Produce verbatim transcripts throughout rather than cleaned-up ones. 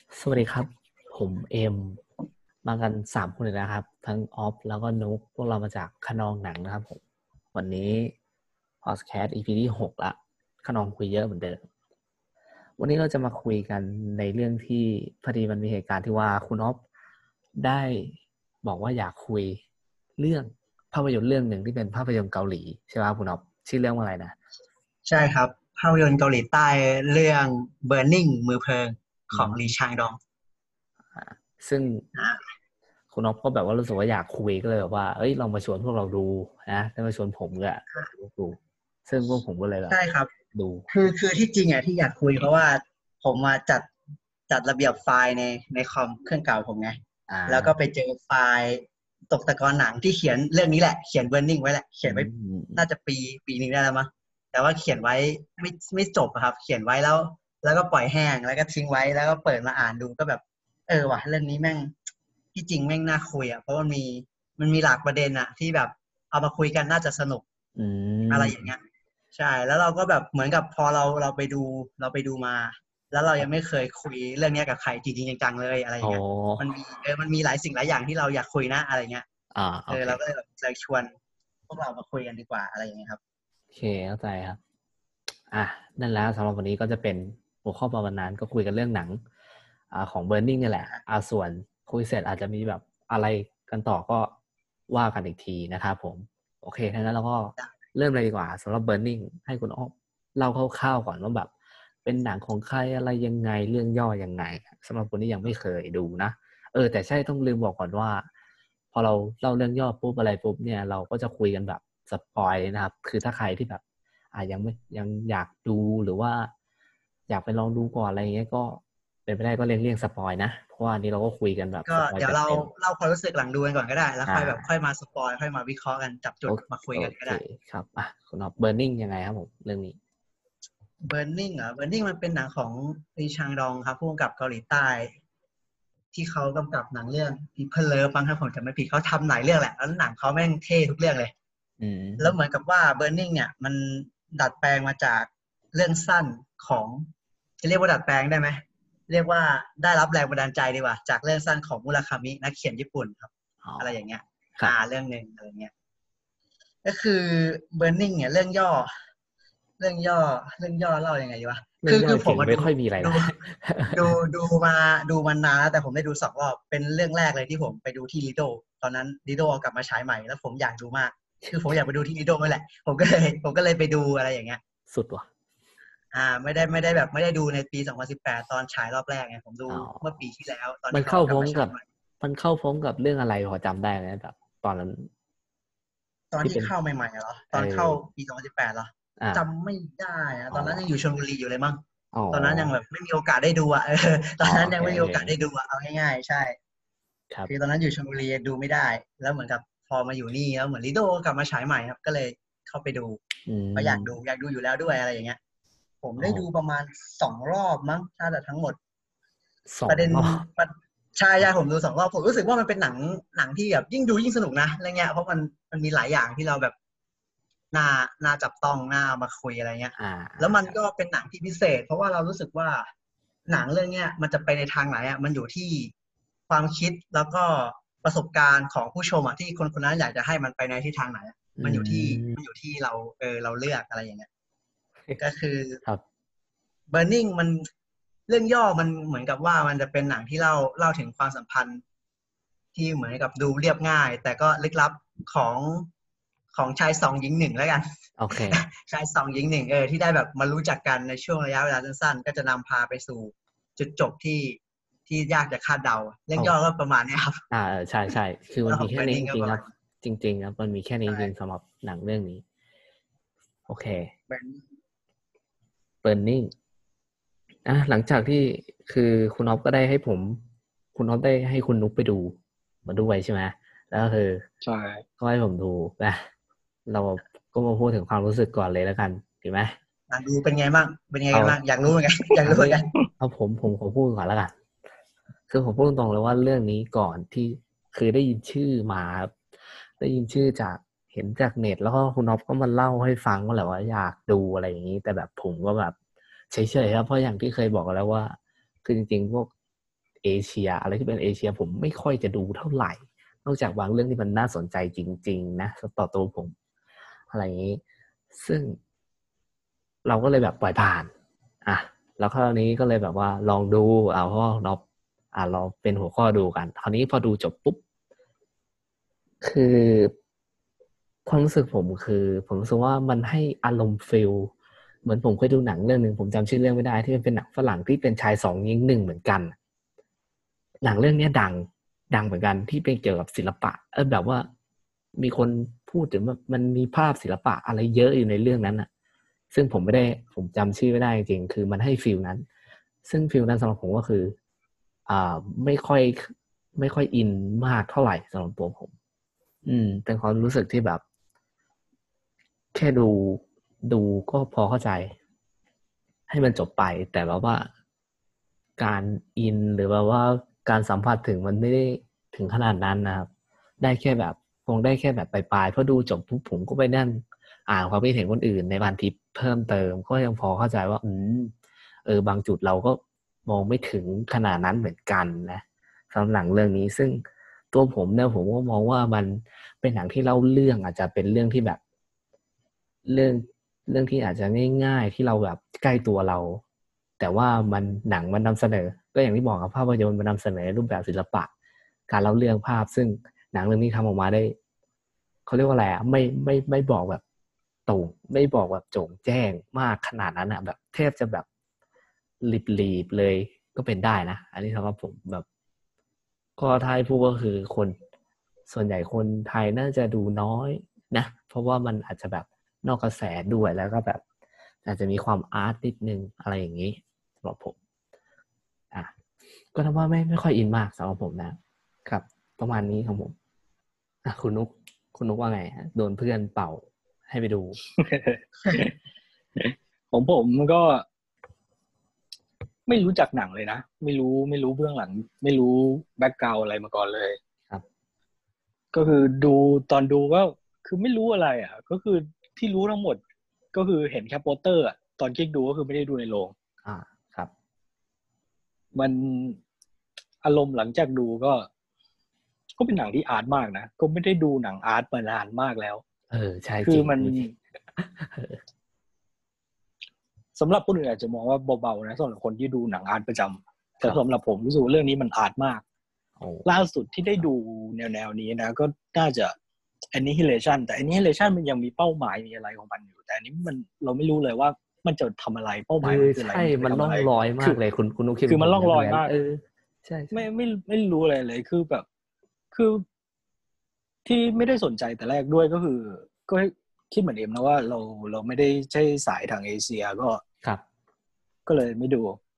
สวัสดีครับผมเอ็มมากันสามคนเลยนะครับทั้งออฟแล้วก็นุกพวกเรามาจากคะนองหนังนะครับผมวันนี้พอดแคสต์ อี พี ที่หกละคะนองคุยเยอะเหมือนเดิมวันนี้เราจะมาคุยกันในเรื่องที่พอดีมันมีเหตุการณ์ที่ว่าคุณออฟได้บอกว่าอยากคุยเรื่องภาพยนตร์เรื่องหนึ่งที่เป็นภาพยนตร์เกาหลีใช่ไหมครับคุณออฟชื่อเรื่องว่าอะไรนะใช่ครับภาพยนตร์เกาหลีใต้เรื่อง Burning มือเพลิงอืของลีมชางดองอ่าซึ่งอ่าคุณอ๊อฟก็แบบว่ารู้สึกว่าอยากคุยก็เลยแบบว่าเอ้ยลองมาชวนพวกเราดูนะได้มาชวนผมก็ดูซึ่งพวกผมก็เลยแบบใช่ครับดูคือคือที่จริงอ่ะที่อยากคุยเพราะว่าผมมาจัดจัดระเบียบไฟล์ในในคอมเครื่องเก่าผมไงอ่แล้วก็ไปาเจอไฟล์ตกตะกอนหนังที่เขียนเรื่องนี้แหละเขียน Burning ไว้แหละเขีอืยนไว้น่ามจะปีปีหนึงได้แล้วมั้งแต่ว่าเขียนไว้ไม่ไม่จบอะครับเขียนไว้แล้วแล้วก็ปล่อยแห้งแล้วก็ทิ้งไว้แล้วก็เปิดมาอ่านดูก็แบบเออว่ะเรื่องนี้แม่งที่จริงแม่งน่าคุยอ่ะเพราะมันมีมันมีหลากประเด็นอ่ะที่แบบเอามาคุยกันน่าจะสนุกอือะไรอย่างเงี้ยมใช่แล้วเราก็แบบเหมือนกับพอเราเราไปดูเราไปดูมาแล้วเราครับยังไม่เคยคุยเรื่องเนี้ยกับใครจริงๆจังๆเลยอะไรออ๋อย่างเงี้ยมันมีเออมันมีหลายสิ่งหลายอย่างที่เราอยากคุยนะอะไรเงี้ยอ่าเออโอเคเราก็เลยแบบเลยชวนพวกเรามาคุยกันดีกว่าอะไรอย่างเงี้ยครับโอเคเข้าใจครับอ่ะนั่นแล้วสำหรับวันนี้ก็จะเป็นหัวข้อประมาณนั้นก็คุยกันเรื่องหนังอ่าของ Burning นี่แหละอ่าส่วนคุยเสร็จอาจจะมีแบบอะไรกันต่อก็ว่ากันอีกทีนะครับผมโอเคทั้างนั้นเราก็เริ่มเลยดีกว่าสำหรับ Burning ให้คุณอ้อมเล่าคร่าวๆก่อนว่าแบบเป็นหนังของใครอะไรยังไงเรื่องย่อยังไงสำหรับคนที่ยังไม่เคยดูนะเออแต่ใช่ต้องลืมบอกก่อนว่าพอเราเล่าเรื่องย่อปุ๊บอะไรปุ๊บเนี่ยเราก็จะคุยกันแบบสปอยนะครับคือถ้าใครที่แบบ อ่ายังไม่ยังอยากดูหรือว่าอยากไปลองดูก่อนอะไรเงี้ยก็เป็นไปได้ก็เลี่ยงเลี่ยงสปอยนะเพราะว่าอันนี้เราก็คุยกันแบบก็สปอยเดี๋ยวเราเต็มเล่าความรู้สึกหลังดูกันก่อนก็ได้แล้วๆอ่าค่อยแบบค่อยมาสปอยค่อยมาวิเคราะห์กันจับโอจุดมาคุโอเคยกันก็ได้ครับอ่ะคุณอ๊อฟเบอร์นิ่งยังไงครับผมเรื่องนี้ Burning เหรอ Burning มันเป็นหนังของลีชางดองครับผู้กำกับเกาหลีใต้ที่เขากำกับหนังเรื่อง People Love บ้างถ้าผมจำไม่ผิดเขาทำหลายเรื่องแหละแล้วหนังเขาแม่งเท่ทุกเรื่องเลยอืแล้วเหมือนมกับว่า Burning เนี่ยมันดัดแปลงมาจากเรื่องสั้นของจะเรียกว่าดัดแปลงได้ไหมเรียกว่าได้รับแรงบันดาลใจดีกว่าจากเรื่องสั้นของมุราคามินักเขียนญี่ปุ่นครับอ๋ออะไรอย่างเงี้ยครับอ่าเรื่องหนึ่งอะไรเงี้ยก็คือ Burning เนี่ยเรื่องย่อเรื่องย่อเรื่องย่อเล่ายังไงดีวะเรื่องคือคือย่อจริงไม่ผมมาดูค่อยมีอะไรดูนะดูดูมาดูมานานแล้วแต่ผมได้ดูสองรอบเป็นเรื่องแรกเลยที่ผมไปดูที่ลิโดตอนนั้นลิโดเอากลับมาฉายใหม่แล้วผมอยากดูมากคือผมอยากไปดูที่ลิโดนั่นแหละผมก็เลยผมก็เลยไปดูอะไรอย่างเงี้ยสุดว่ะอ่าไม่ได้ไม่ได้แบบไม่ได้ดูในปีสองพันสิบแปดตอนฉายรอบแรกไงผมดูอ๋อเมื่อปีที่แล้วตอนมันเข้าที่เขาเอากลับพร้อมกับมาฉายใหม่มันเข้าพร้อมกับเรื่องอะไรพอจำได้ไหมแบบตอนนั้นตอนที่เป็นที่เข้าใหม่ๆอะเหรอเอตอนเข้าอปีสองพันสิบแปดเหรออ่าจำไม่ได้อะอ๋อตอนนั้นยังอยู่ชลบุรีอยู่เลยมั้งอ๋อตอนนั้นยังแบบไม่มีโอกาสได้ดูอ่ะเออตอนนั้อ๋อโอเคโอเคนยังไม่มีโอกาสได้ดูอ่ะเอาง่ายๆใช่ครับคือตอนนั้นอยู่ชลบุรีดูไม่ได้แล้วเหมือนกับพอมาอยู่นี่แล้วเหมือนลิโดกลับมาฉายใหม่ครับก็เลยเข้าไปดูอืเพราะอยากดูมอยากดูอยู่แล้วด้วยอะไรอย่างเงี้ยผมอ๋อได้ดูประมาณสองรอบมั้งถ้าจะทั้งหมดสองประเด็นรอบประใช่ใช่ผมดูสองรอบผมรู้สึกว่ามันเป็นหนังหนังที่แบบยิ่งดูยิ่งสนุกนะอะไรเงี้ยเพราะมันมันมีหลายอย่างที่เราแบบน่าน่าจับต้องน่าเอามาคุยอะไรเงี้ยอ่าแล้วมันครับก็เป็นหนังที่พิเศษเพราะว่าเรารู้สึกว่าหนังเรื่องเนี้ยมันจะไปในทางไหนอ่ะมันอยู่ที่ความคิดแล้วก็ประสบการณ์ของผู้ชมอ่ะที่คนคนนั้นอยากจะให้มันไปในทิศทางไหนอะอืมันอยู่ที่มันอมยู่ที่เราเออเราเลือกอะไรอย่างเงี้ยก็คือครับ Burning มันเรื่องย่อมันเหมือนกับว่ามันจะเป็นหนังที่เล่าเล่าถึงความสัมพันธ์ที่เหมือนกับดูเรียบง่ายแต่ก็ลึกลับของของชายสองหญิงหนึ่งแล้วกันโอเคชายสองหญิงหนึ่งเออที่ได้แบบมารู้จักกันในช่วงระยะเวลาสั้นๆก็จะนำพาไปสู่จุดจบที่ที่ยากจะคาดเดาเรื่โอองย่อก็้ประมาณนี้ครับอ่าเออใช่ใช่คือมันเรื่องของมีแค่นี้จ Burning ก็ริงๆครับประมาณนี้จริงๆครับมันมีแค่นี้จริงๆใช่สำหรับหนังเรื่องนี้โอเค Burning Burning อ่ะหลังจากที่คือคุณอ๊อฟก็ได้ให้ผมคุณอ๊อฟได้ให้คุณนุ๊กไปดูมาด้วยใช่ไหมแล้วก็คือใช่ก็ให้ผมดูนะเราก็มาพูดถึงความรู้สึกก่อนเลยแล้วกันดีไหมอ่ะดูเป็นไงบ้างเป็นไงเอากันบ้างอยากรู้เหมือนกันอยากเอาเลยรู้เหมือนกันเอาผมผมขอพูดก่อนแล้วกันคือผมพูดตรงๆเลยว่าเรื่องนี้ก่อนที่คือได้ยินชื่อมาครับได้ยินชื่อจากเห็นจากเน็ตแล้วก็คุณอ๊อฟก็มาเล่าให้ฟังว่าแหละว่าอยากดูอะไรอย่างนี้แต่แบบผมก็แบบเฉยๆครับเพราะอย่างที่เคยบอกแล้วว่าคือจริงๆพวกเอเชียอะไรที่เป็นเอเชียผมไม่ค่อยจะดูเท่าไหร่นอกจากบางเรื่องที่มันน่าสนใจจริงๆนะต่อตัวผมอะไรอย่างนี้ซึ่งเราก็เลยแบบปล่อยผ่านอ่ะแล้วคราวนี้ก็เลยแบบว่าลองดูเอาเพราะเราอ่ะเราเป็นหัวข้อดูกันคราวนี้พอดูจบปุ๊บคือความรู้สึกผมคือผมรู้สึกว่ามันให้อารมณ์ฟีลเหมือนผมเคยดูหนังเรื่องนึงผมจำชื่อเรื่องไม่ได้ที่มันเป็นหนังฝรั่งที่เป็นชายสองหญิงหนึ่งเหมือนกันหนังเรื่องนี้ดังดังเหมือนกันที่เป็นเกี่ยวกับศิลปะเออแบบว่ามีคนพูดถึงว่ามันมีภาพศิลปะอะไรเยอะอยู่ในเรื่องนั้นน่ะซึ่งผมไม่ได้ผมจำชื่อไม่ได้จริงๆคือมันให้ฟีลนั้นซึ่งฟีลนั้นสำหรับผมก็คืออ่าไม่ค่อยไม่ค่อยอินมากเท่าไหร่สำหรับตัวผมอืมเป็นความรู้สึกที่แบบแค่ดูดูก็พอเข้าใจให้มันจบไปแต่แบบว่าการอินหรือแบบว่าการสัมผัสถึงมันไม่ได้ถึงขนาดนั้นนะครับได้แค่แบบคงได้แค่แบบปลายๆเพราะดูจบปุ๊บผมก็ไปนั่งอ่านความคิดเห็นคนอื่นในพันทิปเพิ่มเติมก็ยังพอเข้าใจว่าอืมเออบางจุดเราก็มองไม่ถึงขนาดนั้นเหมือนกันนะสำหรับหนังเรื่องนี้ซึ่งตัวผมเนี่ยผมก็มองว่ามันเป็นหนังที่เล่าเรื่องอาจจะเป็นเรื่องที่แบบเรื่องเรื่องที่อาจจะง่ายๆที่เราแบบใกล้ตัวเราแต่ว่ามันหนังมันนำเสนอก็อย่างที่บอกครับภาพยนตร์มันนำเสนอรูปแบบศิลปะการเล่าเรื่องภาพซึ่งหนังเรื่องนี้ทำออกมาได้เขาเรียกว่าอะไรอ่ะไม่ไม่ไม่บอกแบบตรงไม่บอกแบบโจ่งแจ้งมากขนาดนั้นอ่ะแบบแทบจะแบบลีบๆเลยก็เป็นได้นะอันนี้สำหรับผมแบบก็ถ้าให้พูดก็คือคนส่วนใหญ่คนไทยน่าจะดูน้อยนะเพราะว่ามันอาจจะแบบนอกกระแสด้วยแล้วก็แบบอาจจะมีความอาร์ตนิดนึงอะไรอย่างนี้สำหรับผมอ่ะก็ทำว่าไม่ไม่ค่อยอินมากสำหรับผมนะครับประมาณนี้ของผมอ่ะคุณนุกคุณนุกว่าไงฮะโดนเพื่อนเป่าให้ไปดูของผมก็ไม่รู้จักหนังเลยนะไม่รู้ไม่รู้เบื้องหลังไม่รู้แบ็คกราวด์อะไรมาก่อนเลยครับก็คือดูตอนดูก็คือไม่รู้อะไรอ่ะก็คือที่รู้ทั้งหมดก็คือเห็นแค่โปสเตอร์อ่ะตอนคลิกดูก็คือไม่ได้ดูในโรงอ่าครับมันอารมณ์หลังจากดูก็ก็เป็นหนังที่อาร์ตมากนะก็ไม่ได้ดูหนังอาร์ตมานานมากแล้วเออใช่จคืริอง มันจริงสำหรับคนอื่นอาจจะมองว่าเบาๆนะสำหรับคนที่ดูหนังอาร์ตประจำแต่สำหรับผมรู้สึกว่าเรื่องนี้มันอาร์ตมากล่าสุดที่ได้ดูแนวๆนี้นะก็น่าจะ Annihilation แต่ Annihilation มันยังมีเป้าหมายมีอะไรของมันอยู่แต่อันนี้มันเราไม่รู้เลยว่ามันจะทำอะไรเป้าหมายมันคืออะไรใช่มันล่องลอยมากเลยคุณคุณนุ๊กคิดคือมันล่องลอยมากเออใช่ไม่ไม่ไม่รู้อะไรเลยคือแบบคือที่ไม่ได้สนใจแต่แรกด้วยก็คือก็คิดเหมือนเอ็มนะว่าเราเราไม่ได้ใช่สายทางเอเชียก็ครับก็เลยไม่ดู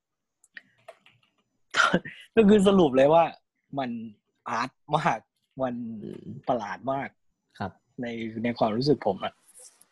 ก็คือสรุปเลยว่ามันอาร์ตมากมันประหลาดมากครับในในความรู้สึกผมอะ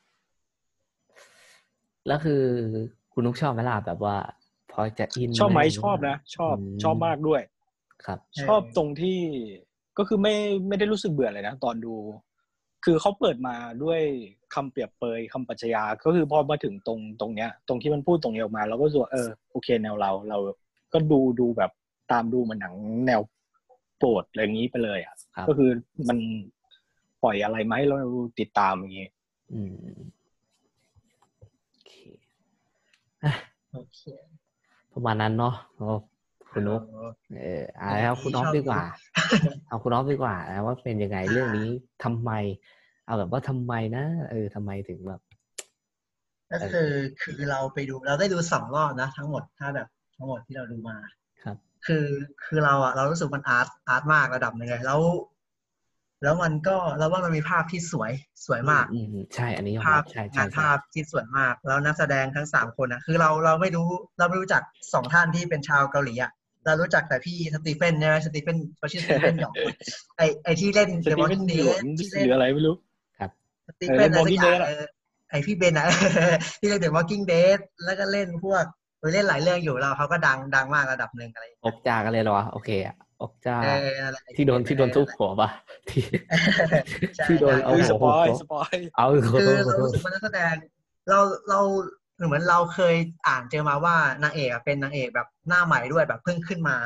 แล้วคือคุณนุ๊กชอบไหมล่ะแบบว่าพอจะอินชอบไหมชอบนะชอบชอบมากด้วยครับชอบตรงที่ก็คือไม่ไม่ได้รู้สึกเบื่อเลยนะตอนดูคือเขาเปิดมาด้วยคำเปรียบเปยคำปรัชญาก็คือพอมาถึงตรงตรงเนี้ยตรงที่มันพูดตรงนี้ออกมาเราก็รู้สึกเออโอเคแนวเราเราก็ดูดูแบบตามดูมันหนังแนวโปรดอะไรอย่างนี้ไปเลยอ่ะก็คือมันปล่อยอะไรมาให้เราติดตามอย่างนี้อืมโอเคโอเคประมาณนั้นเนาะคุณนุ๊กเออเอาแล้วคุณน้องดีกว่าเอาคุณน้องดีกว่านะว่าเป็นยังไงเรื่องนี้ทำไมเอาแบบว่าทำไมนะเออทำไมถึงแบบก็คือคือเราไปดูเราได้ดูสองรอบนะทั้งหมดถ้าแบบทั้งหมดที่เราดูมาครับคือคือเราอะเรารู้สึกมันอาร์ตอาร์ตมากระดับหนึ่งเลยแล้วแล้วมันก็เราว่ามันมีภาพที่สวยสวยมากอืมใช่อันนี้ภาพใช่ใช่งานภาพที่สวยมากแล้วนักแสดงทั้งสามคนนะคือเราเราไม่รู้เราไม่รู้จักสองท่านที่เป็นชาวเกาหลีอะเรารู้จักแต่พี่สตีเฟนใช่ไหมสตีเฟนเขาชื่อสตีเฟนหยองไอไอที่เล่น The Walking Dead ที่เล่นหรืออะไรไม่รู้ครับสตีเฟนอะไรสักอย่างไอพี่เบนอะที่เล่น The Walking Dead แล้วก็เล่นพวกเล่นหลายเรื่องอยู่เราเขาก็ดังดังมากระดับหนึ่งอะไรอกจากันเลยเหรอวะโอเคอ่ะอกจาที่โดนที่โดนทุบหัวป่ะที่ที่โดนเอาหัวสปอยสปอยเอาคือเรารู้สึกว่านักแสดงเราเราเหมือนเราเคยอ่านเจอมาว่านางเอกเป็นนางเอกแบบหน้าใหม่ด้วยแบบเพิ่งขึ้นมาเพิ่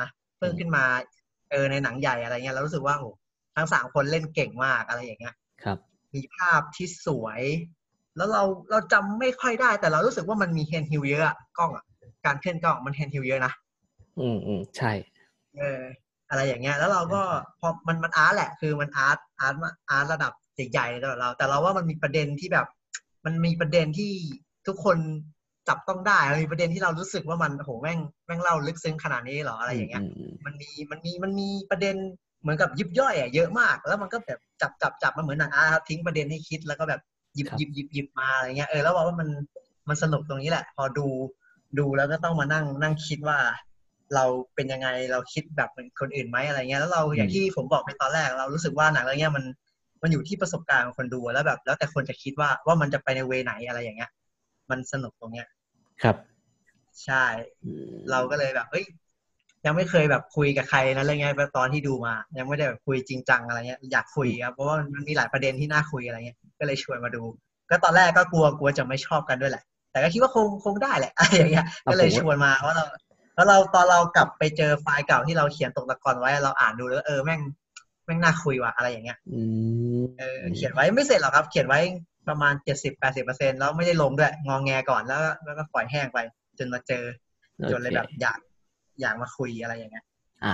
พิ่งขึ้นมาเออในหนังใหญ่อะไรเงี้ยเรารู้สึกว่าโหทั้งสามคนเล่นเก่งมากอะไรอย่างเงี้ยครับมีภาพที่สวยแล้วเราเราจำไม่ค่อยได้แต่เรารู้สึกว่ามันมีแฮนด์ฮิลเยอะอะกล้องอะการเคลื่อนกล้องมันแฮนด์ฮิลเยอะนะอืมอืมใช่เอออะไรอย่างเงี้ยแล้วเราก็พอมันมันอาร์ตแหละคือมันอาร์ตอาร์ตอาร์ตระดับใหญ่ๆเลยสำหรับเราแต่เราว่ามันมีประเด็นที่แบบมันมีประเด็นที่ทุกคนจับต้องได้มันมีประเด็นที่เรารู้สึกว่ามันโหแม่งแม่งเล่าลึกซึ้งขนาดนี้เหรออะไรอย่างเงี้ยมันมีมันมีมันมีประเด็นเหมือนกับยิบย่อยอ่ะเยอะมากแล้วมันก็แบบจับจับจับมันเหมือนหนังอาร์ตทิ้งประเด็นให้คิดแล้วก็แบบหยิบหยิบหยิบหยิบมาอะไรเงี้ยเออแล้วว่ามันมันสนุกตรงนี้แหละพอดูดูแล้วก็ต้องมานั่งนั่งคิดว่าเราเป็นยังไงเราคิดแบบเหมือนคนอื่นไหมอะไรเงี้ยแล้วเราอย่างที่ผมบอกไปตอนแรกเรารู้สึกว่าหนังเรื่องนี้มันมันอยู่ที่ประสบการณ์ของคนดูแล้วแบบแล้วแต่คนจะคิดว่าว่ามันจะไปในเวไหนอะไรอย่างเงี้ยมันสนุกตรงเนี้ยครับใช่เราก็เลยแบบเอ้ยยังไม่เคยแบบคุยกับใครนะเรื่องเงี้ยตอนที่ดูมายังไม่ได้แบบคุยจริงจังอะไรเงี้ยอยากคุยครับเพราะว่ามันมีหลายประเด็นที่น่าคุยอะไรเงี้ยก็เลยชวนมาดูก็ตอนแรกก็กลัวกลัวจะไม่ชอบกันด้วยแหละแต่ก็คิดว่าคงคงได้แหละอะไรอย่างเงี้ยก็เลยชวนมาว่าเราแล้วเราตอนเรากลับไปเจอไฟล์เก่าที่เราเขียนตกตะกอนไว้เราอ่านดูแล้วเออแม่งแม่งน่าคุยว่ะอะไรอย่างเงี้ยเออเขียนไว้ไม่เสร็จหรอกครับเขียนไว้ประมาณเจ็ดสิบแปดสิบเปอร์เซ็นต์แล้วไม่ได้ลงด้วยงอแงก่อนแล้วแล้วก็ปล่อยแห้งไปจนมาเจอจนเลยแบบอยากอยากมาคุยอะไรอย่างเงี้ยอ่า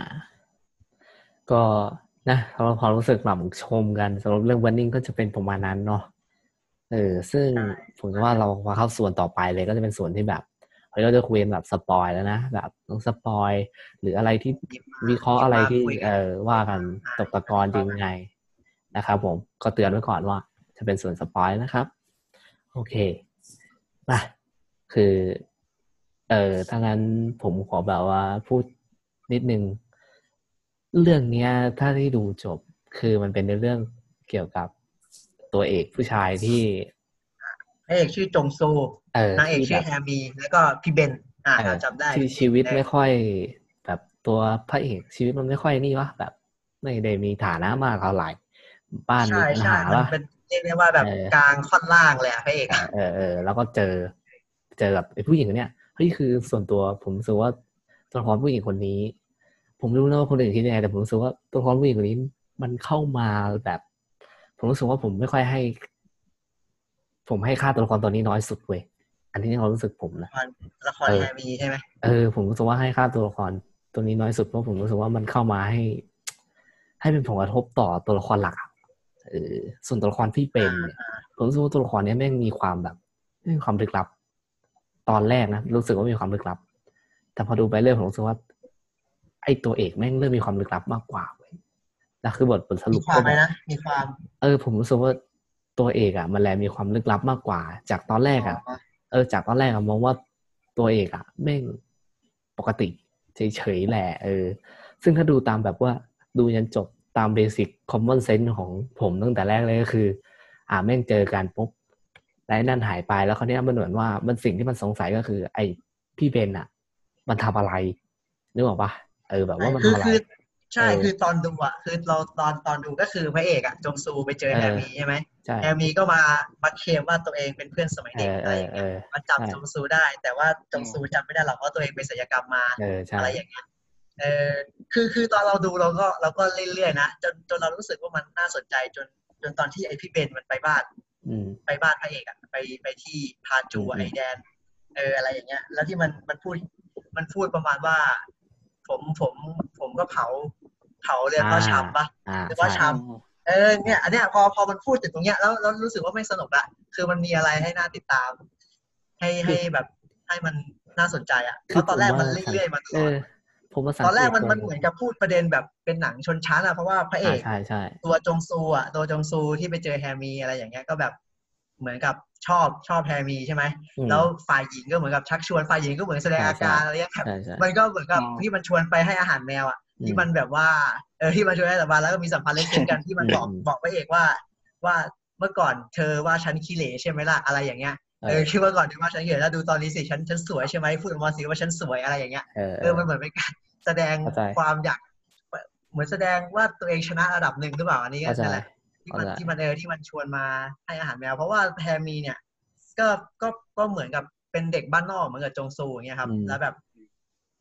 ก็นะเราพอรู้สึกแบบชมกันสำหรับเรื่อง Burning ก็จะเป็นประมาณนั้นเนาะเออซึ่งผมว่าเราพอเข้าส่วนต่อไปเลยก็จะเป็นส่วนที่แบบเราจะคุยกันแบบสปอยแล้วนะแบบต้องสปอยหรืออะไรที่วิเคราะห์อะไรที่เออว่ากันตกตะกอนจริงไงนะครับผมก็เตือนไว้ก่อนว่าจะเป็นส่วนสปอยนะครับโอเคมาคือเออถ้างั้นผมขอแบบว่าพูดนิดนึงเรื่องเนี้ยถ้าที่ดูจบคือมันเป็นเรื่องเกี่ยวกับตัวเอกผู้ชายที่พระเอกชื่อจงซูนางเอกชื่อแฮมีแล้วก็พี่เบนอ่าเราจำได้ที่ชีวิตไม่ค่อยแบบตัวพระเอกชีวิตมันไม่ค่อยนี่วะแบบไม่ได้มีฐานะมากเท่าไหร่บ้านมีปัญหามันเป็นเรียกได้ว่าแบบกลางค่อนล่างเลยอะพระเอกเออเออแล้วก็เจอเจอกับไอ้ผู้หญิงคนเนี้ยเฮ้ยคือส่วนตัวผมรู้สึกว่าตัวละครผู้หญิงคนนี้ผมไม่รู้นะว่าคนอื่นคิดยังไงแต่ผมรู้สึกว่าตัวละครผู้หญิงคนนี้มันเข้ามาแบบผมรู้สึกว่าผมไม่ค่อยให้ผมให้ค่าตัวละครตัวนี้น้อยสุดเว้ยอันนี้เรารู้สึกผมนะละครแฮมีใช่ไหมเออผมรู้สึกว่าให้ค่าตัวละครตัวนี้น้อยสุดเพราะผมรู้สึกว่ามันเข้ามาให้ให้เป็นผลกระทบต่อตัวละครหลักเออส่วนตัวละครที่เป็นเนี่ยผมรู้สึกว่าตัวละครนี้แม่งมีความแบบมีความลึกลับตอนแรกนะรู้สึกว่ามีความลึกลับแต่พอดูไปเรื่อยผมรู้สึกว่าไอ้ตัวเอกแม่งเริ่มมีความลึกลับมากกว่าเว้ยแล้วคือบทบทสรุปก็บอกนะมีความเออผมรู้สึกว่าตัวเอกอ่ะมันแลมีความลึกลับมากกว่าจากตอนแรกอ่ะเออจากตอนแรกอะมองว่าตัวเอกอ่ะแม่งปกติเฉยๆแหละเออซึ่งถ้าดูตามแบบว่าดูยันจบตามเบสิกคอมมอนเซนส์ของผมตั้งแต่แรกเลยก็คืออ่าแม่งเจอกันปุ๊บแล้วนั่นหายไปแล้วคราวนี้มันเหมือนว่ามันสิ่งที่มันสงสัยก็คือไอ้พี่เบนอ่ะมันทำอะไรนึกออกปะเออแบบว่ามันทำอะไรใช่คือตอนดูอ่ะคือเราตอนตอนดูก็คือพระเอกอ่ะจงซูไปเจอแฮมีใช่ไหมแฮมีก็มามาเคลมว่าตัวเองเป็นเพื่อนสมัยเด็กอะไรอย่างเงี้ยมาจับจงซูได้แต่ว่าจงซูจำไม่ได้หรอกว่าตัวเองไปศัลยกรรมมาอะไรอย่างเงี้ยเออคือคือตอนเราดูเราก็เราก็เรื่อยๆนะจนจนเรารู้สึกว่ามันน่าสนใจจนจนตอนที่ไอพี่เบนมันไปบ้านไปบ้านพระเอกอ่ะไปไปที่พาจูไอแดนเอออะไรอย่างเงี้ยแล้วที่มันมันพูดมันพูดประมาณว่าผมผมผมก็เผาเผาเรียกว่าช้ำปะเรียกว่าช้ำเออเนี่ยอันเนี้ยพอพอมันพูดถึงตรงเนี้ยแล้วแล้วรู้สึกว่าไม่สนุกละคือมันมีอะไรให้น่าติดตามให้ให้แบบให้มันน่าสนใจอ่ะเพราะตอนแรกมันเรื่อยๆมาตลอดตอนแรกมันมันเหมือนกับพูดประเด็นแบบเป็นหนังชนชั้นอ่ะเพราะว่าพระเอกตัวจงซูอ่ะตัวจงซูที่ไปเจอแฮมีอะไรอย่างเงี้ยก็แบบเหมือนกับชอบชอบแฮมีใช่ไหมแล้วฝ่ายหญิงก็เหมือนกับชักชวนฝ่ายหญิงก็เหมือนแสดงอาการอะไรอย่างเงี้ยมันก็เหมือนกับที่มันชวนไปให้อาหารแมวอ่ะที่มันแบบว่าเออที่มันชวนให้สัมภาษณ์แล้วก็มีสัมภาษณ์เล่นๆกันที่มันบอกบอกพระเอกว่าว่าเมื่อก่อนเธอว่าฉันขี้เหร่ใช่ไหมล่ะอะไรอย่างเงี้ยเออคิดว่าก่อนที่ว่าฉันขี้เหร่แล้วดูตอนนี้สิฉันฉันสวยใช่ไหมพูดออกมาสิว่าฉันสวยอะไรอย่างเงี้ยเออมันเหมือนเป็นการแสดงความอยากเหมือนแสดงว่าตัวเองชนะระดับหนึ่งหรือเปล่าอันนี้ก็นั่นแหละที่มันที่มันเออที่มันชวนมาให้อาหารแมวเพราะว่าแฮมีเนี่ยก็ก็ก็เหมือนกับเป็นเด็กบ้านนอกเหมือนกับจงซูอย่างเงี้ยครับแล้วแบบ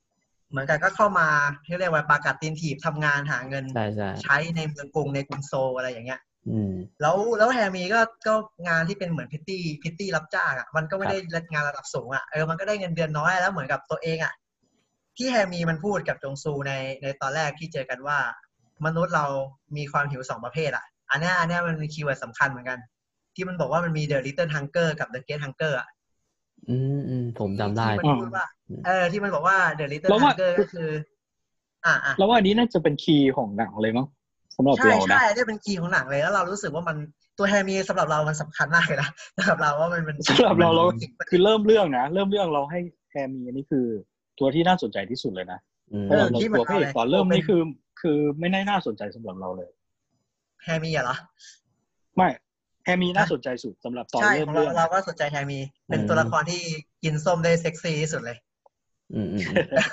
เหมือนกันก็เข้ามาที่เรียกว่าปากัดตีนถีบทำงานหาเงินใช่ใช่ใช้ในเมืองกรุงในกรุงโซลอะไรอย่างเงี้ยอืมแล้วแล้วแฮมีก็ก็งานที่เป็นเหมือนพิตตี้พิตตี้รับจ้างอ่ะมันก็ไม่ได้งานระดับสูงอ่ะเออมันก็ได้เงินเดือนน้อยแล้วเหมือนกับตัวเองอ่ะที่แฮมีมันพูดกับจงซูในในตอนแรกที่เจอกันว่ามนุษย์เรามีความหิวสองประเภทอ่ะอันนี้อันนี้มันมีคีย์เวิร์ดสำคัญเหมือนกันที่มันบอกว่ามันมี The Little Hunger กับ The Great Hunger อ่ะอืมอืมผมจำได้ที่มันพูดว่าเออที่มันบอกว่า The Little Hunger ก็คืออ่าอ่าแล้วว่าอันนี้น่าจะเป็นคีย์ของหนังเลยมั้งสำหรับเรานะใช่ใช่ได้เป็นคีย์ของหนังเลยแล้วเรารู้สึกว่ามันตัวแฮมีสำหรับเรามันสำคัญมากเลยนะสำหรับเราว่ามันเป็นสำหรับเราเราคือเริ่มเรื่องนะเริ่มเรื่องเราให้แฮมีอันนี้คือตัวที่น่าสนใจที่สุดเลยนะสำหรับเราตัวพระเอกตอนเริ่มนี่คือคือไม่ได้น่าสนใจสำหรับเราเลยแฮมีเหรอไม่แฮมีน่าสนใจสุดสำหรับตอนเริ่มเรื่องเราก็สนใจแฮมีเป็นตัวละครที่กินส้มได้เซ็กซี่ที่สุดเลยอืมอืม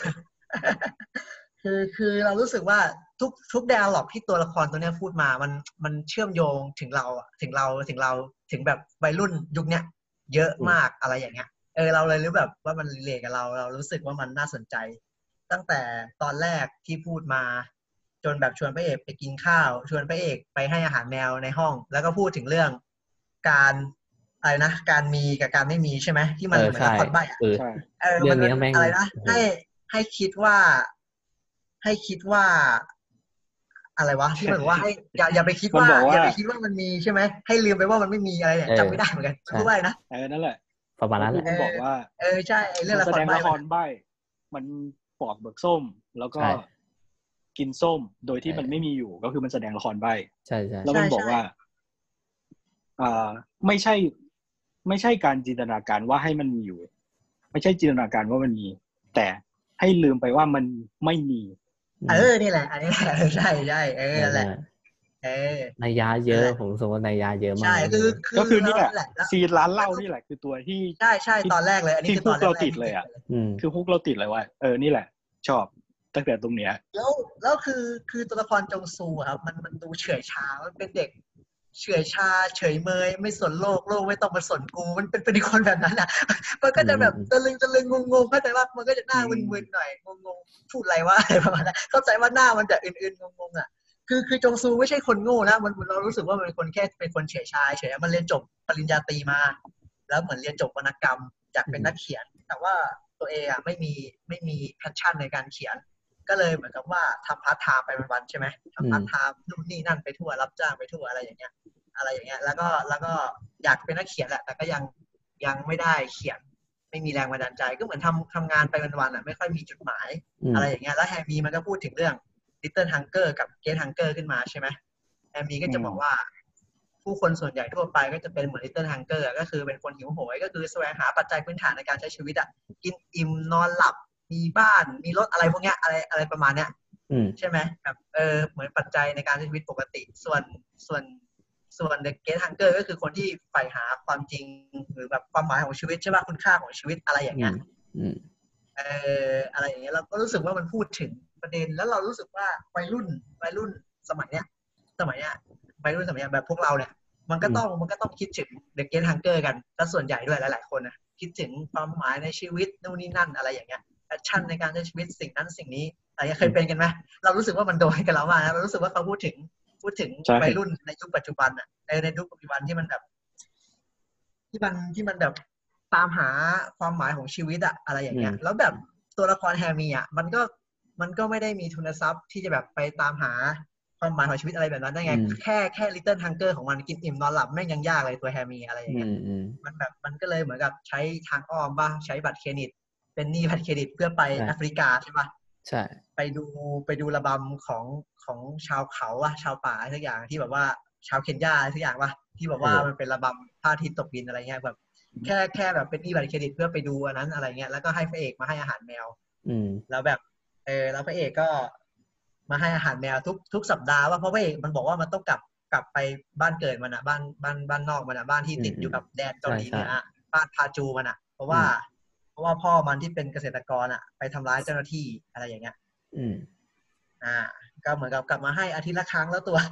คือคือเรารู้สึกว่าทุกทุกไดอะล็อกที่ตัวละครตัวนี้พูดมามันมันเชื่อมโยงถึงเราถึงเราถึงเราถึงแบบวัยรุ่นยุคเนี้ยเยอะมากอะไรอย่างเงี้ยเออเราเลยรู้แบบว่ามันรีเลทกับเราเรารู้สึกว่ามันน่าสนใจตั้งแต่ตอนแรกที่พูดมาจนแบบชวนพระเอกไปกินข้าวชวนพระเอกไปให้อาหารแมวในห้องแล้วก็พูดถึงเรื่องการอะไรนะการมีกับการไม่มีใช่ไหมที่มันเหมือนละครใบ้อะเออมันอะไรนะให้ให้คิดว่าให้คิดว่าอะไรวะที่มันบอกว่าให้อย่าอย่าไปคิดว่าอย่าไปคิดว่ามันมีใช่ไหมให้ลืมไปว่ามันไม่มีอะไรเนี่ยจำไม่ได้เหมือนกันพูดว่านะเออนั่นแหละประมาณนั้นแหละมันบอกว่าเออใช่เรื่องละครละครใบ้มันปอกเบิกส้มแล้วก็กินส้มโดยที่มันไม่มีอยู่ก็คือมันแสดงละครใบ้ใช่ใช่แล้วมันบอกว่าอ่าไม่ใช่ไม่ใช่การจินตนาการว่าให้มันมีอยู่ไม่ใช่จินตนาการว่ามันมีแต่ให้ลืมไปว่ามันไม่มีเออนี่แหละอันนี้แหละใช่ใช่เออนั่นแหละเออนัยยะเยอะผมรู้สึกว่านัยยะเยอะมากใช่คือก็คือนี่แหละซีนร้านเหล้านี่แหละคือตัวที่ใช่ใช่ตอนแรกเลยอันนี้คือตอนเราติดเลยอ่ะคือพวกเราติดเลยว่าเออนี่แหละชอบตั้งแต่ตรงเนี้ยแล้วแล้วคือคือตัวละครจงซูครับมันมันดูเฉื่อยชามันเป็นเด็กเฉื่อยชาเฉยเมยไม่สนโลกโลกไม่ต้องมาสนกูมันเป็นเป็นคนแบบนั้นอ่ะมันก็จะแบบตะลึงตะลึงงงๆเข้าใจว่ามันก็จะหน้ามึนๆหน่อยงงๆพูดอะไรวะอะไรประมาณนั้นเข้าใจว่าหน้ามันจะอื่นๆงงๆอ่ะคือคือจงซูไม่ใช่คนโง่นะมันเรารู้สึกว่ามันเป็นคนแค่เป็นคนเฉยชาเฉยมันเรียนจบปริญญาตรีมาแล้วเหมือนเรียนจบวรรณกรรมจากเป็นนักเขียนแต่ว่าตัวเองอ่ะไม่มีไม่มีแพชชั่นในการเขียนก็เลยเหมือนกับว่าทำพาร์ทไทม์ไปวันๆใช่ไหมทำพาร์ทไทม์นู่นนี่นั่นไปทั่วรับจ้างไปทั่วอะไรอย่างเงี้ยอะไรอย่างเงี้ยแล้วก็แล้วก็อยากเป็นนักเขียนแหละแต่ก็ยังยังไม่ได้เขียนไม่มีแรงบันดาลใจก็เหมือนทำทำงานไปวันๆอ่ะไม่ค่อยมีจุดหมายอะไรอย่างเงี้ยแล้วแฮมีมันก็พูดถึงเรื่อง Little Hunger กับ Great Hunger ขึ้นมาใช่ไหมแฮมีก็จะบอกว่าผู้คนส่วนใหญ่ทั่วไปก็จะเป็นเหมือน Little Hunger ก็คือเป็นคนหิวโหยก็คือแสวงหาปัจจัยพื้นฐานในการใช้ชีวิตอ่ะกินอิ่มนอนหลับมีบ้านมีรถอะไรพวกเนี้ยอะไรอะไรประมาณเนี้ยใช่ไหมแบบเออเหมือนปัจจัยในการใช้ชีวิตปกติส่วนส่วนส่วน The Great Hunger ก็คือคนที่ใฝ่หาความจริงหรือแบบความหมายของชีวิตใช่ป่ะคุณค่าของชีวิตอะไรอย่างเงี้ยเอออะไรอย่างเงี้ยเราก็รู้สึกว่ามันพูดถึงประเด็นแล้วเรารู้สึกว่าวัยรุ่นวัยรุ่นสมัยเนี้ยสมัยเนี้ยวัยรุ่นสมัยเนี้ยแบบพวกเราเนี่ยมันก็ต้องมันก็ต้องคิดถึง The Great Hunger กันและส่วนใหญ่ด้วยหลายๆคนนะคิดถึงความหมายในชีวิตนู่นนี่นั่นอะไรอย่างเงี้ยแพชชั่นในการใช้ชีวิตสิ่งนั้นสิ่งนี้อะไรเคยเป็นกันไหมเรารู้สึกว่ามันโดนกันแล้วมากนะเรารู้สึกว่าเขาพูดถึงพูดถึงวัยรุ่นในยุคปัจจุบันอ่ะในในยุคปัจจุบันที่มันแบบที่มันที่มันแบบตามหาความหมายของชีวิตอะอะไรอย่างเงี้ยแล้วแบบตัวละครแฮมีอ่ะมันก็มันก็ไม่ได้มีทุนทรัพย์ที่จะแบบไปตามหาความหมายของชีวิตอะไรแบบนั้นได้ไงแค่แค่ Little Hunger ของมันกินอิ่มนอนหลับแม่งยังยากเลยตัวแฮมีอะไรอย่างเงี้ยมันแบบมันก็เลยเหมือนกับใช้ทางอ้อมบ้างใช้บัตรเครดิตเป็นหนี้บัตรเครดิตเพื่อไปแอฟริกาใช่ปะใช่ไปดูไปดูระบำของของชาวเขาอะชาวป่าทุกอย่างที่แบบว่าชาวเคนยาทุกอย่างว่าที่แบบว่ามันเป็นระบำพระอาทิตย์ตกดินอะไรเงี้ยแบบแค่แค่แบบเป็นหนี้บัตรเครดิตเพื่อไปดูอันนั้นอะไรเงี้ยแล้วก็ให้พระเอกมาให้อาหารแมวแล้วแบบเออแล้วพระเอกก็มาให้อาหารแมวทุกทุกสัปดาห์ว่าเพราะพระเอกมันบอกว่ามันต้องกลับกลับไปบ้านเกิดมันอะบ้านบ้านบ้านนอกมันอะบ้านที่ติดอยู่กับแดนเกาหลีเหนือบ้านพาจูมันอะเพราะว่าเพราะว่าพ่อมันที่เป็นเกษตรกรอะไปทำร้ายเจ้าหน้าที่อะไรอย่างเงี้ยอืมอ่าก็เหมือนกับกลับมาให้อาทิตย์ละครั้งแล้วตัว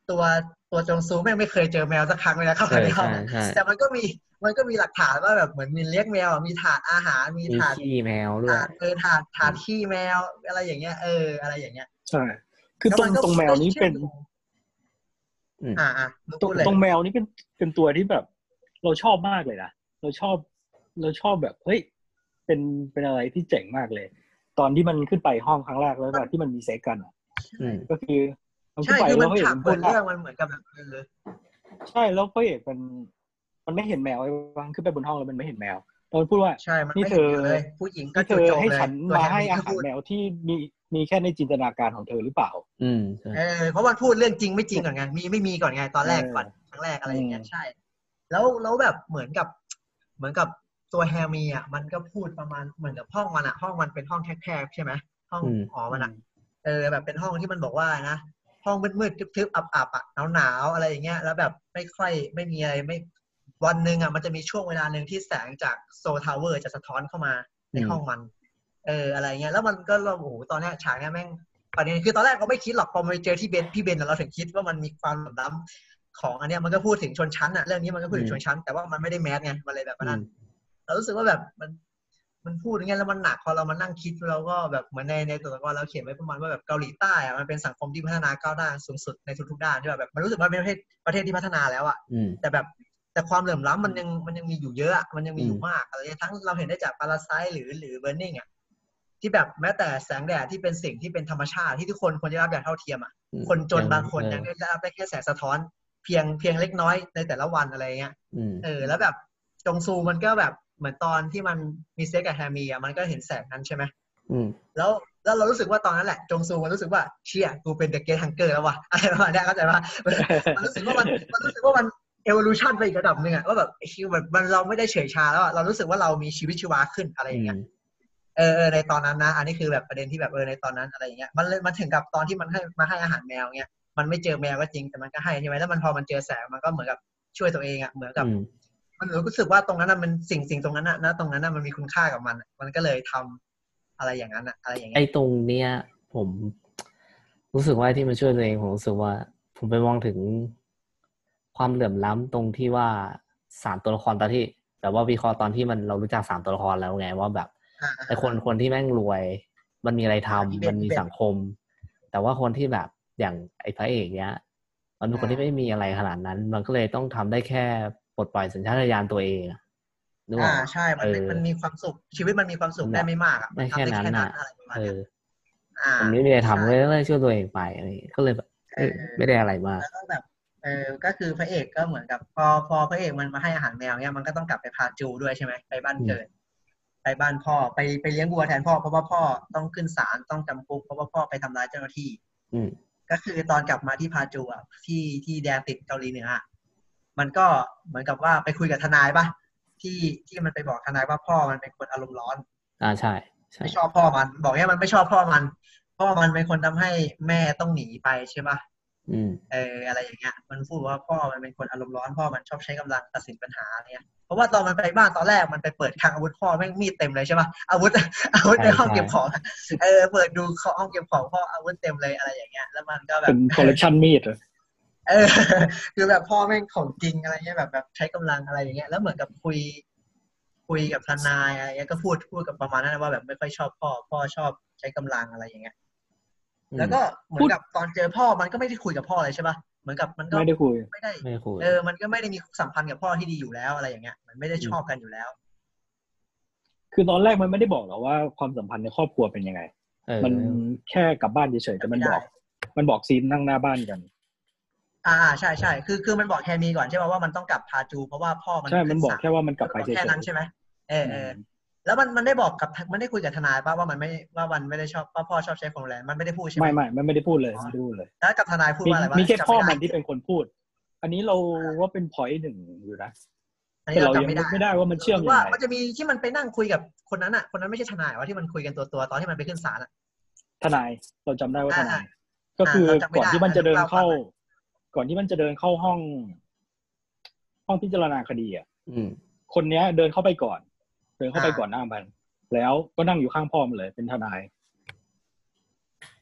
ตัวตัวจงซูแม่งไม่เคยเจอแมวสักครั้งเลยนะเข้ามาในห้องแต่มันก็มีมันก็มีหลักฐานว่าแบบเหมือนมีเลี้ยงแมวมีถาดอาหารมีถาดขี้แมวด้วยถาดเออถาดถาดขี้แมวอะไรอย่างเงี้ยเอออะไรอย่างเงี้ยใช่คือตรงตรงแมวนี้เป็นอ่าอ่าตรงตรงแมวนี้เป็นเป็นตัวที่แบบเราชอบมากเลยนะเราชอบเราชอบแบบเฮ้ยเป็นเป็นอะไรที่เจ๋งมากเลยตอนที่มันขึ้นไปห้องครั้งแรกแล้วแบบที่มันมีเซ็กกันอ่ะก็คือใช่คือมันฉากเปิดเรื่องมันเหมือนกับแบบเออใช่แล้วพระเอกมันมันไม่เห็นแมวไอ้วางขึ้นไปบนห้องแล้วมันไม่เห็นแมวตอนพูดว่านี่เธอผู้หญิงก็เธอให้ฉันมาให้อาหารแมวที่มีมีแค่ในจินตนาการของเธอหรือเปล่าอืมเออเพราะมันพูดเรื่องจริงไม่จริงก่อนไงมีไม่มีก่อนไงตอนแรกก่อนครั้งแรกอะไรอย่างเงี้ยใช่แล้วแล้วแบบเหมือนกับเหมือนกับตัวแฮร์มี่อ่ะมันก็พูดประมาณเหมือนกับห้องมันอ่ะห้องมันเป็นห้องแคบๆใช่ไหมห้องหอมันอ่ะเออแบบเป็นห้องที่มันบอกว่านะห้องมืดๆทึบๆอับๆอ่ะหนาวๆอะไรอย่างเงี้ยแล้วแบบไม่ค่อยไม่มีอะไรไม่วันหนึ่งอ่ะมันจะมีช่วงเวลาหนึ่งที่แสงจากโซทาวเวอร์จะสะท้อนเข้ามาในห้องมันเอออะไรเงี้ยแล้วมันก็เราโอ้โหตอนนี้ฉากเนี้ยแม่งประเด็นคือตอนแรกเราไม่คิดหรอกพอมาเจอที่เบนพี่เบนเราถึงคิดว่ามันมีความเหลื่อมล้ำของอันเนี้ยมันก็พูดถึงชนชั้นอ่ะเรื่องนี้มันก็พูดถึงชนชั้นแต่ว่ามันไม่ได้แมสไงมันเลยแบบนั้นเรารู้สึกว่าแบบมันมันพูดอย่างเงี้ยแล้วมันหนักพอเรามานั่งคิดเราก็แบบเหมือนในในตัวละครเราเขียนไว้ประมาณว่าแบบเกาหลีใต้อ่ะมันเป็นสังคมที่พัฒนาก้าวหน้าสูงสุดในทุกๆด้านที่แบบมันรู้สึกว่าเป็นประเทศประเทศที่พัฒนาแล้วอ่ะแต่แบบแต่ความเหลื่อมล้ำมันยังมันยังมีอยู่เยอะมันยังมีอยู่มากอะไรทั้งเราเห็นได้จากปาราไซต์หรือหรือเบอร์นิงอ่ะที่แบบแม้แต่แสงแดดที่เป็นสิ่งที่เป็นธรรมชาติที่ทุกคนควรจะรับอย่างเท่าเทียมอ่ะคนจนบางคนยังได้รับได้แค่แสงสะท้อนเพียงเพียงเล็กน้อยในแต่ละวันอะไรเงี้ยเออแล้วแบบจงซูมันก็แบบเหมือนตอนที่มันมีเซ็กกับแฮมี่อ่ะมันก็เห็นแสงนั้นใช่ไหมแล้วแล้วเรารู้สึกว่าตอนนั้นแหละจงซูมันรู้สึกว่าเชี่ยกูเป็นเดอะเกตฮังเกอร์แล้วว่ะอะไรประมาณนี้เข้าใจป่ะมันรู้สึกว่ามันมันรู้สึกว่ามันเอวอลูชันไปอีกระดับหนึ่งอะว่าแบบคือแบบมันเราไม่ได้เฉยชาแล้วเรารู้สึกว่าเรามีชีวิตชีวาขึ้นอะไรอย่างเงี้ยเออในตอนนั้นนะอันนี้คือแบบประเด็นที่แบบเออในตอนนั้นอะไรอย่างเงี้ยมันเลยมันถึงกับตอนที่มันให้มาให้อาหารแมวเงี้ยมันไม่เจอแมวก็จริงแต่มันก็ให้ใช่ไหมแล้วมันพอมันเจอแสงมันก็เหมือนกับช่วยตัวเองอะเหมือนกับมันรู้สึกว่าตรงนั้นน่ะมันสิ่งสิ่งตรงนั้นน่ะนะตรงนั้นน่ะมันมีคุณค่ากับมันมันก็เลยทำอะไรอย่างนั้นอะอะไรอย่างเงี้ยไอ้ตรงเนี้ยผมรู้สึกว่าที่มันช่วยตัวเองผมรู้สึกว่าผมไปมองถึงความเหลื่อมล้ำตรงที่ว่าสามตัวละครตอนที่แบบว่าวิเคราะห์ตอนที่มันเรารู้จักสามตัวละครแล้วไงว่าแบบไอ้คนคนที่แม่งรวยมันมีอะไรทำมันมีสังคมแต่ว่าคนที่แบบอย่างไอ้พระเอกเนี้ยมันเป็นคนที่ไม่มีอะไรขนาดนั้นมันก็เลยต้องทำได้แค่ปลดปล่อยสัญชาตญาณตัวเองนึกออกอ่าใช่มันมันมีความสุขชีวิตมันมีความสุขได้ไม่มากอ่ะมันทำได้แค่นั้นอะไรประมาณนี้อ่ามันไม่มีอะไรทำก็เลยช่วยตัวเองไปอะไรก็เลยแบบไม่ได้อะไรมากแล้วก็แบบเออก็คือพระเอกก็เหมือนกับพอพอพระเอกมันมาให้อาหารแมวเนี่ยมันก็ต้องกลับไปพาจูด้วยใช่ไหมไปบ้านเกิดไปบ้านพ่อไปไปเลี้ยงวัวแทนพ่อเพราะว่าพ่อต้องขึ้นศาลต้องจำคุกเพราะว่าพ่อไปทำร้ายเจ้าหน้าที่ก็คือตอนกลับมาที่พาจูอ่ะที่ที่แดนติดเกาหลีเหนือมันก็เหมือนกับว่าไปคุยกับทนายป่ะที่ที่มันไปบอกทนายว่าพ่อมันเป็นคนอารมณ์ร้อนอ่าใช่ไม่ชอบพ่อมันบอกว่ามันไม่ชอบพ่อมันพ่อมันเป็นคนทำให้แม่ต้องหนีไปใช่ป่ะเอออะไรอย่างเงี้ยมันพูดว่าพ่อมันเป็นคนอารมณ์ร้อนพ่อมันชอบใช้กำลังตัดสินปัญหาเนี่ยเพราะว่าตอนมันไปบ้านตอนแรกมันไปเปิดคลังอาวุธพ่อแม่งมีดเต็มเลยใช่ป่ะอาวุธอาวุธในห้องเก็บของเออเปิดดูห้องเก็บของพ่ออาวุธเต็มเลยอะไรอย่างเงี้ยแล้วมันก็แบบเป็นคอลเลคชันมีดเหรอเออคือแบบพ่อแม่งของจริงอะไรเงี้ยแบบแบบใช้กำลังอะไรอย่างเงี้ยแล้วเหมือนกับคุยคุยกับทนายอะไรเงี้ยก็พูดพูดกับประมาณนั้นว่าแบบไม่ค่อยชอบพ่อพ่อชอบใช้กำลังอะไรอย่างเงี้ยแล้วก็เหมือนกับตอนเจอพ่อมันก็ไม่ได้คุยกับพ่อเลยใช่ป่ะเหมือนกับมันก็ไม่ได้คุยไม่ได้เออมันก็ไม่ได้มีสัมพันธ์กับพ่อที่ดีอยู่แล้วอะไรอย่างเงี้ยมันไม่ได้ชอบกันอยู่แล้วคือตอนแรกมันไม่ได้บอกหรอกว่าความสัมพันธ์ในครอบครัวเป็นยังไงมันแค่กลับบ้านเฉยๆแต่มันบอกมันบอกซีนนั่งหน้าบ้านกันอ่าใช่ใช่คือคือมันบอกแค่มีก่อนใช่ป่ะว่ามันต้องกลับพาจูเพราะว่าพ่อมันใช่มันบอกแค่ว่ามันกลับไปเฉยๆแค่นั้นใช่ไหมเออเออแล้วมันมันได้บอกกับมันได้คุยกับทนายป่ะว่ามันไม่ว่ามันไม่ได้ชอบว่าพ่อชอบใช้ความรุนแรงมันไม่ได้พูดใช่ไหมไม่ไม่มันไม่ได้พูดเลยไม่ได้พูดเลยแล้วกับทนายพูดว่าอะไรวะมีแค่พ่อมันที่เป็นคนพูดอันนี้เราว่าเป็นพอยต์หนึ่งอยู่นะแต่เรายังไม่ได้ว่ามันเชื่อมยังไงว่ามันจะมีที่มันไปนั่งคุยกับคนนั้นอ่ะคนนั้นไม่ใช่ทนายว่าที่มันคุยกันตัวตัวตอนที่มันไปขึ้นศาลอ่ะทนายเราจำได้ว่าทนายก็คือก่อนที่มันจะเดินเข้าก่อนที่มันจะเดินเข้าห้องห้องพิจารณาคดีอ่ะคนเนี้ยเดินเข้าไปก่อนเดินเข้าไปก่อนหน้ามันแล้วก็นั่งอยู่ข้างพ่อมันเลยเป็นทนาย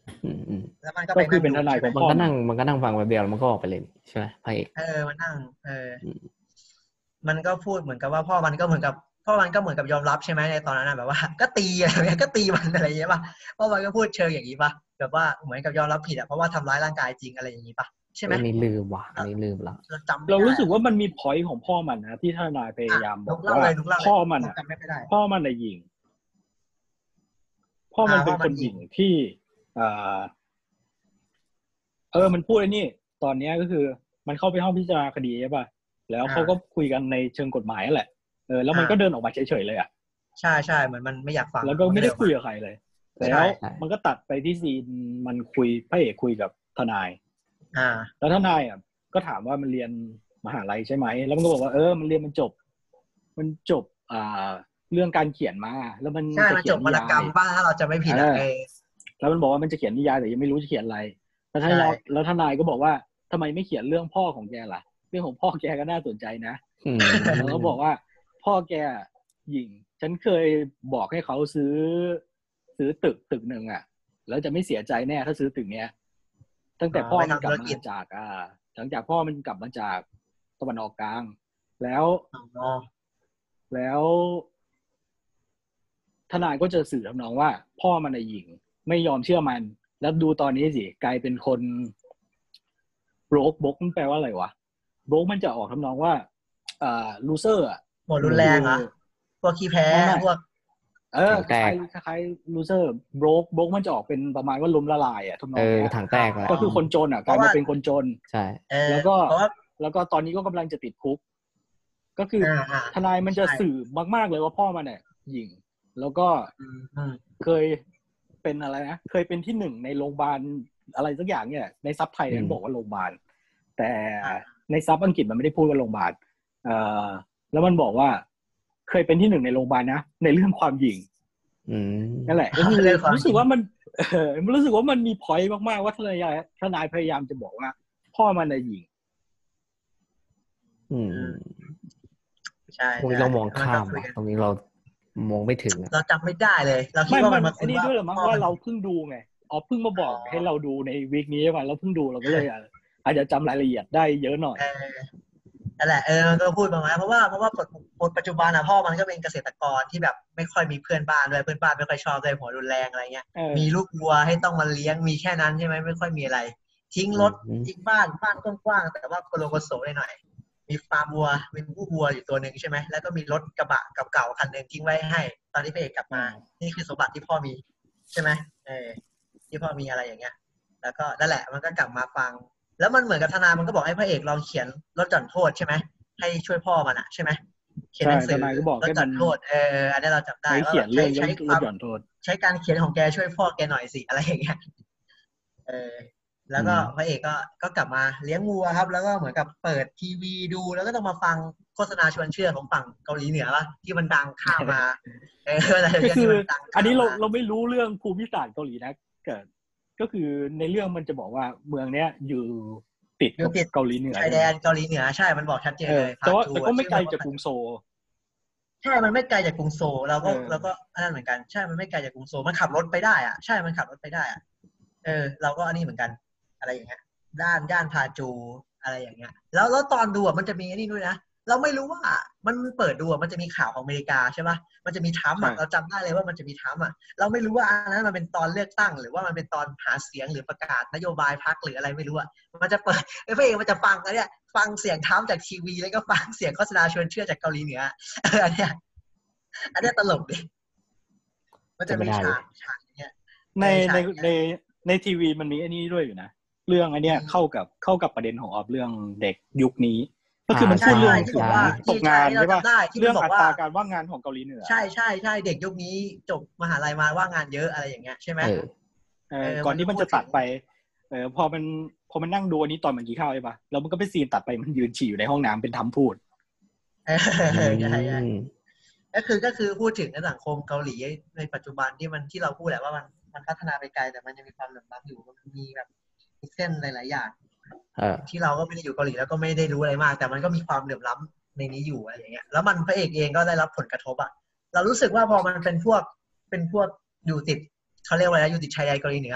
อืมอืมแล้วมันก็ก็ไปคือนั่งเป็นดูทนายใช่ขไหมองมันพ่อก็มันั่นงมันก็นั่งฟังแบบเดียวแล้วมันก็ออกไปเลยใช่ไหมพระเอกเออมันนั่งเอออืมมันก็พูดเหมือนกับว่าพ่อมันก็เหมือนกับพ่อมันก็เหมือนกับยอมรับใช่ไหมในตอนนั้นนะแบบว่า ก็ตีอะไรเงี้ยก็ตีมันอะไรอย่างเงี้ยป่ะพ่อมันก็พูดเชิงอย่างนี้ป่ะแบบว่าเหมือนกับยอมรับผิดอ่ะเพราะว่าทำร้ายร่างกายจริงอะไรอย่างนี้ป่ะใช่ไหมอันนี้ลืมว่ะอันนี้ลืมละเราจำไม่เราได้รู้สึกว่ามันมี point ของพ่อมันนะที่ทนายพยายามบนุอกกเล่าว่าเลยนุกเล่าเลยพ่อมันนุกอ่ะจำไม่ได้พ่อมันน่ะหญิง พ่อมันอ่าเป็นพ่อมัคน นหหญิญิงงที่อ่าเออมันพูดไอ้นี่ ตอนเนี้ยก็คือมันเข้าไปห้องพิจารณาคดีใช่ป่ะแล้วอ่าเขาก็คุยกันในเชิงกฎหมายนั่นแหละเออแล้วมันอ่าก็เดินออกมาเฉยๆเลยอ่ะใช่ใช่เหมือนมันไม่อยากฟังแล้วก็นไม่ได้เนออกคุยมากับใครเลยใช่แล้วมันก็ตัดไปที่ซีนมันคุยพระเอกคุยกับทนายอ่าแล้วทนายอ่ะก็ถามว่ามันเรียนมหาลัยใช่ไหมแล้วมันก็บอกว่าเออมันเรียนมันจบ มันจบอ่าเรื่องการเขียนมาแล้วมันใช่จะมันเขีจยบนวนิรรณยากรรยมบ้างถ้าเราจะไม่ผิดเออ่ะอเออแล้วมันบอกว่ามันจะเขียนนิยายแต่ยังไม่รู้จะเขียนอะไรแล้วทใช่นายแล้วทนายก็บอกว่าทำไมไม่เขียนเรื่องพ่อของแกล่ะ เรื่องของพ่อแกก็น่าสนใจนะอืมแล้วก็บอกว่าพ่อแกหญิง ฉันเคยบอกให้เขาซื้อ ซื้อตึกตึกหนึ่งอ่ะ แล้วจะไม่เสียใจแน่ถ้าซื้อตึกเนี้ย ตั้งแต่อ๋อพ่อไปมันทำกลัธุบรมากิจจากอ่าหลังจากพ่อมันกลับมาจากตะวันออกกลาง แล้วอ๋อแล้ว ทนายก็จะสื่อทำนองว่า พ่อมันน่ะหญิง ไม่ยอมเชื่อมัน แล้วดูตอนนี้สิกลายเป็นคนโบรกโบรกมันแปลว่าอะไรวะโบรกมันจะออกทำนองว่าอ่าลูเซอร์อ่ะหมดรุนแรงเหรอพวกขี้แพ้ไม่ไม่พวกเออคล้ายๆคล้ายๆลูเซอร์โบรกโบรกมันจะออกเป็นประมาณว่าล้มละลายอ่ะทำนอเองอเนี้ยถังแตกแหละก็คือคนจนอ่ะกลายมาเป็นคนจนใช่เออแล้วก็เพราะว่าแล้วก็ตอนนี้ก็กำลังจะติดคุก ก็คืออาอ่าทนายมันจะใช่สื่อมากๆเลยว่าพ่อมันเนี่ยหญิง แล้วก็อืมอืมเคยเป็นอะไรนะเคยเป็นที่หนึ่งในโรงพยาบาลอะไรสักอย่างเนี่ย ในซับไทยมันบอกว่าโรงพยาบาลแต่ในซับอังกฤษมันไม่ได้พูดว่าโรงพยาบาลเอ่อแล้วมันบอกว่าเคยเป็นที่หนึ่งในโรงพยาบาลนะในเรื่องความหญิงอืมนั่นแหละก็คือเรื่องความหญิงรู้สึกว่ามันเออรู้สึกว่ามันมีพอยต์มากๆว่าทนายทนายพยายามจะบอกว่า พ่อมันน่ะหญิงอืมใช่ตรงนี้เรามองข้ามนก็คุยอะกันตรงนี้เรามองไม่ถึงอะเราจำไม่ได้เลย เราคิดไม่ว่ามัมัน นมาคุอันยนี้ว่าด้วยเหรอมั้งพ่อว่ามันเราเพิ่งดูไงอ๋อเพิ่งมาบอกอ๋อให้เราดูในวีคนี้ใช่ป่ะเราเพิ่งดูเราก็เลยอ่ะอาจจะจำรายละเอียดได้เยอะหน่อยเออนั่นแหละเออมันก็พูดประมาณเพราะว่าเพราะว่าปัจจุบันอะพ่อมันก็เป็นเกษตรกรที่แบบไม่ค่อยมีเพื่อนบ้านด้วยเพื่อนบ้านไม่ค่อยชอบด้วยหัวรุนแรงอะไรเงี้ยเออมีลูกวัวให้ต้องมาเลี้ยงมีแค่นั้นใช่ไหมไม่ค่อยมีอะไร ทิ้งรถอืมทิ้งบ้านบ้านกว้างๆแต่ว่าโคโลโกโสหน่อยๆมีฟาร์มวัวมีผู้วัวอยู่ตัวหนึ่งใช่ไหมแล้วก็มีรถกระบะเก่าๆคันหนึ่งทิ้งไว้ให้ ตอนที่พระเอกกลับมา นี่คือสมบัติที่พ่อมีใช่ไหมเออที่พ่อมีอะไรอย่างเงี้ย แล้วก็นั่นแหละมันก็กลับมาฟัง แล้วมันเหมือนกับทนายมันก็บอกให้พระเอกลองเขียนลดหย่อนโทษใช่ไหมให้ช่วยพ่อมันอะใช่ไหมเขียนหนังสือใช่ทนายก็บอกลดหย่อนให้มันโทษเอออันนี้เราจำได้ใช้ว่าเขียนใช้เรื่องใช้ลความดหย่อนโทษใช้การเขียนของแกช่วยพ่อแกหน่อยสิอะไรอย่างเงี้ยเออแล้วก็อืมพระเอกก็ก็กลับมาเลี้ยงวัวครับ แล้วก็เหมือนกับเปิดทีวีดูแล้วก็ต้องมาฟังโฆษณาชวนเชื่อของฝั่งเกาหลีเหนือป่ะที่มันดังข้ามมาเอออะไรก็เงี้ยคืที่อมันดังข้มอันนี้เรามเราไม่รู้เรื่องภูมิศาสตร์เกาหลีนะเกิดก็คือในเรื่องมันจะบอกว่าเมืองเนี้ยอยู่ติดอยู่กับติดเกาหลีเหนือชายแดนเกาหลีเหนือใช่มันบอกชัดเจนเอเลอย แต่ว่าพาจูแต่ก็ไม่อะไกลชื่อจากกรุงโซลใช่มันไม่ไกลจากกรุงโซลเราก็เออเราก็อันนั้นเหมือนกันใช่มันไม่ไกลจากกรุงโซลมันขับรถไปได้อ่ะใช่มันขับรถไปได้อ่ะเออเราก็อันนี้เหมือนกันอะไรอย่างเงี้ยด้านย่านพาจูอะไรอย่างเงี้ยแล้วแล้วตอนดูอ่ะมันจะมีอันนี้ด้วยนะเราไม่รู้ว่ามันเปิดดูอ่ะมันจะมีข่าวของอเมริกาใช่ป่ะมันจะมีทรัมป์อ่ะเราจำได้เลยว่ามันจะมีทรัมป์อ่ะเราไม่รู้ว่าอันนั้นมันเป็นตอนเลือกตั้งหรือว่ามันเป็นตอนหาเสียงหรือประกาศนโยบายพรรคหรืออะไรไม่รู้อ่ะมันจะเปิดไอ้พระเอกมันจะฟังอันเนี้ยฟังเสียงทรัมป์จากทีวีแล้วก็ฟังเสียงโฆษณาชวนเชื่อจากเกาหลีเหนือเอออันเนี้ยอันเนี้ยตลกดิมันจะมีฉากฉากเนี้ยในใช่ในใช่ในในทีวีมันมีอันนี้ด้วยอยู่นะเรื่องอันเนี้ยอืมเข้ากับเข้ากับประเด็นของออฟเรื่องเด็กยุคนี้ ก็คือมันใช่พูดเรื่องที่บอกว่าตกงานที่ใช่ป่ะเราจำได้ที่มันเรื่องบอกอัว่าตราการว่างงานของเกาหลีเหนือใช่ใช่ใช่เด็กยุคนี้จบมหาลัยมาว่างงานเยอะอะไรอย่างเงี้ยใช่ไหมเออเออเออก่อนที่มัมัน นก็พูดจะตัดถึงไปเออพอมันพอมันนั่งดูอันนี้ตอนมันกินข้าวใช่ป่ะแล้วมันก็ไปซีนตัดไปมันยืนฉี่อยู่ในห้องน้ำเป็นทำพูดเออใช่ใช่ก็คือก็คือพูดถึงในสังคมเกาหลีในปัจจุบันที่มันที่เราพูดแหละว่ามันมันพัฒนาไปไกลแต่มันยังมีความเหลื่อมล้ำอยู่มันมีแบบมีเส้นหลายๆอย่างเออที่เราก็ไม่ได้อยู่เกาหลีแล้วก็ไม่ได้รู้อะไรมาก แต่มันก็มีความเหลื่อมล้ำในนี้อยู่อะไรอย่างเงี้ยแล้วมันพระเอกเองก็ได้รับผลกระทบอ่ะเรารู้สึกว่าพอมันเป็นพวกเป็นพวกอยู่ติดเขาเรียกว่าอะไรนะอยู่ติดชายแดนเกาหลีเหนือ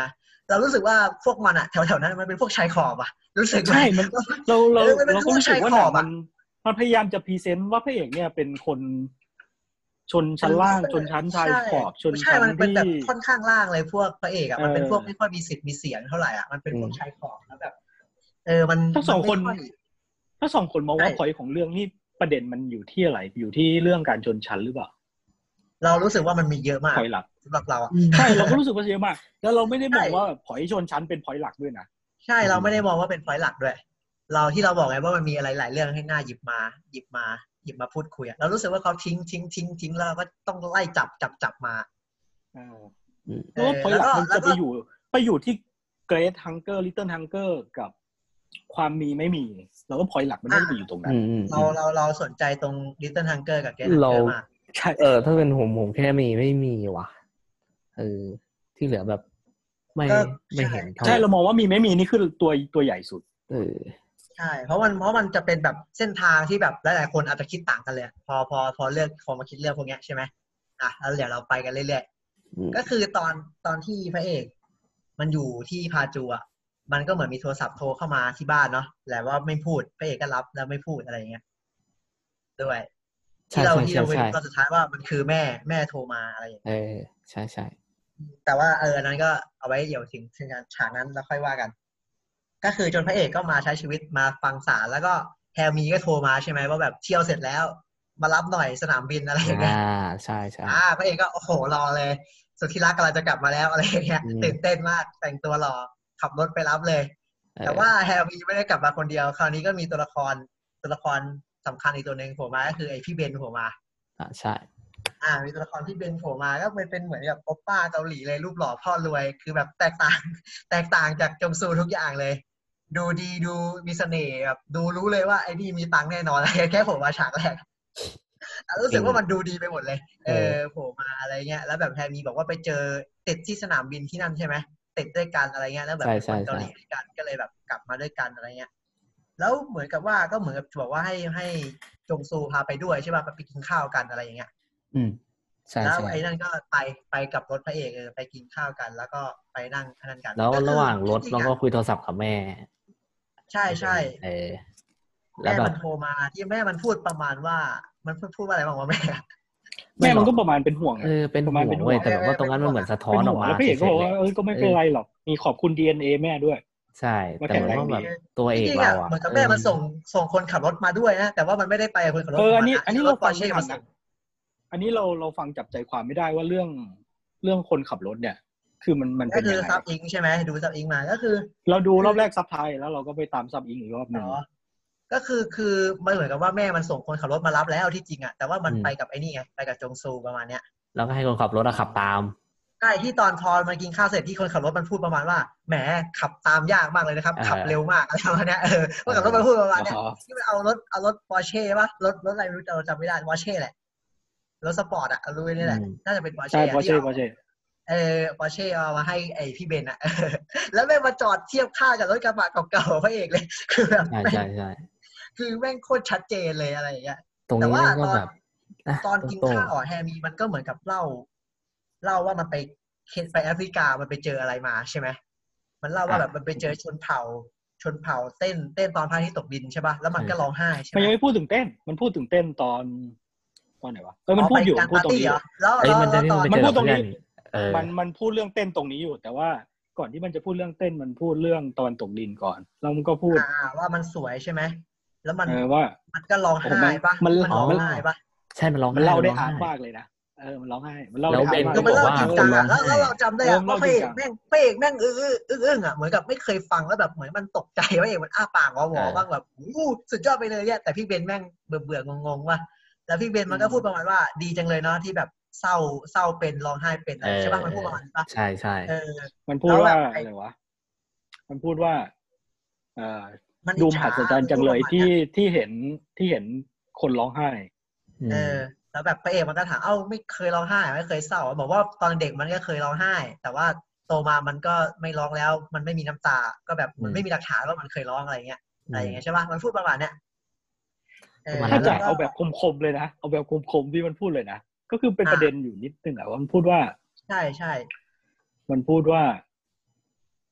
เรารู้สึกว่าพวกมันอะแถวๆนั้นมันเป็นพวกชายขอบอะรู้สึกใช่มันเราเราเออมันเป็นเราก็รู้สึกว่าหนังมันมันพยายามจะพรีเซนต์ว่าพระเอกเนี่ยเป็นคนชนชั้นล่างชนชั้นชายขอบชนใช่ชั้นมันเป็นที่แบบค่อนข้างล่างเลยพวกพระเอกอะมันเป็นเออพวกไม่ค่อยมีสิทธิ์มีเสียงเท่าไหร่อะมันเป็นพวกชายขอบแล้วแบบเออมันทั้งสองคนมัไม่อยทั้งสองคนมองว่าใช่พอยต์ของเรื่องนี่ประเด็นมันอยู่ที่อะไรอยู่ที่เรื่องการชนชั้นหรือเปล่าเรารู้สึกว่ามันมีเยอะมากพอยต์หลักสำหรับเราอะใช่เราก็รู้สึกว่าเยอะมากแล้วเราไม่ได้มองใช่ว่าพอยต์ชนชั้นเป็นพอยต์หลักด้วยนะใช่เราไม่ได้มองว่าเป็นพอยต์หลักด้วย เราที่เราบอกไงว่ามันมีอะไรหลายเรื่องให้น่าหยิบมาหยิบมาหยิบมาพูดคุยอะเรารู้สึกว่าเขาทิ้งทิ้งทิ้งทิ้งแล้วเราก็ต้องไล่จับจับจับมาเพราะว่าพอยต์หลักมันจะไปอยู่ไปอยู่ที่ Great Hunger Little Hunger กับความมีไม่มีแล้วก็พอยต์หลักมันไม่ได้ไปอยู่ตรงนั้นเราเราเราสนใจตรง Little Hunger กับ Great เรา Hunger มากใช่เออถ้าเป็นผมผมแค่มีไม่มีว่ะเออที่เหลือแบบไม่ก็ไม่เห็นเท่าใช่เรามองว่ามีไม่มีนี่คือตัวตัวใหญ่สุดเออใช่เพราะมันเพราะมันจะเป็นแบบเส้นทางที่แบบหลายๆคนอาจจะคิดต่างกันเลยพอพอพอเลือกพอมาคิดเรื่องพวกเนี้ยใช่ไหมอ่ะแล้วเดี๋ยวเราไปกันเรื่อยๆก็คือตอนตอนที่พระเอกมันอยู่ที่พาจูอ่ะมันก็เหมือนมีโทรศัพท์โทรเข้ามาที่บ้านเนาะแต่ว่าไม่พูดพระเอกก็รับแล้วไม่พูดอะไรอย่างเงี้ยด้วยที่เราที่เราไปดูตอนสุดท้ายว่ามันคือแม่แม่โทรมาอะไรอย่างเงี้ยเออใช่ใช่แต่ว่าเอออันนั้นก็เอาไว้เดี๋ยวถึงถึงฉากนั้นแล้วค่อยว่ากันก็คือจนพระเอกก็มาใช้ชีวิตมาฟังศาลแล้วก็แฮมีก็โทรมาใช่ไหมว่าแบบเที่ยวเสร็จแล้วมารับหน่อยสนามบินอะไรอย่างเงี้ยอ่าใช่ใช่อ่าพระเอกก็โอ้โหรอเลยสุดที่รักกำลังจะกลับมาแล้วอะไรอย่างเงี้ยตื่นเต้นมากแต่งตัวรอขับรถไปรับเลยแต่ว่าแฮมีไม่ได้กลับมาคนเดียวคราวนี้ก็มีตัวละครตัวละครสำคัญอีกตัวหนึ่งโผล่มาก็คือไอพี่เบนโผล่มาอ่าใช่อ่ามีตัวละครที่เบนโผล่มาก็เป็นเป็นเหมือนกับโอปป้าเกาหลีเลยรูปหล่อพ่อรวยคือแบบแตกต่าง แตกต่างจากจงซูทุกอย่างเลย ดูดีดูมีเสน่ห์แบบดูรู้เลยว่าไอ้นี่มีตังค์แน่นอนอะไรแค่โผล่มาฉากแรกรู้สึกว่ามันดูดีไปหมดเลยเออโผล่มาอะไรเงี้ยแล้วแบบแฮมีบอกว่าไปเจอติดที่สนามบินที่นั่นใช่ไหมติดด้วยกันอะไรเงี้ยแล้วแบบเป็นคนเกาหลีด้วยกันก็เลยแบบกลับมาด้วยกันอะไรเงี้ยแล้วเหมือนกับว่าก็เหมือนกับบอกว่าให้ให้จงซูพาไปด้วยใช่ป่ะไปกินข้าวกันอะไรอย่างเงี้ยอืมใช่แล้วใช่ไอ้นั่นก็ไปไปกับรถพระเอกเออไปกินข้าวกัน แล้วก็ไปนั่งนั่นกันแล้วระหว่างรถเราก็คุยโทรศัพท์กับแม่ใช่ใช่เออแม่มันโทรมาที่แม่มันพูดประมาณว่ามันพูดว่าอะไรบ้างวะแม่แม่มันก็ประมาณเป็นห่วงเออเป็นห่วงเว้ยแต่แบบว่าตรงนั้นมันเหมือนสะท้อนออกมาแล้วพระเอกก็บอกว่าเออก็ไม่เป็นไรหรอกมีขอบคุณ ดี เอ็น เอ แม่ด้วยใช่แต่เหมือนว่าแบบตัวเอกเราอ่ะเหมือนกับแม่มันส่งส่งคนขับรถมาด้วยนะแต่ว่ามันไม่ได้ไปคนขับรถเอออันนี้อันนี้เราฟังไม่ทันนะอันนี้เราเราฟังจับใจความไม่ได้ว่าเรื่องเรื่องคนขับรถเนี่ยคือมันมันเป็นยังไงก็คือซับอิงใช่ไหมดูซับอิงมาก็คือเราดูรอบแรกซับไทยแล้วเราก็ไปตามซับอิงอีกรอบนึงก็คือคือมันเหมือนกับว่าแม่มันส่งคนขับรถมารับแล้วที่จริงอ่ะแต่ว่ามันไปกับไอ้นี่ไงไปกับจงซูประมาณเนี้ยแล้วก็ให้คนขับรถขับตามใช่ที่ตอนพอมากินข้าวเสร็จที่คนขับรถมันพูดประมาณว่าแหมขับตามยากมากเลยนะครับขับเร็วมากอะไรประมาณนี้เออคนขับรถมันพูดประมาณนี้ที่มันเอารถเอารถปอร์เช่ป่ะรถรถอะไรไม่รู้เราจำไม่ได้ปอร์เช่แหละรถสปอร์ตอะรู้นี่แหละน่าจะเป็นปอร์เช่ใช่ปอร์เช่ปอร์เช่เออปอร์เช่เอามาให้ไอพี่เบนอะแล้วแม่งมาจอดเทียบค่ากับรถกระบะเก่าๆพระเอกเลยคือแบบใช่ใช่ใช่คือแม่งโคตรชัดเจนเลยอะไรอย่างเงี้ยแต่ว่าตอนตอนกินข้าวอ๋อแฮมีมันก็เหมือนกับเล่าเล่าว่ามันไปไปแอฟริกามันไปเจออะไรมาใช่ไหมมันเล่าว่าแบบมันไปเจอชนเผ่าชนเผ่าเต้นเต้นตอนพระอาทิตย์ตกดินใช่ป่ะแล้วมันก็ร้องไห้ใช่ไหมมันยังไม่พูดถึงเต้นมันพูดถึงเต้นตอนตอนไหนวะเออมันพูดอยู่พูดตรงนี้แล้วแล้วตอนมันพูดตรงนี้มันมันพูดเรื่องเต้นตรงนี้อยู่แต่ว่าก่อนที่มันจะพูดเรื่องเต้นมันพูดเรื่องตอนตกดินก่อนแล้วมันก็พูดว่ามันสวยใช่ไหมแล้วมันว่ามันก็ร้องไห้ป่ะมันร้องไห้ป่ะใช่มันร้องไห้มันเล่าได้อาร์ตมากเลยนะเออมันร้องไห้มันเล่าได้อาร์ตมากมันเล่าจริงจังอ่ะแล้วเราจำได้ว่าพระเอกแม่งพระเอกแม่งอื้ออื้ออื้ออ่ะเหมือนกับไม่เคยฟังแล้วแบบเหมือนมันตกใจพระเอกมันอ้าปากวอๆบ้างแบบอู้สุดยอดไปเลยเนี่ยแต่พี่เบนแม่งเบื่อเบื่องงๆว่ะแล้วพี่เบนมันก็พูดประมาณว่าดีจังเลยเนาะที่แบบเศร้าเศร้าเป็นร้องไห้เป็นอะไรใช่ป่ะมันพูดประมาณนี้ป่ะใช่ใช่เออมันพูดว่าอะไรวะมันพูดว่าเอ่อดูมหัศจรรย์จังเลยที่ที่เห็นที่เห็นคนร้องไห้เออแล้วแบบพระเอกมันก็ถามเอ้าไม่เคยร้องไห้ไม่เคยเศร้าบอกว่าตอนเด็กมันก็เคยร้องไห้แต่ว่าโตมามันก็ไม่ร้องแล้วมันไม่มีน้ำตาก็แบบมันไม่มีหลักฐานว่ามันเคยร้องอะไรเงี้ยอะไรอย่างเงี้ยใช่ป่ะมันพูดประมาณเนี้ยถ้าจะเอาแบบคมๆเลยนะเอาแบบคมๆที่มันพูดเลยนะก็คือเป็นประเด็นอยู่นิดนึงอะว่ามันพูดว่าใช่ใช่มันพูดว่า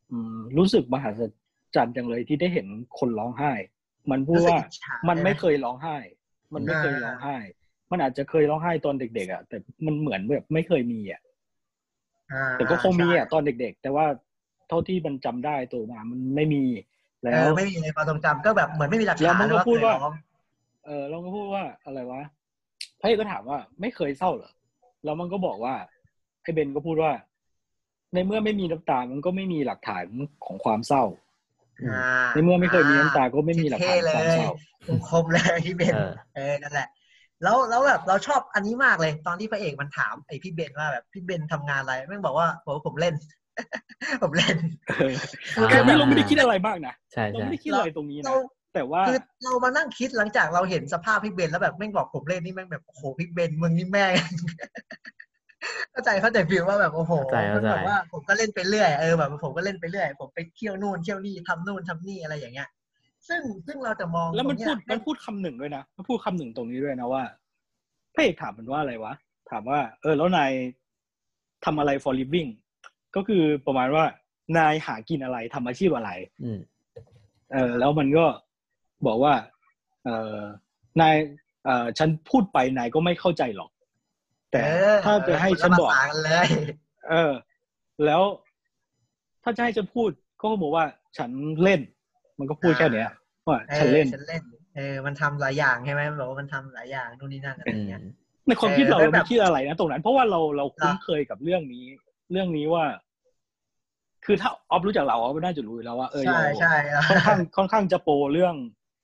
อืมรู้สึกมหัศจรรย์จังเลยที่ได้เห็นคนร้องไห้มันพูดว่ามันไม่เคยร้องไห้มันไม่เคยร้องไห้มันอาจจะเคยร้องไห้ตอนเด็กๆอ่ะแต่มันเหมือนแบบไม่เคยมีอ่ะแต่ก็คงมีอ่ะตอนเด็กๆแต่ว่าเท่าที่มันจำได้ตัวมามันไม่มีแล้วไม่มีในความทรงจำก็แบบเหมือนไม่มีหลักฐานแล้วมันก็พูดว่าว่าเออเราก็พูดว่าอะไรวะพระเอกก็ถามว่าไม่เคยเศร้าเหรอแล้วมันก็บอกว่าไอ้เบนก็พูดว่าในเมื่อไม่มีน้ำตามันก็ไม่มีหลักฐานของความเศร้าในเมื่อไม่เคยมีน้ำตาก็ไม่มีหลักฐานความเศร้าครบเลยพี่เบนเออนั่นแหละแล้วแล้วแบบเราชอบอันนี้มากเลยตอนที่พระเอกมันถามไอ้พี่เบนว่าแบบพี่เบนทำงานอะไรแม่งบอกว่าผมผมเล่นผมเล่นคือนี่เราไม่ได้คิดอะไรมากนะใช่เราไม่ได้คิดอะไรตรงนี้นะแต่ว่าคือเรามานั่งคิดหลังจากเราเห็นสภาพพี่เบนแล้วแบบแม่งบอกผมเล่นนี่แม่งแบบโอ้โหพี่เบนมึงนี่แม่งเข้าใจเข้าใจฟีลว่าแบบโอ้โหมันแบบว่าผมก็เล่นไปเรื่อยเออแบบผมก็เล่นไปเรื่อยผมไปเที่ยวนู่นเที่ยวนี่ทำนู่นทำนี่อะไรอย่างเงี้ยซึ่งซึ่งเราจะมองแล้วมันพูดมันพูดคำหนึ่งด้วยนะมันพูดคำหนึ่งตรงนี้ด้วยนะว่าพระเอกถามมันว่าอะไรวะถามว่าเออแล้วนายทำอะไร for living ก็คือประมาณว่านายหากินอะไรทำอาชีพอะไรเออแล้วมันก็บอกว่าเออนายเออฉันพูดไปนายก็ไม่เข้าใจหรอกแต่ถ้าจะให้ฉันบอกเออแล้วถ้าจะให้ฉันพูดก็บอกว่าฉันเล่นมันก็พูดแค่เนี้ยว่าฉันเล่นฉันเล่นเออมันทำหลายอย่างใช่ไหมมันบอกว่ามันทำหลายอย่างนู่นนี่นั่นอะไรอย่างเงี้ยในความคิดเราเราไม่คิดอะไรนะตรงนั้นเพราะว่าเราเราคุ้นเคยกับเรื่องนี้เรื่องนี้ว่าคือถ้าออฟรู้จักเราออฟน่าจะรู้แล้วว่าเออเราค่อนข้างค่อนข้างจะโปรเรื่อง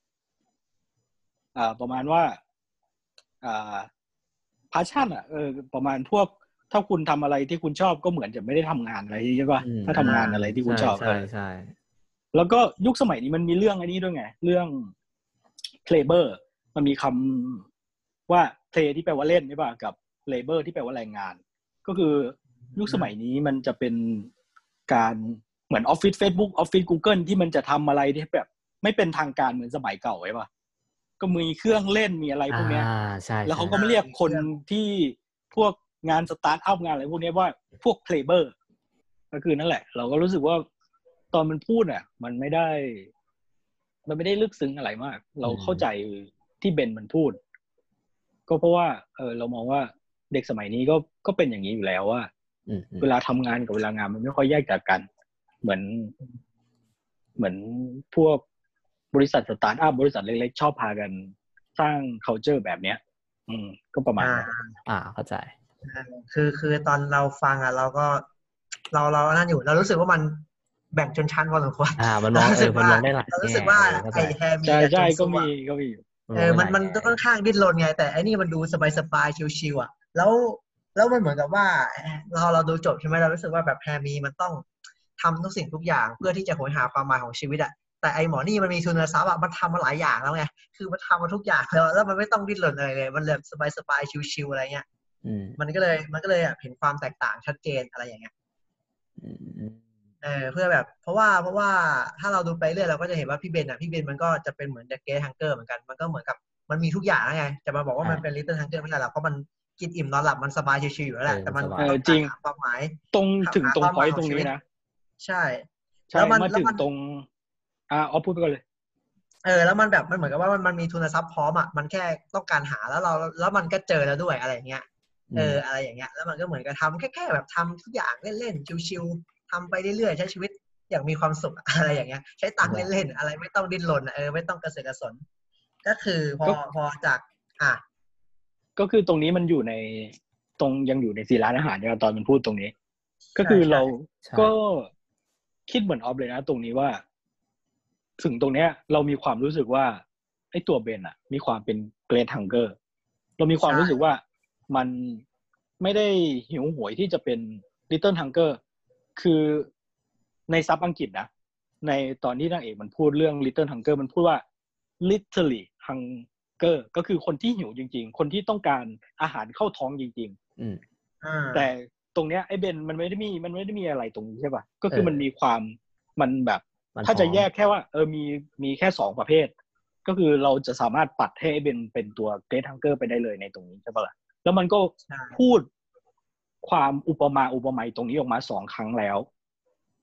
อ่าประมาณว่าอ่าพาชั่นอ่ะเออประมาณพวกถ้าคุณทำอะไรที่คุณชอบก็เหมือนจะไม่ได้ทำงานอะไรใช่ป่ะถ้าทำงานอะไรที่คุณชอบใช่ใช่แล้วก็ยุคสมัยนี้มันมีเรื่องอันนี้ด้วยไงเรื่องเพลเบอร์มันมีคำว่าเพลที่แปลว่าเล่นใช่ป่ะกับเลเบอร์ที่แปลว่าแรงงานก็คือยุคสมัยนี้มันจะเป็นการเหมือนออฟฟิศ Facebook ออฟฟิศ Google ที่มันจะทำอะไรที่แบบไม่เป็นทางการเหมือนสมัยเก่าไว้ป่ะก็มีเครื่องเล่นมีอะไรพวกเนี้ยแล้วเขาก็ไม่เรียกคนที่พวกงานสตาร์ทอัพงานอะไรพวกนี้ว่าพวกเพลเบอร์ก็คือนั่นแหละเราก็รู้สึกว่าตอนมันพูดอ่ะมันไม่ได้มันไม่ได้ลึกซึ้งอะไรมากเราเข้าใจที่เบนมันพูดก็เพราะว่าเออเรามองว่าเด็กสมัยนี้ก็ก็เป็นอย่างนี้อยู่แล้วว่าเวลาทำงานกับเวลางานมันไม่ค่อยแยกจากกันเหมือนเหมือนพวกบริษัทสตาร์ทอัพบริษัทเล็กๆชอบพากันสร้าง culture แบบเนี้ยอืมก็ประมาณนั้นอ่าเข้าใจคือคือตอนเราฟังอ่ะเราก็เราเรานั่นอยู่เรารู้สึกว่ามันแบ่งชนชั้นพอสมควรอ่ามันมองเออมันมองได้หลายเรารู้สึกว่าไอ้แฮมีใช่ใช่ก็มีก็มีเออมันมันค่อนข้างดิ้นรนไงแต่ไอ้นี่มันดูสบายๆชิวๆอ่ะแล้วแล้วมันเหมือนกับว่าเราเราดูจบใช่ไหมเรารู้สึกว่าแบบแฮมีมันต้องทำทุกสิ่งทุกอย่างเพื่อที่จะค้นหาความหมายของชีวิตอ่ะแต่ไอ้หมอนี่มันมีทุนทรัพย์อ่ะมันทำมาหลายอย่างแล้วไงคือมันทำมาทุกอย่างแล้วแล้วมันไม่ต้องดิ้นรนอะไรเลยมันแบบสบายๆชิวๆอะไรเงี้ยมันก็เลยมันก็เลยเห็นความแตกต่างชัดเจนอะไรอย่างเงี้ยเออเพื่อแบบเพราะว่าเพราะว่าถ้าเราดูไปเรื่อยเราก็จะเห็นว่าพี่เบนอ่ะพี่เบนมันก็จะเป็นเหมือนเดอะเกรทฮังเกอร์เหมือนกันมันก็เหมือนกับมันมีทุกอย่างไงจะมาบอกว่ามันเป็นลิตเติ้ลฮังเกอร์ไม่ได้หรอกเพราะมันกินอิ่มนอนหลับมันสบายชิวๆอยู่แล้วแหละแต่มันจริงความหมายตรงถึงตรงพอยต์ตรงนี้นะใช่แล้วมันถึงตรงอ่าอ๋อพูดไปก่อนเลยเออแล้วมันแบบมันเหมือนกับว่ามันมันมีทุนทรัพย์พร้อมอ่ะมันแค่ต้องการหาแล้วเราแล้วมันก็เจอแล้วด้วยอะไรอย่างเงี้ยเอออะไรอย่างเงี้ยแล้วมันก็เหมือนกับทำแค่แค่แบบทำทุกอย่างเล่นๆชิวๆทำไปเรื่อยๆใช้ชีวิตอย่างมีความสุขอะไรอย่างเงี้ยใช้ตังค์เล่นๆอะไรไม่ต้องดิ้นรนเออไม่ต้องกระเสือกกระสนก็คือพอพอจากอ่ะก็คือตรงนี้มันอยู่ในตรงยังอยู่ในสี่ร้านอาหารเนี่ยตอนมันพูดตรงนี้ก็คือเราก็คิดเหมือนออฟเลยนะตรงนี้ว่าถึงตรงเนี้ยเรามีความรู้สึกว่าไอ้ตัวเบนอะมีความเป็นเกรทฮังเกอร์เรามีความรู้สึกว่ามันไม่ได้หิวโหยที่จะเป็นลิตเติ้ลฮังเกอร์คือในซับอังกฤษนะในตอนที่นางเอกมันพูดเรื่อง Little Hunger มันพูดว่า literally hunger ก็คือคนที่หิวจริงๆคนที่ต้องการอาหารเข้าท้องจริงๆแต่ตรงเนี้ยไอ้เบนมันไม่ได้มีมันไม่ได้มีอะไรตรงนี้ใช่ป่ะก็คือมันมีความมันแบบถ้าจะแยกแค่ว่าเออมีมีแค่สองประเภทก็คือเราจะสามารถปัดให้ไอ้เบนเป็นตัว Great Hunger ไปได้เลยในตรงนี้ใช่ป่ะล่ะแล้วมันก็พูดความอุปมาอุปไมยตรงนี้ออกมาสองครั้งแล้ว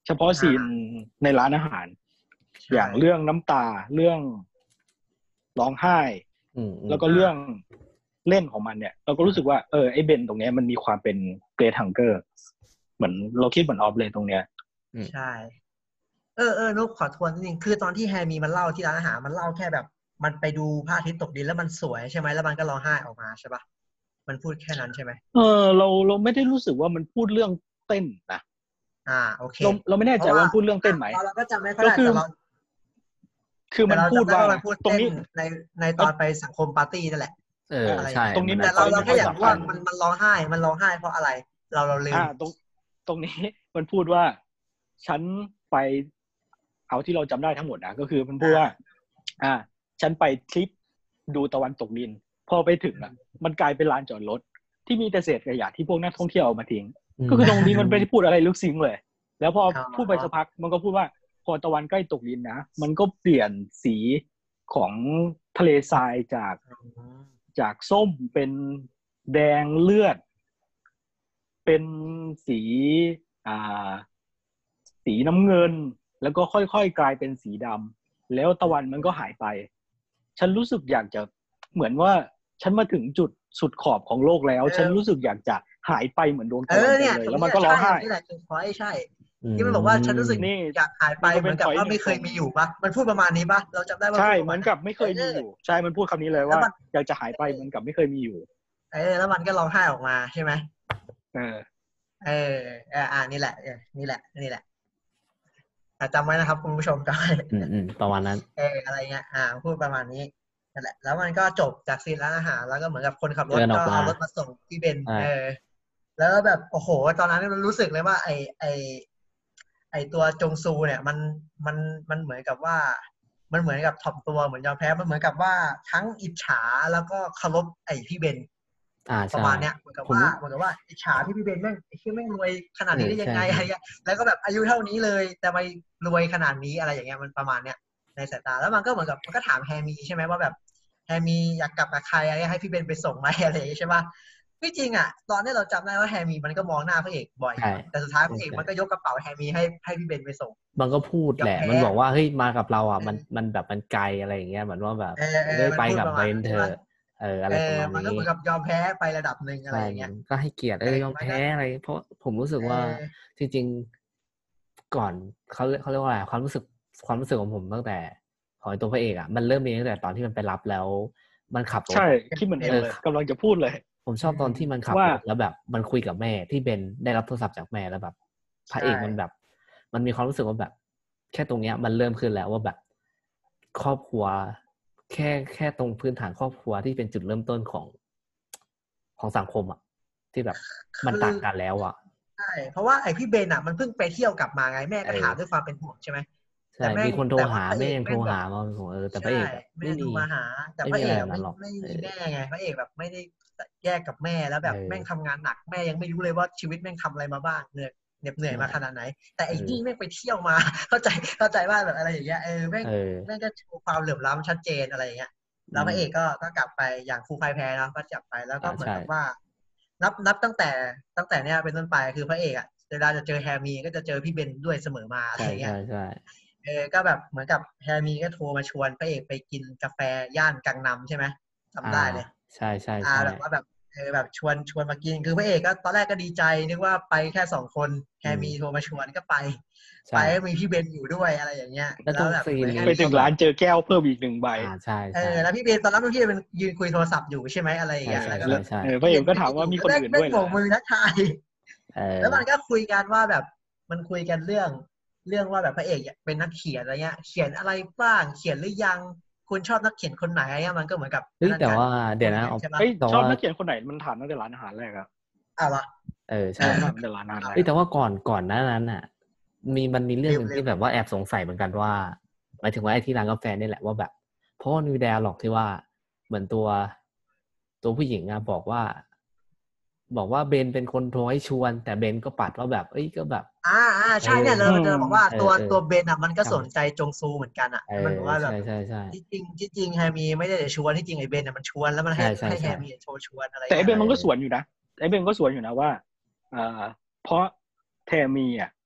เฉพาะซีนในร้านอาหารอย่างเรื่องน้ำตาเรื่องร้องไห้แล้วก็เรื่องเล่นของมันเนี่ยเราก็รู้สึกว่าเออไอ้เบนตรงเนี้ยมันมีความเป็นเกรทฮังเกอร์เหมือนเราคิดเหมือนออฟเลยตรงเนี้ยใช่เออเออนุ๊กขอทวนนิดนึงคือตอนที่แฮมีมันเล่าที่ร้านอาหารมันเล่าแค่แบบมันไปดูพระอาทิตย์ตกดินแล้วมันสวยใช่ไหมแล้วมันก็ร้องไห้ออกมาใช่ปะมันพูดแค่นั้นใช่ไหมเออเราเราไม่ได้รู้สึกว่ามันพูดเรื่องเต้นนะอ่าโอเคเราเราไม่แน่ใจว่ามันพูดเรื่องเต้นไหมเราก็จำไม่ค่อยได้แต่เราคือมันพูดว่าตรงนี้ในในตอนไปสังคมปาร์ตี้นั่นแหละเออใช่ตรงนี้แต่เราเราแค่อยากว่ามันมันร้องไห้มันร้องไห้เพราะอะไรเราเราลืมอ่าตรงตรงนี้มันพูดว่าฉันไปเอาที่เราจำได้ทั้งหมดนะก็คือมันพูดว่าอ่าฉันไปทริปดูตะวันตกดินพอไปถึงอ่ะมันกลายเป็นลานจอดรถที่มีแต่เศษขยะที่พวกนักท่องเที่ยวเอามาทิ้งก็คือตรงนี้มันไม่ได้พูดอะไรลึกซึ้งเลยแล้วพอพูดไปสักพักมันก็พูดว่าพอตะวันใกล้ตกดินนะมันก็เปลี่ยนสีของทะเลทรายจากจากส้มเป็นแดงเลือดเป็นสีอ่าสีน้ำเงินแล้วก็ค่อยๆกลายเป็นสีดำแล้วตะวันมันก็หายไปฉันรู้สึกอยากจะเหมือนว่าฉันมาถึงจุดสุดขอบของโลกแล้วฉันรู้สึกอยากจะหายไปเหมือนดวงตะวันเลยแล้วมันก็ร้องไห้นี่แหละจุดพอยต์ใช่ที่มันบอกว่าฉันรู้สึกอยากหายไปเหมือนกับว่าไม่เคยมีอยู่ปะมันพูดประมาณนี้ปะเราจำได้ว่าใช่เหมือนกับไม่เคยมีอยู่ใช่มันพูดคำนี้เลยว่าอยากจะหายไปเหมือนกับไม่เคยมีอยู่เออแล้วมันก็ร้องไห้ออกมาใช่ไหมเออเอออ่านี่แหละนี่แหละนี่แหละจำไว้นะครับคุณผู้ชมจำไว้อืมประมาณนั้นเอออะไรเงี้ยอ่าพูดประมาณนี้นั่นแหละแล้วมันก็จบจากซีนร้านอาหารแล้วก็เหมือนกับคนขับรถก็เอารถมาส่งที่เบนเออแล้วแบบโอ้โหตอนนั้นมันรู้สึกเลยว่าไอไอไอตัวจงซูเนี่ยมันมันมันเหมือนกับว่ามันเหมือนกับถ่อมตัวเหมือนยอมแพ้มันเหมือนกับว่าทั้งอิจฉาแล้วก็เคารพไอพี่เบนประมาณเนี้ยเหมือนกับว่าเหมือนกับว่าอิจฉาที่พี่เบนแม่งไอ้ที่แม่งรวยขนาดนี้ได้ยังไงอะไรเงี้ยแล้วก็แบบอายุเท่านี้เลยแต่ไปรวยขนาดนี้อะไรอย่างเงี้ยมันประมาณเนี้ยในสายตาแล้วมันก็เหมือนกับมันก็ถามแฮมีใช่ไหมว่าแบบแฮมีอยากกลับกับใครอะไรให้พี่เบนไปส่งไหมอะไรอย่างเงี้ยใช่ป่ะที่จริงอ่ะตอนนี้เราจำได้ว่าแฮมีมันก็มองหน้าพระเอกบ่อยแต่สุดท้ายพระเอกมันก็ยกกระเป๋าแฮมีให้ให้พี่เบนไปส่งมันก็พูดแหละมันบอกว่าเฮ้ยมากับเราอ่ะมันมันแบบมันไกลอะไรอย่างเงี้ยเหมือนว่าแบบได้ไปกับเบนเธอเอออะไรประมาณนี้มันก็เหมือนกับยอมแพ้ไประดับหนึ่งอะไรอย่างเงี้ยก็ให้เกียรติเออยอมแพ้อะไรเพราะผมรู้สึกว่าจริงๆก่อนเขาเขาเรียกว่าอะไรความรู้สึกความรู้สึกของผมตั้งแต่ของตัวพระเอกอ่ะมันเริ่มมีตั้งแต่ตอนที่มันไปรับแล้วมันขับรถใช่ที่มันเองเลยกำลังจะพูดเลยผมชอบตอนที่มันขับรถแล้วแบบมันคุยกับแม่ที่เบนได้รับโทรศัพท์จากแม่แล้วแบบพระเอกมันแบบมันมีความรู้สึกว่าแบบแค่ตรงเนี้ยมันเริ่มขึ้นแล้วว่าแบบครอบครัวแค่แค่ตรงพื้นฐานครอบครัวที่เป็นจุดเริ่มต้นของของสังคมอ่ะที่แบบมันต่างกันแล้วอ่ะใช่เพราะว่าไอพี่เบนอ่ะมันเพิ่งไปเที่ยวกลับมาไงแม่ก็ถามด้วยความเป็นห่วงใช่ไหมใช่มีคนโทรหาแม่ยังโทรหามาผมเออแต่พระเอกไม่ได้โทรมาหาแต่พระเอกไม่ไม่มีแม่ไงพระเอกแบบไม่ได้แยกกับแม่แล้วแบบแม่งทำงานหนักแม่ยังไม่รู้เลยว่าชีวิตแม่งทำอะไรมาบ้างเหนื่อยเหน็บเหนื่อยมาขนาดไหนแต่ไอ้นี่แม่งไปเที่ยวมาเข้าใจเข้าใจว่าแบบอะไรอย่างเงี้ยเออแม่งแม่งก็โชว์ความเหลื่อมล้ำชัดเจนอะไรอย่างเงี้ยแล้วพระเอกก็ก็กลับไปอย่างฟูไฟแพ้เนาะก็กลับไปแล้วก็เหมือนกับว่านับนับตั้งแต่ตั้งแต่เนี้ยเป็นต้นไปคือพระเอกอ่ะเวลาจะเจอแฮมีก็จะเจอพี่เบนด้วยเสมอมาอะไรอย่างเงี้ยเออก็แบบเหมือนกับแฮมีก็โทรมาชวนพระเอกไปกินกาแฟย่านกังนำใช่ไหมจำได้เลยใช่ใช่ใช่แบบว่าแบบเออแบบชวนชวนมากินคือพระเอกก็ตอนแรกก็ดีใจนึกว่าไปแค่สองคนแฮมีโทรมาชวนก็ไปไปมีพี่เบนอยู่ด้วยอะไรอย่างเงี้ยแล้วแบบไปถึงร้านเจอแก้วเพิ่มอีกหนึ่งใบใช่เออแล้วพี่เบนตอนนั้นพี่เบนยืนคุยโทรศัพท์อยู่ใช่ไหมอะไรอย่างเงี้ยแล้วก็พระเอกก็ถามว่ามีคนอื่นด้วยเหรอมือนักทายแล้วมันก็คุยกันว่าแบบมันคุยกันเรื่องเรื่องว่าแบบพระเอกเป็นนักเขียนอะไรเงี้ยเขียนอะไรบ้างเขียนหรือยังคุณชอบนักเขียนคนไหนอะไรเงี้ยมันก็เหมือนกับแต่ว่าเดี๋ยวนะชอบนักเขียนคนไหนมันถามตั้งแต่ร้านอาหารแรกอะอ้าวเหรอเออใช่ตั้งแต่ร้านอาหารแรกแต่ว่าก่อนก่อนหน้านั้นอ่ะมีมันมีเรื่องนึงที่แบบว่าแอบสงสัยเหมือนกันว่าหมายถึงว่าไอ้ที่ร้านกาแฟนี่แหละว่าแบบเพราะว่ามีไดอะล็อกที่ว่าเหมือนตัวตัวผู้หญิงอะบอกว่าบอกว่าเบนเป็นคนโทรให้ชวนแต่เบนก็ปัดว่าแบบเอ้ยก็แบบอ่าอ่าใช่เนี่ยเราจะบอกว่าตัวตัวเบนอ่ะมันก็สนใจจงซูเหมือนกันอ่ะมันบอกว่าแบบที่จริงที่จริงแฮมีไม่ได้ชวนที่จริงไอ้เบนอ่ะมันชวนแล้วมันให้ให้แฮมีโชว์ชวนอะไรแต่ไอ้เบนมันก็สวนอยู่นะไอ้เบนก็สวนอยู่นะว่าอ่าเพราะแฮมีอ่ะ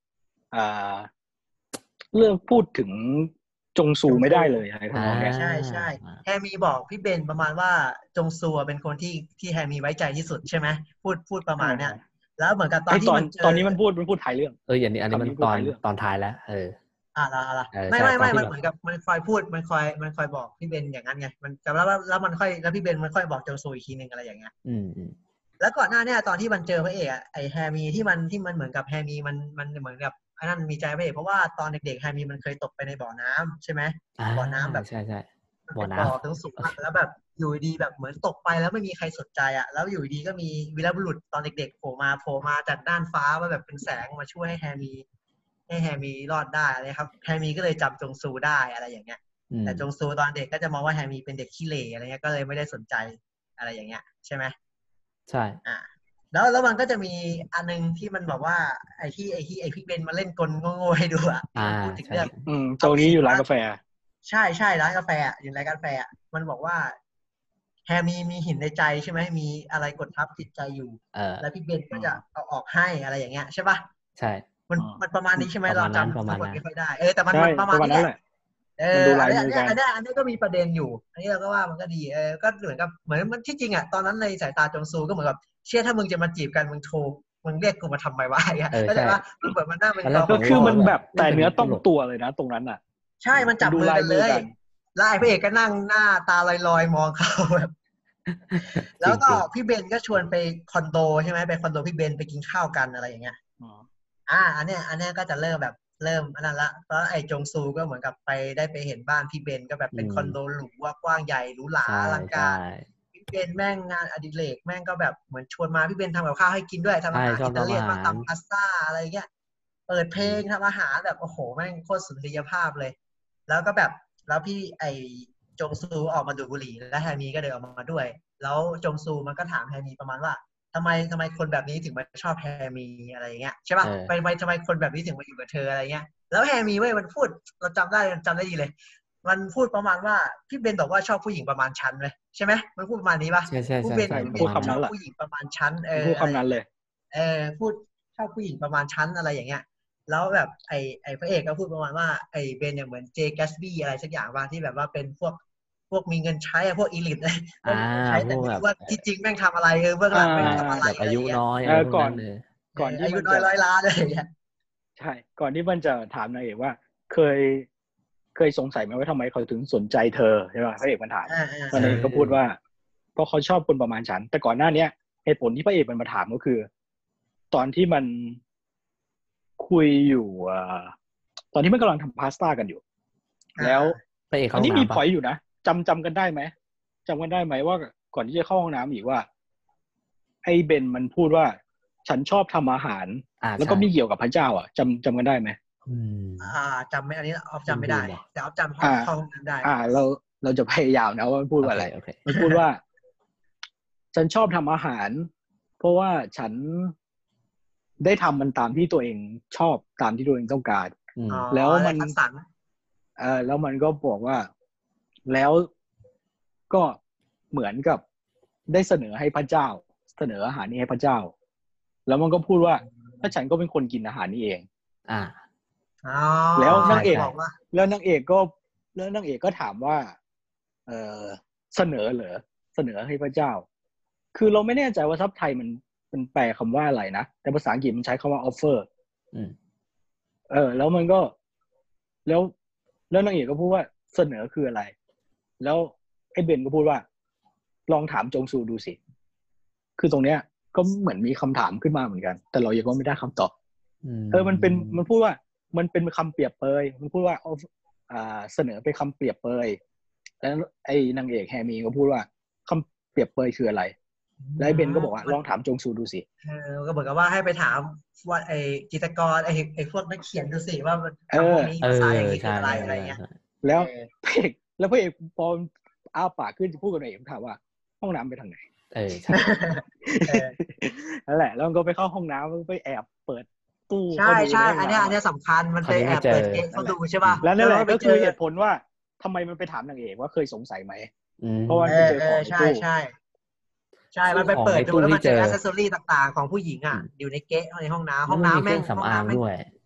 อ่าเลือกพูดถึงจงซูไม่ได้เลยอะไรทำนองเนี้ยใช่ใช่แฮมีบอกพี่เบนประมาณว่าจงซูเป็นคนที่ที่แฮมีไว้ใจที่สุดใช่ไหมพูดพูดประมาณเนี้ยแล้วเหมือนกับตอนที่มันเจอตอนนี้มันพูดมันพูดท้ายเรื่องเอออย่างนี้อันนี้มันตอนตอนท้ายแล้วเอออ่าละอ่าละไม่ไม่ไม่มันเหมือนกับมันคอยพูดมันคอยมันคอยบอกพี่เบนอย่างนั้นไงมันแล้วแล้วมันค่อยแล้วพี่เบนมันค่อยบอกจงซูอีกทีนึงอะไรอย่างเงี้ยอืมอืมแล้วก่อนหน้าเนี่ยตอนที่มันเจอพระเอกอะไอแฮมีที่มันที่มันเหมือนกับแฮมีมันมันเหมือนกับไอ้นั่นมีใจพระเอกเพราะว่าตอนเด็กๆแฮมีมันเคยตกไปในบ่อน้ำใช่ไหมบ่อน้ำแบบใช่ใช่บ่อน้ำสูงสูงแล้วแบบอยู่ดีแบบเหมือนตกไปแล้วไม่มีใครสนใจอ่ะแล้วอยู่ดีก็มีวีรบุรุษตอนเด็กๆโผล่มาโผล่มาจากด้านฟ้าว่าแบบเป็นแสงมาช่วยให้แฮมีให้แฮมีรอดได้อะไรครับแฮมีก็เลยจำจงซูได้อะไรอย่างเงี้ยแต่จงซูตอนเด็กก็จะมองว่าแฮมีเป็นเด็กขี้เหร่อะไรเงี้ยก็เลยไม่ได้สนใจอะไรอย่างเงี้ยใช่ไหมใช่อ่าแล้วแล้วมันก็จะมีอันนึงที่มันบอกว่าไอ้ที่ไอ้ที่ไอ้พี่เบนมาเล่นกลโง่ๆให้ดูอ่ะที่มันพูดถึงเรื่องอืมตรงนี้อยู่ร้านกาแฟใช่ใช่ร้านกาแฟอยู่ร้านกาแฟมันบอกว่าแฮมีมีหินในใจใช่ไหมมีอะไรกดทับจิตใจอยู่แล้วพี่เบนก็จะเอาออกให้อะไรอย่างเงี้ยใช่ป่ะใช่มันมันประมาณนี้ใช่ไหมเราจำทั้งหมดไม่ค่อยได้เออแต่มันมันประมาณนี้แหละเอออันนี้อันนี้อันนี้อันนี้ก็มีประเด็นอยู่อันนี้เราก็ว่ามันก็ดีเออก็เหมือนกับเหมือนมันที่จริงอ่ะตอนนั้นในสายตาจงซูก็เหมือนกับเชื่อถ้ามึงจะมาจีบกันมึงโทรมึงเรียกกูมาทำไมวะอย่างเงี้ยเข้าใจป่ะมันเหมือนมันน่าเป็นก็คือมันแบบแต่เนื้อต้องตัวเลยนะตรงนั้นอ่ะใช่มันจับมือกันเลยไล่พระเอกก็นั่งหน้าตาลอยๆมองเขาแบบแล้วก็พี่เบนก็ชวนไปคอนโดใช่ไหมไปคอนโดพี่เบนไปกินข้าวกันอะไรอย่างเงี้ยอ่าอันเนี้ยอันเนี้ยก็จะเริ่มแบบเริ่มอันนั้นละเพราะไอ้จงซูก็เหมือนกับไปได้ไปเห็นบ้านพี่เบนก็แบบเป็นคอนโดหรูกว้างใหญ่หรูหราอลังการพี่เบนแม่งงานอดิเรกแม่งก็แบบเหมือนชวนมาพี่เบนทำกับข้าวให้กินด้วยทำอาหารอิตาเลียนมาทำพาสต้าอะไรเงี้ยเปิดเพลงทำอาหารแบบโอ้โหแม่งโคตรสุนทรียภาพเลยแล้วก็แบบแล้วพี่ไอจงซูออกมาดูดบุหรี่แล้วแฮมีก็เดินออกมาด้วยแล้วจงซูมันก็ถามแฮมีประมาณว่าทำไมทำไมคนแบบนี้ถึงมาชอบแฮมีอะไรอย่างเงี้ยใช่ป่ะไปไปทำไมคนแบบนี้ถึงมาอยู่กับเธออะไรเงี้ยแล้วแฮมีเว้ยมันพูดเราจำได้จำได้ดีเลยมันพูดประมาณว่าพี่เบนบอกว่าชอบผู้หญิงประมาณชั้นเลยใช่ไหมมันพูดประมาณนี้ป่ะใช่ใช่ผู้เบนพูดคำนั้นแหละผู้หญิงประมาณชั้นเออพูดคำนั้นเลยเออพูดชอบผู้หญิงประมาณชั้นอะไรอย่างเงี้ยแล้วแบบไอ้ไอ้พระเอกก็พูดประมาณว่าไอ้เบนเนี่ยเหมือนเจแกสบี้อะไรสักอย่างว่าที่แบบว่าเป็นพวกพวกมีเงินใช้อะพวกอีลิทเลยพวกใช้แต่ไม่รู้ว่าที่จริงแม่งทำอะไรเออเบื้องหลังแม่งทำอะไรอายุน้อยก่อนก่อนที่อายุน้อยร้อยล้านเลยใช่ก่อนที่มันจะถามนายเอกว่าเคยเคยสงสัยไหมว่าทำไมเขาถึงสนใจเธอใช่ไหมพระเอกมันถามนายเอกก็พูดว่าเพราะเขาชอบคนประมาณฉันแต่ก่อนหน้านี้เหตุผลที่พระเอกมันมาถามก็คือตอนที่มันคุยอยู่ตอนที่มันกำลังทำพาสต้ากันอยู่แล้วอันนี้มีพอยต์อยู่นะจำจำกันได้ไหมจำกันได้ไหมว่าก่อนที่จะเข้าห้องน้ำอีกว่าไอ้เบนมันพูดว่าฉันชอบทำอาหารแล้วก็มีเกี่ยวกับพระเจ้าอ่ะจำจำกันได้ไหมอ่าจำไม่อันนี้ออฟจำไม่ได้แต่ออฟจำเข้าห้องนั้นได้อ่าเราเราจะพยายามนะว่ามันพูดว่าอะไรมันพูดว่าฉันชอบทำอาหารเพราะว่าฉันได้ทำมันตามที่ตัวเองชอบตามที่ตัวเองต้องการแล้วมันเออแล้วมันก็บอกว่าแล้วก็เหมือนกับได้เสนอให้พระเจ้าเสนออาหารนี้ให้พระเจ้าแล้วมันก็พูดว่าถ้าฉันก็เป็นคนกินอาหารนี้เองอ่าแล้วนางเอกแล้วนางเอกก็แล้วนางเอกก็ถามว่าเออเสนอเหรอเสนอให้พระเจ้าคือเราไม่แน่ใจว่าซับไทยมันมันแปลคำว่าอะไรนะแต่ภาษาอังกฤษมันใช้คำว่า offer อืมเออแล้วมันก็แล้วแล้วนางเอกก็พูดว่าเสนอคืออะไรแล้วไอ้เบนก็พูดว่าลองถามจงซูดูสิคือตรงเนี้ยก็เหมือนมีคำถามขึ้นมาเหมือนกันแต่เรายังไม่ได้คำตอบเออมันเป็นมันพูดว่ามันเป็นคำเปรียบเปยมันพูดว่าอ่าเสนอเป็นคำเปรียบเปยแล้วไอ้นางเอกแฮมีก็พูดว่าคำเปรียบเปยคืออะไรแล้วไอ้เบนก็บอกว่าลองถามจงซูดูสิเออก็เหมือนกับว่าให้ไปถามว่าไอ้จิตรกรไอ้ไอ้พวกนักเขียนดูสิว่าคำพวกนี้ภาษาอย่างนี้คืออะไรอะไรเงี้ยแล้วพระเอกแล้วพระเอกพออ้าปากขึ้นจะพูดกับนายเอกถามว่าห้องน้ำไปทางไหนเออใช่นั่นแหละแล้วก็ไปเข้าห้องน้ำไปแอบเปิดตู้ใช่ใช่อันนี้อันนี้สำคัญมันไปแอบเปิดเกมเขาดูใช่ป่ะแล้วนั่นแหละก็คือเหตุผลว่าทำไมมันไปถามนางเอกว่าเคยสงสัยไหมเพราะว่าไปเจอของในตู้ใช่ใช่มันไปเปิดดูแล้วมันเจอแอคเซสซอรี่ต่างๆของผู้หญิงอ่ะอยู่ในเก๊ะในห้องน้ำห้องน้ำแม่งสำอางด้วย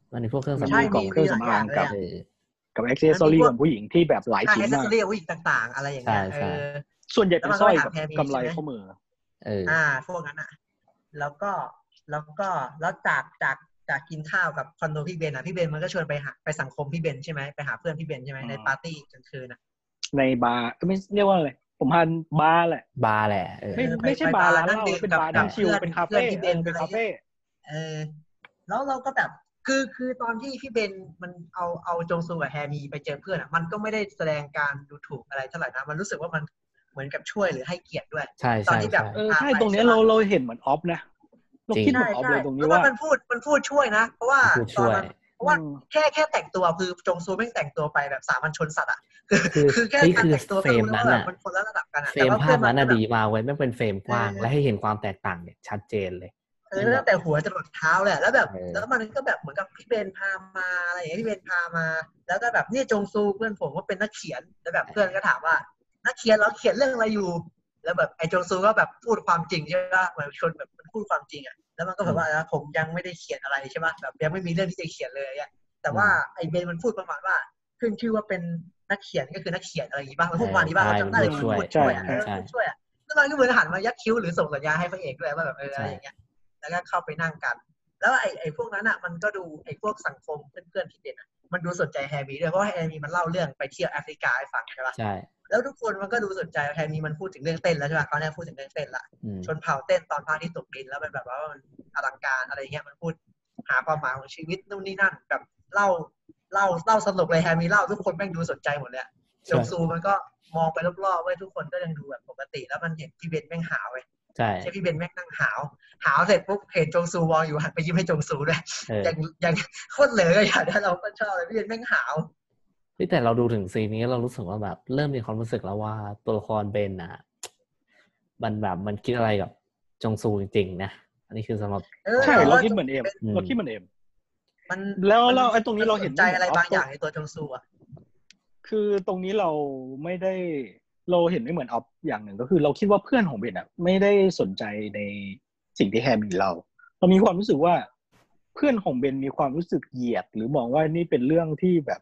มันมีพวกเครื่องสำใช่อางกล่องเครื่องสำอางกับเออกับแอ็กเซสซอรี่ของผู้หญิงที่แบบหลายใช่ชิ้แอน คเซสมาซกอรี่ผู้หญิงต่างๆอะไรอย่างเงี้ยใช่เอใช่อส่วนใหญ่เป็นสร้อยกับแล้วมันก็ไปหาแพรมีกำไรใช่ไหมข้อมือเอออ่าพวกนั้นอ่ะแล้วก็แล้วก็แล้วจากจากจากกินข้าวกับคอนโดพี่เบนอ่ะพี่เบนมันก็ชวนไปหาไปสังคมพี่เบนใช่ไหมไปหาเพื่อนพี่เบนใช่ไหมอืมในปาร์ตี้กลางคืนอ่ะในบาร์ไม่เรียกว่าอะไรผมพานบาร์แหละบาร์แหละเออไม่เออไปไม่ใช่ไปบาร์บาร์ร้านเหนั่งล้าดื่มเป็นกับบาร์กันั่บงชิลเพื่อนเป็นคาเพื่อเฟ่นพี่เบเอน อเป็นอะไรคาเฟ่เออแล้วเราก็แบบคือคือตอนที่พี่เบนมันเอาเอาจงซูกับแฮมีไปเจอเพื่อนอ่ะมันก็ไม่ได้แสดงการดูถูกอะไรเท่าไหร่นะมันรู้สึกว่ามันเหมือนกับช่วยหรือให้เกียรติด้วยใช่ตอนใช่ที่แบบใช่เออพาใช่ไปตรงเนี้ยใช่เราปะเราเห็นเหมือนออฟนะเราจริงคิดเหมืใช่อนออฟใช่เลยตรงนี้แล้วว่ามันพูดมันพูดช่วยนะ เพราะว่าพูดตช่อนวยมันเพราะว่าอืมแค่แค่แต่งตัวคือจงซูแม่งแต่งตัวไปแบบสามัญชนสัตว์อ่ะคือคือคือแค่นี่การคือแต่งตัวเฟรก็มรู้แล้วนั้นว่าแบน่ะบมันคนละระดับกันอ่ะเฟรแต่มว่าภาเพื่อพนมันั้น นก็น่ะแบบดีมากเว้ยไม่เป็นเฟรมกว้างเออและให้เห็นความแตกต่างเนี่ยชัดเจนเลยเออมันแบตั้บงแต่หัวจรดเท้าเลยอะแล้วแบบเออแล้วมันก็แบบเหมือนกับพี่เบนพามาอะไรอย่างเงี้ยพี่เบนพามา แล้วก็แบบเนี่ยจงซูเพื่อนผมก็เป็นนักเขียนแล้วแบบเพื่อนก็ถามว่านักเขียนแล้วเขียนเรื่องอะไรอยู่ แล้วแบบไอ้จงซูก็แบบพูดความจริงใช่ป่ะเหมือนชนแบบมันพูดความจริงอ่ะแล้วมันก็แบบว่าผมยังไม่ได้เขียนอะไรใช่ป่ะแบบยังไม่มีเรื่องที่จะเขียนเลยอ่ะแต่ว่าไอ้เบนมันพูดประมาณว่าขึ้นชื่อว่าเป็นนักเขียนก็คือนักเขียนอะไรอย่างงี้ป่ะมันพูดประมาณนี้ป่ะเราจำได้เลยมันพูดช่วยอ่ะเออพูดช่วยอ่ะแล้วมันก็เหมือนหันมายักคิ้วหรือส่งสัญญาณให้พระเอกด้วยว่าแบบเอออะไรอย่างเงี้ยแล้วก็เข้าไปนั่งกัน แล้วไอ้ไอ้พวกนั้นอ่ะมันก็ดูไอ้พวกสังคมเพื่อนๆที่เด่นอ่ะมันดูสนใจแฮร์มี่ด้วยเพราะว่าแฮร์มี่มันเล่าเรื่องไปเที่ยวแอฟริกาให้ฟังใช่ป่ะใช่แล้วทุกคนมันก็ดูสนใจแฮร์มี่มันพูดถึงเรื่องเต้นแล้วใช่ป่ะเขาเนี่ยพูดถึงเรื่องเต้นละอืมชนเผ่าเต้นตอนพระอาทิตย์ตกดินแล้วมันแบบว่ามันอลังการอะไรเงี้ยมันพูดหาความหมายของชีวิตนู่นนี่นั่นแบบเล่าเล่าเล่าสนุกเลยแฮร์มี่เล่าทุกคนแม่งดูสนใจหมดเลยจงซูมันก็มองไปรอบๆเว้ยทุกคนก็ยังดูแบบปกติแล้วมันเห็นพี่เบนแม่งหาวเว้ยใช่ใช่พี่เบนแม่งนั่งหาวหาวเสร็จปุ๊บเห็นจงซูมองอยู่หันไปยิ้มให้จงซูด้วยเออยังยังโคตรเหลือเลยอย่างนั้นเราก็ชอบเลยพี่เบนแม่งหาวเฮ้ยแต่เราดูถึงซีนนี้เรารู้สึกว่าแบบเริ่มมีความรู้สึกแล้วว่าตัวละครเบนน่ะมันแบบมันคิดอะไรกับจงซูจริงๆนะอันนี้คือสำหรับเออใช่เราเราว่าคิดเหมือนเอมอืมเราคิดเหมือนเอมมันแล้วมันเราไอ้ตรงนี้เราเห็นสใจอะไรไม่เหมือนบางออฟอย่างในตัวจงซูอ่ะคือตรงนี้เราไม่ได้เราเห็นไม่เหมือนออฟอย่างหนึ่งก็คือเราคิดว่าเพื่อนของเบนอ่ะไม่ได้สนใจในสิ่งที่แฮร์มีเรา เรามีความรู้สึกว่าเพื่อนของเบนมีความรู้สึกเหยียดหรือมองว่านี่เป็นเรื่องที่แบบ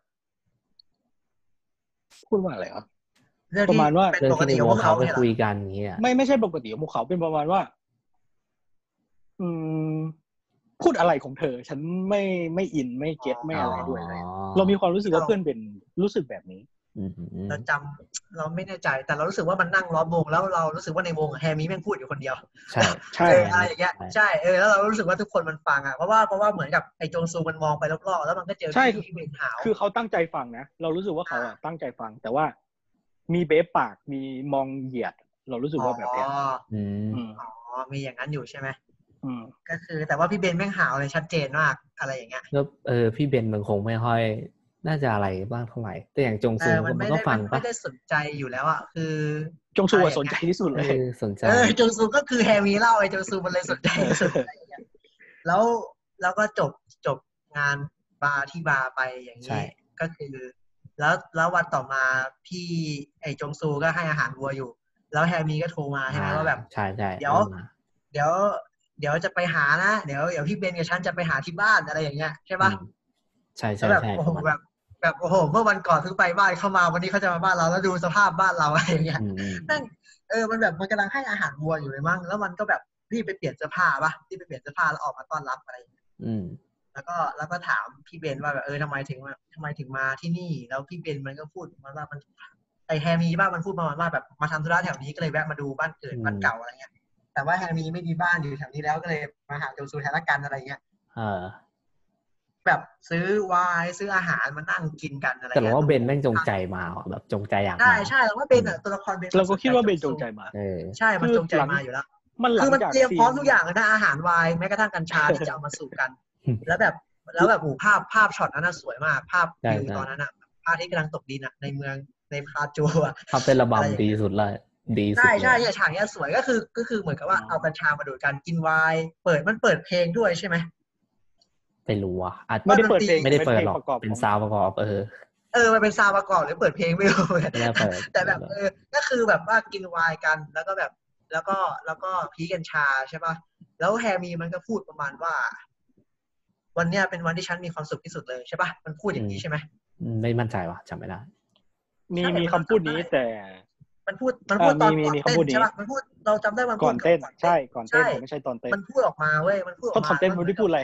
พูดว่าอะไรวะเรื่องประที่มาณว่าเป็นเรื่องปกที่ติในของวพงวกเขาเขาไปเนี่ยเหรคุอยกันอย่างเงี้ยไม่ไม่ใช่ปกติของพวกเขาเป็นประมาณว่า อืม พูดอะไรของเธอ ฉันไม่ไม่อินไม่เก็ตไม่อะไรด้วยเลย เรามีความรู้สึกว่าเพื่อนเป็นรู้สึกแบบนี้อืมอืมเราจำเราไม่แน่ใจแต่เรารู้สึกว่ามันนั่งล้อมวงแล้วเรารู้สึกว่าในวงแฮร์มี่แม่งพูดอยู่คนเดียวใช่ใช่เอออะไรอย่างเงี้ยใช่เออแล้วเรารู้สึกว่าทุกคนมันฟังอ่ะเพราะว่าเพราะว่าเหมือนกับไอ้จงซูมันมองไปรอบๆแล้วมันก็เจอใช่พี่ที่เบนหาวคือเขาตั้งใจฟังนะเรารู้สึกว่าเขาอะตั้งใจฟัง แต่ว่ามีเบ๊ปากมีมองเหยียด เรารู้สึกว่าแบบเนี้ยอ๋ออืมอืมอ๋อมีอย่างนั้นอยู่ใช่ไหมอืมก็คือแต่ว่าพี่เบนแม่งหาวเลยชัดเจนมากอะไรอย่างเงี้ยแล้วเออพี่เบนมันคงไม่ค่อยน่าจะอะไรบ้างเท่าไหร่แต่อย่างจงเอซูอมันมัไม่นก็ได้ฟัมังนปะไม่ได้สนใจอยู่แล้วอ่ะคือจงซูอะสนใจที่สุดเอเลยอสนใจเออจงซูก็คือแฮร์มี่เล่าไอ้จงซูมันเลยสนใจที่สุดอะไรอย่างเงี้ยแล้วแล้วก็จบจบงานบาร์ที่บาร์ไปอย่างใช่นี้ก็คือ แล้วแล้ววันต่อมาพี่ไอ้จงซูก็ให้อาหารวัวอยู่ แล้วแฮร์มี่ก็โทรมาใช่ไหมว่าแบบใช่ใช่เดี๋ยว เดี๋ยว เดี๋ยวจะไปหานะเดี๋ยวเดี๋ยวพี่เบนกับฉันจะไปหาที่บ้านอะไรอย่างเงี้ยใช่ปะอืมใช่แล้ใช่วแบบใช่โอ้ปโหระมาณแบบแบบโอ้โหเมื่อวันก่อนเพิ่งไปบ้านเข้ามาวันนี้เขาจะมาบ้านเราแล้วดูสภาพบ้านเราอะไรอย่างเงี้ยอืมอืมแม่งเออมันแบบมันกำลังให้อาหารวัวอยู่เลยมั้งแล้วมันก็แบบรีบไปเปลี่ยนเสื้อผ้าปะรีบไปเปลี่ยนเสื้อผ้าแล้วออกมาต้อนรับอะไรอย่างเงี้ยอืมแล้วก็แล้วก็ถามพี่เบนว่าแบบเออทำไมถึงมาทำไมถึงมาที่นี่แล้วพี่เบนมันก็พูดมันว่ามันไอแฮร์มีบ้างมันพูดประมาณว่าแบบมาทำธุระแถวนี้ก็เลยแวะมาดูบ้านเกิดอืมบ้านเก่าอะไรเงี้ยแต่ว่าแฮร์มีไม่มีบ้านอยู่แถวนี้แล้วก็เลยมาหาโจซูแทนละกันอะไรเงี้ยเออแบบซื้อไวน์ซื้ออาหารมานั่งกินกันอะไรแต่เรางี้ยว่าเบนแม่งจงใจมาว่ะแบบจงใจอยากใช่มาใช่เราว่าเบนอะตัวละครเบนเราก็คิดว่าเบนจงใจมาเออใช่มันคือจงใจหลังมาอยู่แล้วมันหลัคืงอมันจากเตรียมซีนพร้อมทุกอย่างเลยนะอาหารไวน์แม้กระทั่งกัญชาที่จะเอามาสู่กันอืมแล้วแบบแล้วแบบโอ้ภาพภาพช็อตนั้นน่ะสวยมากภาพใช่วิวใช่ตอนนั้นอะภาพที่กำลังตกดินอะในเมืองในพาโจอะทำเป็นระอะไรอย่างบำดีเงี้ยสุดเลยดีสุดใช่เลยใช่เนี่ยฉากเนี้ยสวยก็คือก็คือเหมือนกับว่าอ๋อเอากัญชามาดูดกันกินไวน์เปิดมันเปิดเพลงด้วยใช่ไหมไม่รู้ว่ะอาจไม่ได้เปิดเพลงไม่ได้เปิดนหรอกพลงประกอบเป็นของซาวด์ประกอบเออเออมันเป็นซาวด์ประกอบหรือเปิดเพลงไม่รู้ไม่ได้เปิดแต่แบบเออก็คือแบบว่ากินไวน์กันแล้วก็แบบแล้วก็แล้วก็พีกัญชาใช่ป่ะแล้วแฮร์มีมันก็พูดประมาณว่าวันเนี้ยเป็นวันที่ฉันมีความสุขที่สุดเลยใช่ป่ะมันพูดอย่างนี้ใช่ไหมไม่มั่นใจว่ะจำไม่ได้มีมีคำพูดนี้แต่มันพูดมันพูดตอนก่อนเต้นใช่ป่ะมันพูดเราจำได้มันก่อนเต้นใช่ก่อนเต้นผมไม่ใช่ตอนเต้นมันพูดออกมาเว้ยมันพูดออกมาตอนเต้นไม่ได้พูดอะไร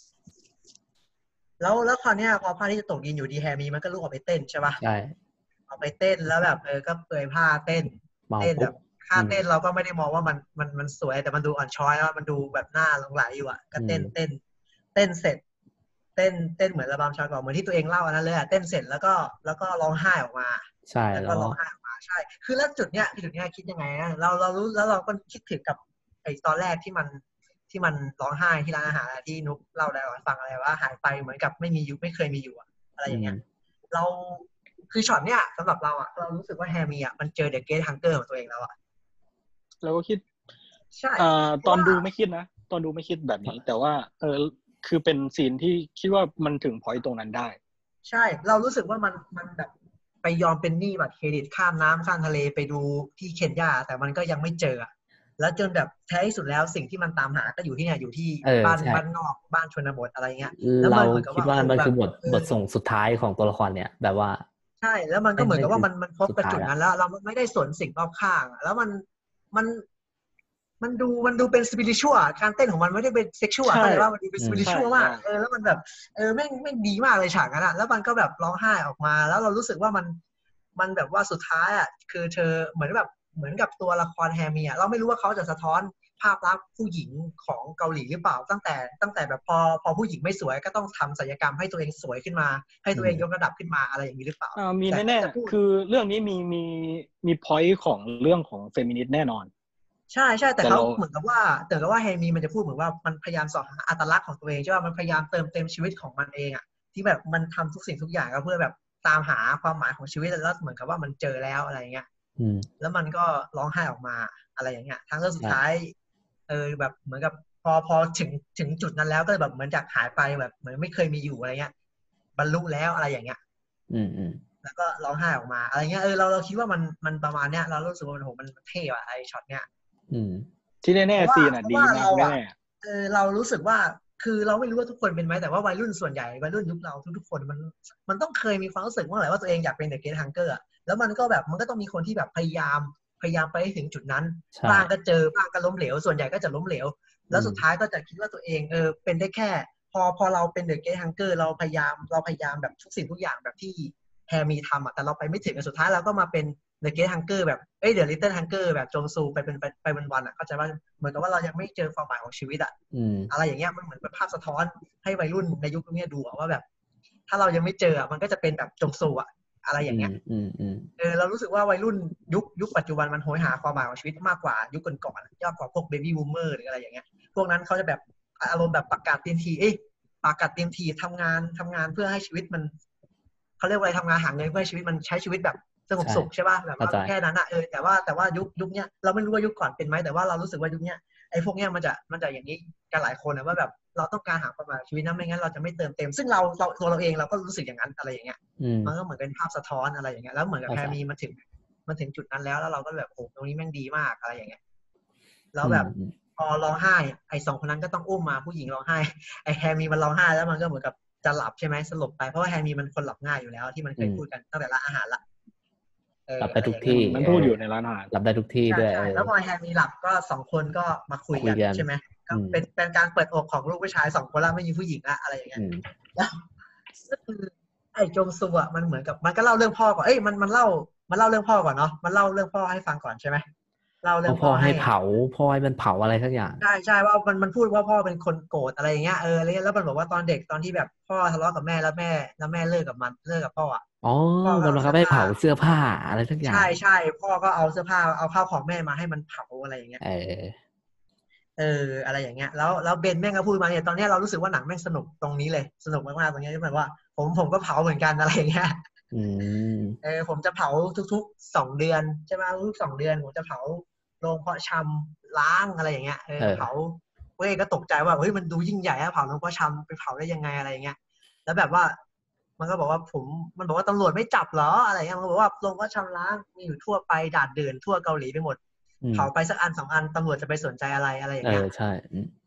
แล้วแล้วคราวเนี้ยพอผ้าที่จะตกดินอยู่ดีแฮมีมันก็ลุกออกไปเต้นใช่ป่ะใช่ออกไปเต้นแล้วแบบเออก็เปลือยผ้าเต้นเต้นแบบท่าเต้นเราก็ไม่ได้มองว่ามันมันมันสวยแต่มันดูอ่อนช้อยแล้วมันดูแบบหน้าหลงไหลอยู่อ่ะก็เต้นเต้นเต้นเสร็จเต้นเต้นเหมือนระบำชาวเกาะเหมือนที่ตัวเองเล่าอันนั้นเลยอ่ะเต้นเสร็จแล้วก็แล้วก็ร้องไห้ออกมาใช่แล้วก็ร้องไห้ออกมาใช่คือแล้วจุดเนี้ยจุดเนี้ยคิดยังไงนะเราเรารู้แล้วเราก็คิดถึงกับไอ้ตอนแรกที่มันที่มันร้องไห้ที่ร้านอาหารที่นุ๊กเล่าได้ฟังอะไรว่าหายไปเหมือนกับไม่มีอยู่ไม่เคยมีอยู่อะไรอย่างเงี้ยเราคือช็อตเนี้ยสำหรับเราอ่ะเรารู้สึกว่าแฮมีอ่ะมันเจอเดอะเกรทฮังเกอร์ของตัวเองแล้วอ่ะเราก็คิดใช่อ่าตอนดูไม่คิดนะตอนดูไม่คิดแบบนี้แต่ว่าเออคือเป็นซีนที่คิดว่ามันถึงพอยต์ตรงนั้นได้ใช่เรารู้สึกว่ามันมันแบบไปยอมเป็นหนี้บัตรเครดิตข้ามน้ำข้ามทะเลไปดูที่เคนยาแต่มันก็ยังไม่เจอแล้วจนแบบแท้ที่สุดแล้วสิ่งที่มันตามหาก็อยู่ที่เนี่ยอยู่ที่บ้านบ้านนอกบ้านชนบทอะไรเงี้ยแล้วเราคิดว่ามันคือบทบทส่งสุดท้ายของตัวละครเนี่ยแบบว่าใช่แล้วมันก็เหมือนกับว่ามันมันพบกับจุดนั้นแล้วเราไม่ได้สนสิ่งรอบข้างแล้วมันมันมันดูมันดูเป็นสปิริตชัวการเต้นของมันไม่ได้เป็นเซ็กชวลแต่ว่ามันดูเป็นสปิริตชัวมากเออแล้วมันแบบเออแม่งแม่งดีมากเลยฉากนั้นอ่ะแล้วมันก็แบบร้องไห้ออกมาแล้วเรารู้สึกว่ามันมันแบบว่าสุดท้ายอ่ะคือเธอเหมือนแบบเหมือนกับตัวละครแฮมีอ่ะเราไม่รู้ว่าเขาจะสะท้อนภาพลักษณ์ผู้หญิงของเกาหลีหรือเปล่าตั้งแต่ตั้งแต่แบบพอพอผู้หญิงไม่สวยก็ต้องทำศัลยกรรมให้ตัวเองสวยขึ้นมาให้ตัวเองยกระดับขึ้นมาอะไรอย่างนี้หรือเปล่าอ่ามีแน่ๆคือเรื่องนี้มีมีมีพอยต์ของเรื่องของเฟมินิสต์แน่นอนใช่ใช่แต่เขาเหมือนกับว่าแต่กับว่าแฮมีมันจะพูดเหมือนว่ามันพยายามสอหาอัตลักษณ์ของตัวเองใช่ป่ะมันพยายามเติมเต็มชีวิตของมันเองอ่ะที่แบบมันทำทุกสิ่งทุกอย่างก็เพื่อแบบตามหาความหมายของชีวิตแล้วเหมือนกับว่ามันเจอแล้วอะไรเงี้ยแล้วมันก็ร้องไห้ออกมาอะไรอย่างเงี้ยทั้งเรื่องสุดท้ายเออแบบเหมือนกับพอพอถึงถึงจุดนั้นแล้วก็แบบเหมือนจากหายไปแบบเหมือนไม่เคยมีอยู่อะไรเงี้ยบรรลุแล้วอะไรอย่างเงี้ยอืมอืมแล้วก็ร้องไห้ออกมาอะไรเงี้ยเออเราเราคิดว่ามันมันประมาณเนี้ยเรารู้สึกว่าโหมันเท่อะไอช็อตเนี้ยอืมที่แน่ๆซีนอ่ะดีมากแน่ๆเออเรารู้สึกว่าคือเราไม่รู้ว่าทุกคนเป็นไหมแต่ว่าวัยรุ่นส่วนใหญ่วัยรุ่นยุคเราทุกๆคนมันมันต้องเคยมีความรู้สึกว่าอะไรว่าตัวเองอยากเป็นเดอะเกรทฮังเกอร์แล้วมันก็แบบมันก็ต้องมีคนที่แบบพยายามพยายามไปถึงจุดนั้นบ้างก็เจอบ้างก็ล้มเหลวส่วนใหญ่ก็จะล้มเหลวแล้วสุดท้ายก็จะคิดว่าตัวเองเออเป็นได้แค่พอพอเราเป็นเดอะเกรทฮังเกอร์เราพยายามเราพยายามแบบทุกสิ่งทุกอย่างแบบที่แฮมีทำอ่ะแต่เราไปไม่ถึงสุดท้ายเราก็มาเป็นThe Great Hunger แบบเอ้ย The Little Hunger แบบจงซูไปเป็นไปไปวันๆอ่ะเข้าใจว่าเหมือนกับว่าเรายังไม่เจอความหมายของชีวิตอ่ะอะไรอย่างเงี้ยมันเหมือนเป็นภาพสะท้อนให้วัยรุ่นในยุคนี้ดูว่าแบบถ้าเรายังไม่เจอมันก็จะเป็นแบบจงซูอ่ะอะไรอย่างเงี้ยเออเรารู้สึกว่าวัยรุ่นยุคยุคปัจจุบันมันโหยหาความหมายของชีวิตมากกว่ายุคก่อนๆยอดกว่าพวก Baby Boomer หรืออะไรอย่างเงี้ยพวกนั้นเขาจะแบบอารมณ์แบบประกาศเต็มทีเอ้ยประกาศเต็มทีทำงานทำงานเพื่อให้ชีวิตมันเขาเรียกว่าอะไรทำงานหาเงินเพื่อให้ชีวิตมันใช้ชีวิตแบบสงบสุขใช่ป่ะแบบว่าแค่นั้นอะเออแต่ว่าแต่ว่ายุคยุคเนี้ยเราไม่รู้ว่ายุคก่อนเป็นไหมแต่ว่าเรารู้สึกว่ายุคเนี้ยไอ้พวกเนี้ยมันจะมันจะอย่างนี้กันหลายคนนะว่าแบบเราต้องการหาความหมายชีวิตนะไม่งั้นเราจะไม่เติมเต็มซึ่งเราเราตัวเราเองเราก็รู้สึกอย่างนั้นอะไรอย่างเงี้ยมันก็เหมือนเป็นภาพสะท้อนอะไรอย่างเงี้ยแล้วเหมือนกับแพรมีมันถึงมันถึงจุดนั้นแล้วแล้วเราก็แบบโอ้ตรงนี้แม่งดีมากอะไรอย่างเงี้ยแล้วแบบพอร้องไห้ไอ้สองคนนั้นก็ต้องอุ้มมาผู้หญิงร้องไห้ไอ้แฮมีมันร้องไห้แล้วมันก็เหมือนกับจะหลับใช่ไหมสลบไปเพราะว่าแฮมีมันคนหลับง่ายอยู่แล้วที่มันเคยพูดกันตั้งแต่ร้านอาหารละหลับได้ทุกที่มันพูดอยู่ในร้านอาหารหลับได้ทุกที่ด้วยใช่แล้วพอแฮมีหลับก็สองคนก็มาคุยกันใช่ไหมก็เป็นเป็นการเปิดอกของลูกผู้ชายสองคนแล้วไม่มีผู้หญิงละอะไรอย่างเงี้ยแล้วก็คือไอ้จงซูอ่ะมันเหมือนกับมันก็เล่าเรื่องพ่อก่อนเอ้ยมันมันเล่ามันเล่าเรื่องพ่อก่อนเนาะมันเล่าเรื่องพ่อให้ฟังก่อนใช่ไหมเล่าเรื่องพ่อให้เผาพ่อให้มันเผาอะไรสักอย่างใช่ใช่ว่ามันมันพูดว่าพ่อเป็นคนโกรธอะไรอย่างเงี้ยเออแล้วมันบอกว่าตอนเด็กตอนที่แบบพ่อทะเลาะกับแม่แล้วแม่แล้วแม่เลิกกับมันเลิกกับพ่ออ่ะอ๋อมันบังคับให้เผาเสื้อผ้าอะไรสักอย่างใช่ใช่พ่อก็เอาเสื้อผ้าเอาข้าวของแม่มาให้มันเผาอะไรอย่างเงี้ยเออเอออะไรอย่างเงี้ยแล้วแล้วเบนแม่งก็พูดมาเนี่ยตอนนี้เรารู้สึกว่าหนังแม่งสนุกตรงนี้เลยสนุกมากๆตรงนี้ที่แบบว่าผมผมก็เผาเหมือนกันอะไรอย่างเงี้ยอืมเออผมจะเผาทุกๆสองเดือนใช่ไหมทุกสองเดือนผมจะเผาโรงเพาะชำล้างอะไรอย่างเงี้ยเออเผาเว้ยก็ตกใจว่าเฮ้ยมันดูยิ่งใหญ่อะเผาโรงเพาะชำไปเผาได้ยังไงอะไรอย่างเงี้ยแล้วแบบว่ามันก็บอกว่าผมมันบอกว่าตำรวจไม่จับเหรออะไรเงี้ยมันบอกว่าโรงเพาะชำล้างมีอยู่ทั่วไปด่านเดินทั่วเกาหลีไปหมดเผาไปสักอันสองอันตำรวจจะไปสนใจอะไรอะไรอย่างเงี้ยเออใช่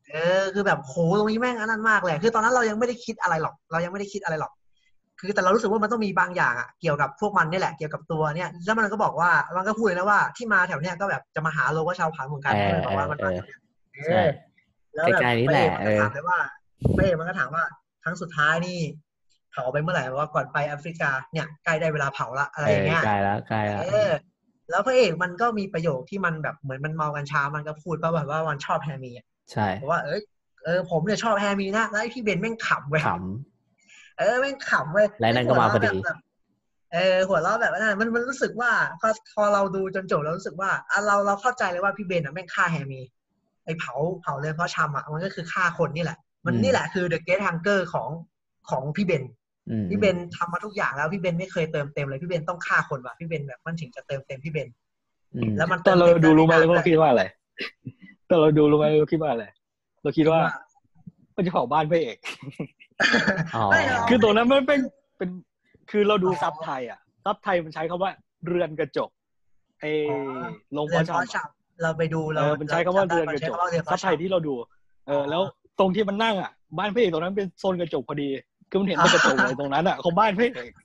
เออคือแบบโหตรงนี้แม่งอันนั้นมากเลยคือตอนนั้นเรายังไม่ได้คิดอะไรหรอกเรายังไม่ได้คิดอะไรหรอกคือแต่เรารู้สึกว่ามันต้องมีบางอย่างอ่ะเกี่ยวกับพวกมันนี่แหละเกี่ยวกับตัวเนี่ยแล้วมันก็บอกว่ามันก็พูดเลยนะว่าที่มาแถวเนี้ยก็แบบจะมาหาโลว่าชาวผาเหมือนกันก็เลยบอกว่ามันมาแถวเนี้ยเออแล้วแบบพระเอกมันก็ถามเลยว่าพระเอกมันก็ถามว่าครั้งสุดท้ายนี่เผาไปเมื่อไหร่ว่าก่อนไปแอฟริกาเนี่ยใกล้ได้เวลาเผาละอะไรอย่างเงี้ยใกล้แล้วใกล้แล้วเออแล้วพระเอกมันก็มีประโยคที่มันแบบเหมือนมันเมากัญชามันก็พูดว่าแบบว่ามันชอบแฮมีใช่บอกว่าเอ้ยเออผมเนี่ยชอบแฮมีนะแล้วไอ้พี่เบนแม่งขำเว้ยขำเออแม่งขำเว้ยและนั่นก็มาพอดีเออหัวเราะแบบนั้นมันมันรู้สึกว่าพอพอเราดูจนจบเรารู้สึกว่าอ่ะเราเราเข้าใจเลยว่าพี่เบนอ่ะแม่งฆ่าแฮมีไอ้เผาเผาเลยเพราะชำอ่ะมันก็คือฆ่าคนนี่แหละมันนี่แหละคือ The Great Hunger ของของพี่เบนพี่เบนทำมาทุกอย่างแล้วพี่เบนไม่เคยเติมเต็มเลยพี่เบนต้องฆ่าคนว่ะพี่เบนแบบมันถึงจะเติมเต็มพี่เบนแล้วมันตอนเราดูรู้ไหมเราคิดว่าอะไรตอนเราดูรู้ไหมเราคิดว่าอะไรเราคิดว่ามันจะเผาบ้านพระเอกคือตัวนั้นมันเป็นเป็นคือเราดูซับไทยอ่ะซับไทยมันใช้คำว่าเรือนกระจกไอ้ลงพอชับเราไปดูเรามันใช้คำว่าเรือนกระจกซับไทยที่เราดูเออแล้วตรงที่มันนั่งอ่ะบ้านพระเอกตรงนั้นเป็นโซนกระจกพอดีคือมันเห็นเป็นกระจกเลยตรงนั้นอ่ะของบ้านพระเอก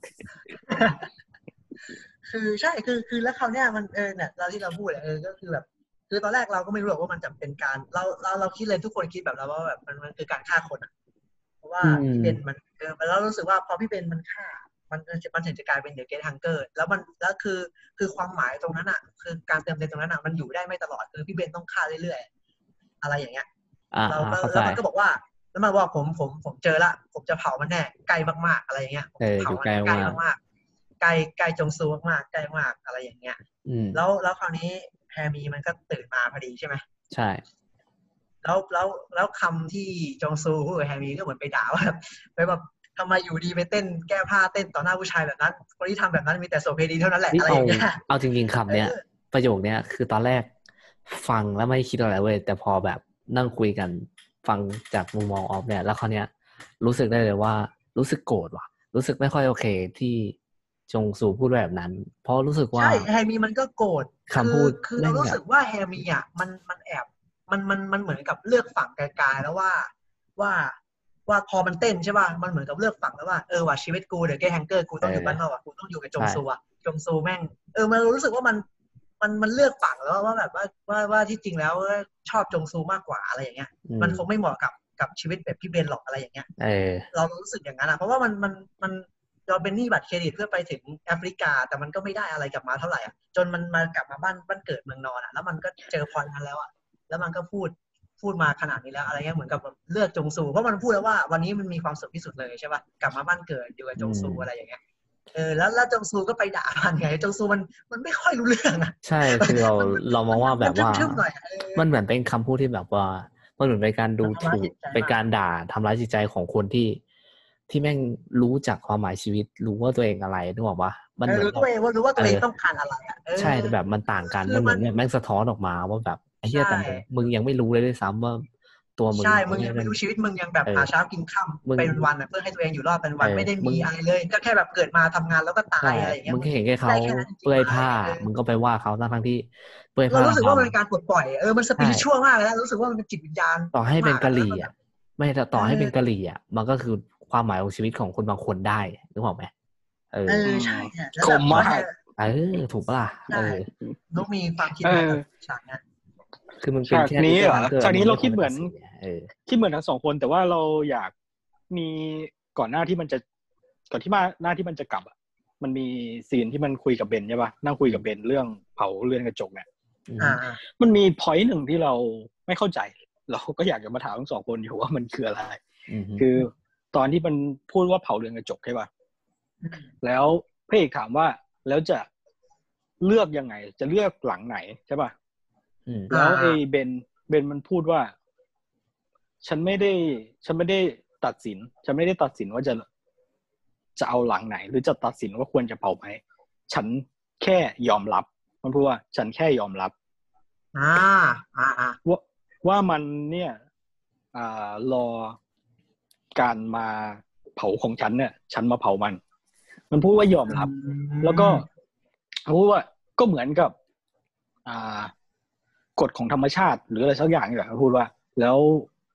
คือใช่คือคือแล้วเขาเนี่ยมันเออเนี่ยเราที่เราพูดเออก็คือแบบคือตอนแรกเราก็ไม่รู้หรอกว่ามันจะเป็นการเราเราเราคิดเลยทุกคนคิดแบบเราว่าแบบมันมันคือการฆ่าคนอ่ะเพราะว่าพี่เบนมันเออแล้วรู้สึกว่าพอพี่เบนมันฆ่ามันมันถึงจะกลายเป็นเดอะเกรทฮังเกอร์แล้วมันแล้วคือคือความหมายตรงนั้นอ่ะคือการเติมเต็มตรงนั้นอ่ะมันอยู่ได้ไม่ตลอดคือพี่เบนต้องฆ่าเรื่อยๆอะไรอย่างเงี้ยเราก็แล้วมันก็บอกว่าแล้วมันบอกผมผมผมเจอละผมจะเผามันแน่ใกล้มากๆอะไรอย่างเงี้ยเผามันใกล้มากๆใกล้ใกล้จงซูมากๆใกล้มากอะไรอย่างเงี้ยแล้วแล้วคราวนี้แฮมีมันก็ตื่นมาพอดีใช่ไหมใช่แล้วแล้วแล้วคำที่จงซูพูดกับแฮมีก็เหมือนไปด่าว่าไปแบบทำไมอยู่ดีไปเต้นแก้ผ้าเต้นต่อหน้าผู้ชายแบบนั้นคนที่ทำแบบนั้นมีแต่โสเภณีเท่านั้นแหละอะไรอย่างเงี้ยเอาจริงๆคำเนี้ยประโยคเนี้ยคือตอนแรกฟังแล้วไม่คิดอะไรเว้ยแต่พอแบบนั่งคุยกันฟังจากมุมมองออฟเนี่ยแล้วคราวเนี้ยรู้สึกได้เลยว่ารู้สึกโกรธว่ะรู้สึกไม่ค่อยโอเคที่จงซูพูดแบบนั้นเพราะรู้สึกว่าใช่แฮมีมันก็โกรธคำพูดคือเรารู้สึกว่าแฮมีอ่ะมันมันแอบมันมันมันเหมือนกับเลือกฝั่งไกลๆแล้วว่าว่าว่าพอมันเต้นใช่ป่ะมันเหมือนกับเลือกฝั่งแล้วว่าเออว่ะชีวิตกูเดี๋ยวแกแฮงเกอร์กูต้องอยู่บ้านนอกอ่ะกูต้องอยู่กับจงซูอ่ะจงซูแม่งเออมันรู้สึกว่ามันมันมันเลือกฝั่งแล้วว่าแบบว่าว่าว่าที่จริงแล้วชอบจงซูมากกว่าอะไรอย่างเงี้ยมันคงไม่เหมาะกับกับชีวิตแบบพี่เบนหรอกอะไรอย่างเงี้ยเรารู้สึกอย่างนั้นอ่ะเพราะว่ามันมันมันเราเป็นหนี้บัตรเครดิตเพื่อไปถึงแอฟริกาแต่มันก็ไม่ได้อะไรกลับมาเท่าไหร่อ่ะจนมันมากลับมาบ้านบ้านเกิดเมืองนอนอ่ะแล้วมันก็เจอพรนั้นแล้วอ่ะแล้วมันก็พูดพูดมาขนาดนี้แล้วอะไรเงี้ยเหมือนกับเลือกจงซูเพราะมันพูดแล้วว่าวันนี้มันมีความสุขที่สุดเลยใช่ป่ะกลับมาบ้านเกิดอยู่กับจงซูอะไรอย่างเงี้ยเออแล้วแล้วจงซูก็ไปด่ามันไงจงซูมันมันไม่ค่อยรู้เรื่องอ่ะใช่คือเราเรามองว่าแบบว่ามันเหมือนเป็นคำพูดที่แบบว่ามันเหมือนเป็นการดูถูกเป็นการด่าทำร้ายจิตใจของคนที่ที่แม่งรู้จักความหมายชีวิตรู้ว่าตัวเองอะไรนึกออกปะมันเหมือนรู้ตัวเองว่ารู้ว่าตัวเองต้องการอะไรอ่ะใช่แต่แบบมันต่างกันมันเหมือนแม่งสะท้อนออกมาว่าแบบไอ้เหี้ยแต่มึงยังไม่รู้เลยด้วยซ้ำว่าตัวมึงใช่มึงยังไม่รู้ชีวิตมึงยังแบบหาเช้ากินค่ำเป็นวันเพื่อให้ตัวเองอยู่รอดเป็นวันไม่ได้มีอะไรเลยก็แค่แบบเกิดมาทำงานแล้วก็ตายอะไรอย่างเงี้ยมึงแค่เห็นแค่เขาเปลือยผ้ามึงก็ไปว่าเขาทั้งที่เปลือยผ้าเรารู้สึกว่ามันเป็นการปลดปล่อยเออมันสปิริตชัวมากเลยนะรู้สึกว่ามันเป็นจิตวิญญาณต่อให้เป็นกะหรี่อ่ะไม่แต่ต่อให้เป็นกะหรี่อ่ะมันก็คือความหมายของชีวิตของคนบางคนได้นึกออกไหมเออใช่คมมากเออถูกปะล่ะเออต้องมีความคิดแบบฉากนี้คือมันเป็นแค่นี้เหรอฉากนี้เราคิดเหมือนคิดเหมือนทั้งสองคนแต่ว่าเราอยากมีก่อนหน้าที่มันจะก่อนที่มาหน้าที่มันจะกลับอ่ะมันมีซีนที่มันคุยกับเบนใช่ป่ะนั่งคุยกับเบนเรื่องเผาเรือนกระจกเนี่ยมันมีพอยต์หนึ่งที่เราไม่เข้าใจเราก็อยากจะมาถามทั้งสองคนอยู่ว่ามันคืออะไรคือตอนที่มันพูดว่าเผาเรือนกระจกใช่ป่ะแล้วพระเอกถามว่าแล้วจะเลือกยังไงจะเลือกหลังไหนใช่ป่ะแล้วไอ้เบนเบนมันพูดว่าฉันไม่ได้ฉันไม่ได้ตัดสินฉันไม่ได้ตัดสินว่าจะจะเอาหลังไหนหรือจะตัดสินว่าควรจะเผาไหมฉันแค่ยอมรับมันพูดว่าฉันแค่ยอมรับอ่าอ่าอ่าว่าว่ามันเนี่ยอ่ารอการมาเผาของฉันเนี่ยฉันมาเผามันมันพูดว่ายอมรับแล้วก็พูดว่าก็เหมือนกับอ่ากฎของธรรมชาติหรืออะไรสักอย่างนี่แหละพูดว่าแล้ว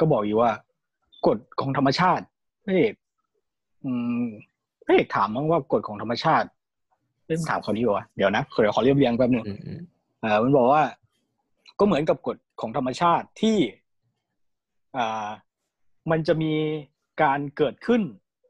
ก็บอกอยู่ว่ากฎของธรรมชาติพระเอกอืมพระเอกถามมั้งว่ากฎของธรรมชาติเรื่องถามเขาดีวะเดี๋ยวนะเดี๋ยวขอเรียบเรียงแป๊บนึงอ่ามันบอกว่าก็เหมือนกับกฎของธรรมชาติที่อ่ามันจะมีการเกิดขึ้น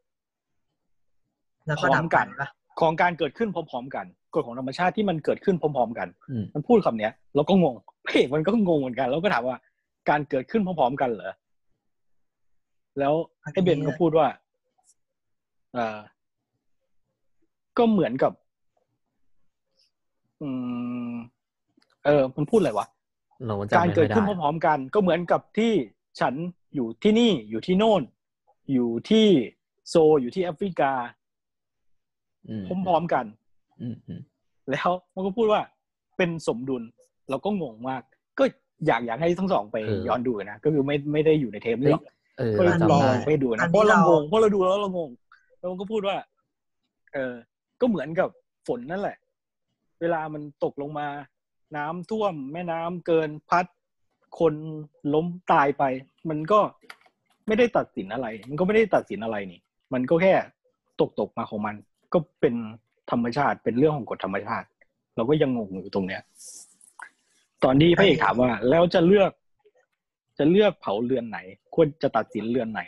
พร้อมกันของการเกิดขึ้นพร้อมๆกันกฎของธรรมชาติที่มันเกิดขึ้นพร้อมๆกันมันพูดคำเนี้ยเราก็งงพระเอกมันก็งงเหมือนกันแล้วก็ถามว่าการเกิดขึ้นพร้อมๆกันเหรอแล้วไอ้เบนก็พูดว่าอ่าก็เหมือนกับอืมเออมันพูดอะไรวะการเกิดขึ้นพร้อมๆกันก็เหมือนกับที่ฉันอยู่ที่นี่อยู่ที่โน่นอยู่ที่โซอยู่ที่แอฟริกาพร้อมๆกันแล้วมันก็พูดว่าเป็นสมดุลเราก็งงมากก็อยากอยากให้ทั้งสองไปย้อนดูนะก็คือไม่ไม่ได้อยู่ในเทปนี้หรอกก็ลองไปดูนะเพราะเรางงเพราะเราดูแล้วเรางงแล้วมันก็พูดว่าเออก็เหมือนกับฝนนั่นแหละเวลามันตกลงมาน้ำท่วมแม่น้ำเกินพัดคนล้มตายไปมันก็ไม่ได้ตัดสินอะไรมันก็ไม่ได้ตัดสินอะไรนี่มันก็แค่ตกตกมาของมันก็เป็นธรรมชาติเป็นเรื่องของกฎธรรมชาติเราก็ยังงงอยู่ตรงเนี้ยตอนที่พระเอกถามว่าแล้วจะเลือกจะเลือกเผาเรือนไหนควรจะตัดสินเรือนไหน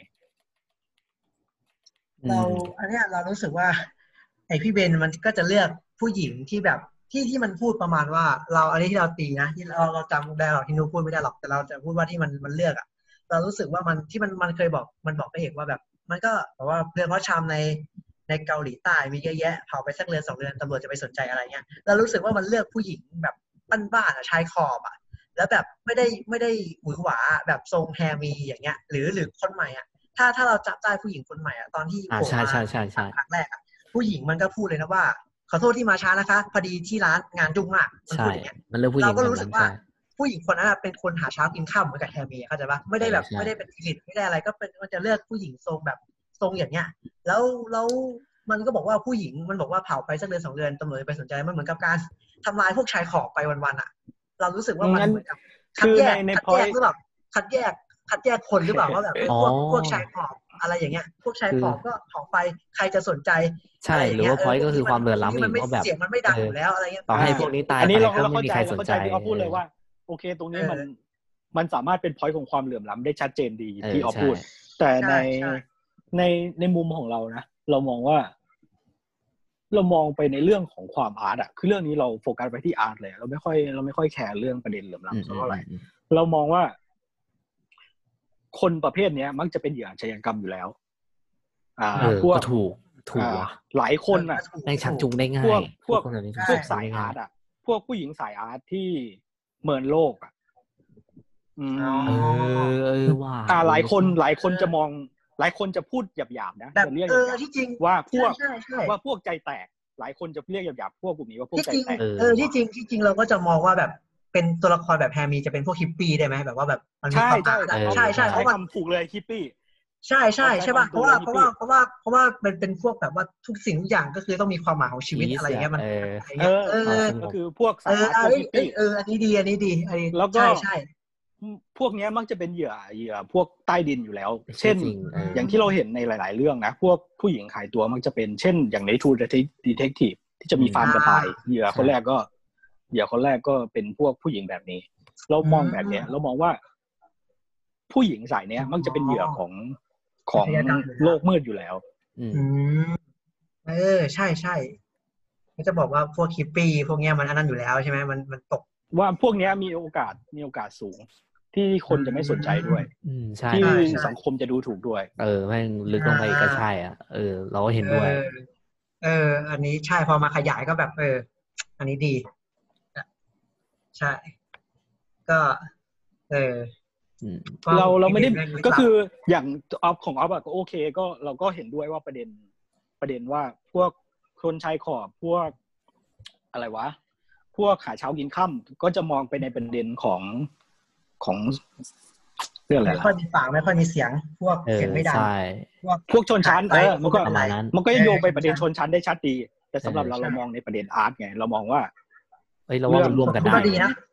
เราอันเนี้ยเรารู้สึกว่าไอพี่เบนมันก็จะเลือกผู้หญิงที่แบบที่ที่มันพูดประมาณว่าเราอันนี้ที่เราตีนะที่เราเราจำได้หรอกที่นูพูดไม่ได้หรอกแต่เราจะพูดว่าที่มันมันเลือกอ่ะเรารู้สึกว่ามันที่มันมันเคยบอกมันบอกพระเอกว่าแบบมันก็บอกว่าเรือนเพาะชำในในเกาหลีใต้มีเยอะแยะเผาไปสักเรือนสองเรือนตำรวจจะไปสนใจอะไรเงี้ยเรารู้สึกว่ามันเลือกผู้หญิงแบบบ้านๆอ่ะชายขอบอ่ะแล้วแบบไม่ได้ไม่ได้หวือหวาแบบทรงแฮมีอย่างเงี้ยหรือหรือคนใหม่อ่ะถ้าถ้าเราจับได้ผู้หญิงคนใหม่อ่ะตอนที่โผล่มาครั้งแรกอ่ะผู้หญิงมันก็พูดเลยนะว่าขอโทษที่มาช้านะคะพอดีที่ร้านงานยุ่งมากมันพูดอย่างเงี้ยเราก็รู้สึกว่าผู้หญิงคนนั้นเป็นคนหาเช้ากินค่ำเหมือนกับแฮมีเข้าใจปะไม่ได้แบบไม่ได้เป็นผลิตไม่ได้อะไรก็เป็นมันจะเลือกผู้หญิงทรงแบบทรงอย่างเงี้ยแล้วแล้วมันก็บอกว่าผู้หญิงมันบอกว่าเผาไปสักเดือนสองเดือนตำรวจไปสนใจมันเหมือนกับการทำลายพวกชายขอบไปวันๆอ่ะเรารู้สึกว่ามันเหมือนกับคัดแยกคัดแยกหรือแบบคัดแยกคัดแยกคนหรือเปล่าว่าแบบพวกพวกชายขอบอะไรอย่างเงี้ยพวกชายขอบก็เผาไปใครจะสนใจใช่หรือว่าพอยต์ก็คือความเหลื่อมล้ำอีกเพราะแบบเสียงมันไม่ดังอยู่แล้วอะไรเงี้ยต่อให้พวกนี้ตายอันนี้เราก็ไม่มีใครสนใจที่เขาพูดเลยว่าโอเคตรงนี้มันมันสามารถเป็นพอยต์ของความเหลื่อมล้ำได้ชัดเจนดีที่เขาพูดแต่ในในในมุมของเรานะเรามองว่าเรามองไปในเรื่องของความอาร์ตอ่ะคือเรื่องนี้เราโฟกัสไปที่อาร์ตเลยเราไม่ค่อยเราไม่ค่อยแคร์เรื่องประเด็นเหลื่อมล้ำเท่าไหร่เรามองว่าคนประเภทนี้มักจะเป็นเหยื่ออาชญากรรมอยู่แล้วอ่าพวกถูกถูกว่ะหลายคนอ่ะแม่งชักจูงได้ง่ายพวกพวกพวกสายอาร์ตอ่ะพวกผู้หญิงสายอาร์ตที่เมินโลกอ่ะอืมเออเออว่าอ่าหลายคนหลายคนจะมองหลายคนจะพูดหยาบๆนะจะเรียกว่าพวกว่าพวกใจแตกหลายคนจะเรียกหยาบๆพวกกลุ่มนี้ว่าพวกใจแตกเออที่จริงที่จริงเราก็จะมองว่าแบบเป็นตัวละครแบบแฮมีจะเป็นพวกฮิปปี้ได้ไหมแบบว่าแบบมันมีความใช่ใช่ใช่เพราะมันถูกเลยฮิปปี้ใช่ใช่ใช่ป่ะเพราะว่าเพราะว่าเพราะว่าเพราะว่ามันเป็นพวกแบบว่าทุกสิ่งทุกอย่างก็คือต้องมีความหมายของชีวิตอะไรอย่างเงี้ยมันเออเออก็คือพวกสายอาร์ตฮิปปี้เอออันนี้ดีอันนี้ดีอันนี้แล้วก็ใช่ใช่พวกนี้มักจะเป็นเหยื่อเหยื่อพวกใต้ดินอยู่แล้วเช่นอย่างที่เราเห็นในหลายๆเรื่องนะพวกผู้หญิงขายตัวมักจะเป็นเช่นอย่างใน True Detective ที่จะมีฟาร์มกระต่ายเหยื่อคนแรกก็เหยื่อคนแรกก็เป็นพวกผู้หญิงแบบนี้เรามองแบบนี้เรามองว่าผู้หญิงสายเนี้ยมักจะเป็นเหยื่อของของโลกมืดอยู่แล้วอืมเออใช่ใช่ก็จะบอกว่าพวกคิปปี้พวกเนี้ยมันอันนั้นอยู่แล้วใช่ไหมมันมันตกว่าพวกเนี้ยมีโอกาสมีโอกาสสูงที่คนจะไม่สนใจด้วยที่สังคมจะดูถูกด้วยเออแม่งลึกลงไปก็ใช่อ่ะเออเราก็เห็นด้วยเอออันนี้ใช่พอมาขยายก็แบบเอออันนี้ดีใช่ก็เออเราเราไม่ได้ก็คืออย่างออฟของออฟก็โอเคก็เราก็เห็นด้วยว่าประเด็นประเด็นว่าพวกคนชายขอบพวกอะไรวะพวกหาเช้ากินค่ำก็จะมองไปในประเด็นของของเรื่องอะไรไม่ค่อยมีปากไม่ค่อยมีเสียงพวกเสียงไม่ดังพวกพวกชนชั้นเออมันก็มันก็จะโยงไปประเด็นชนชั้นได้ชัดดีแต่สำหรับเราเรามองในประเด็นอาร์ตไงเรามองว่าเอ้ยเราว่ามันร่วมกันได้ดีนะ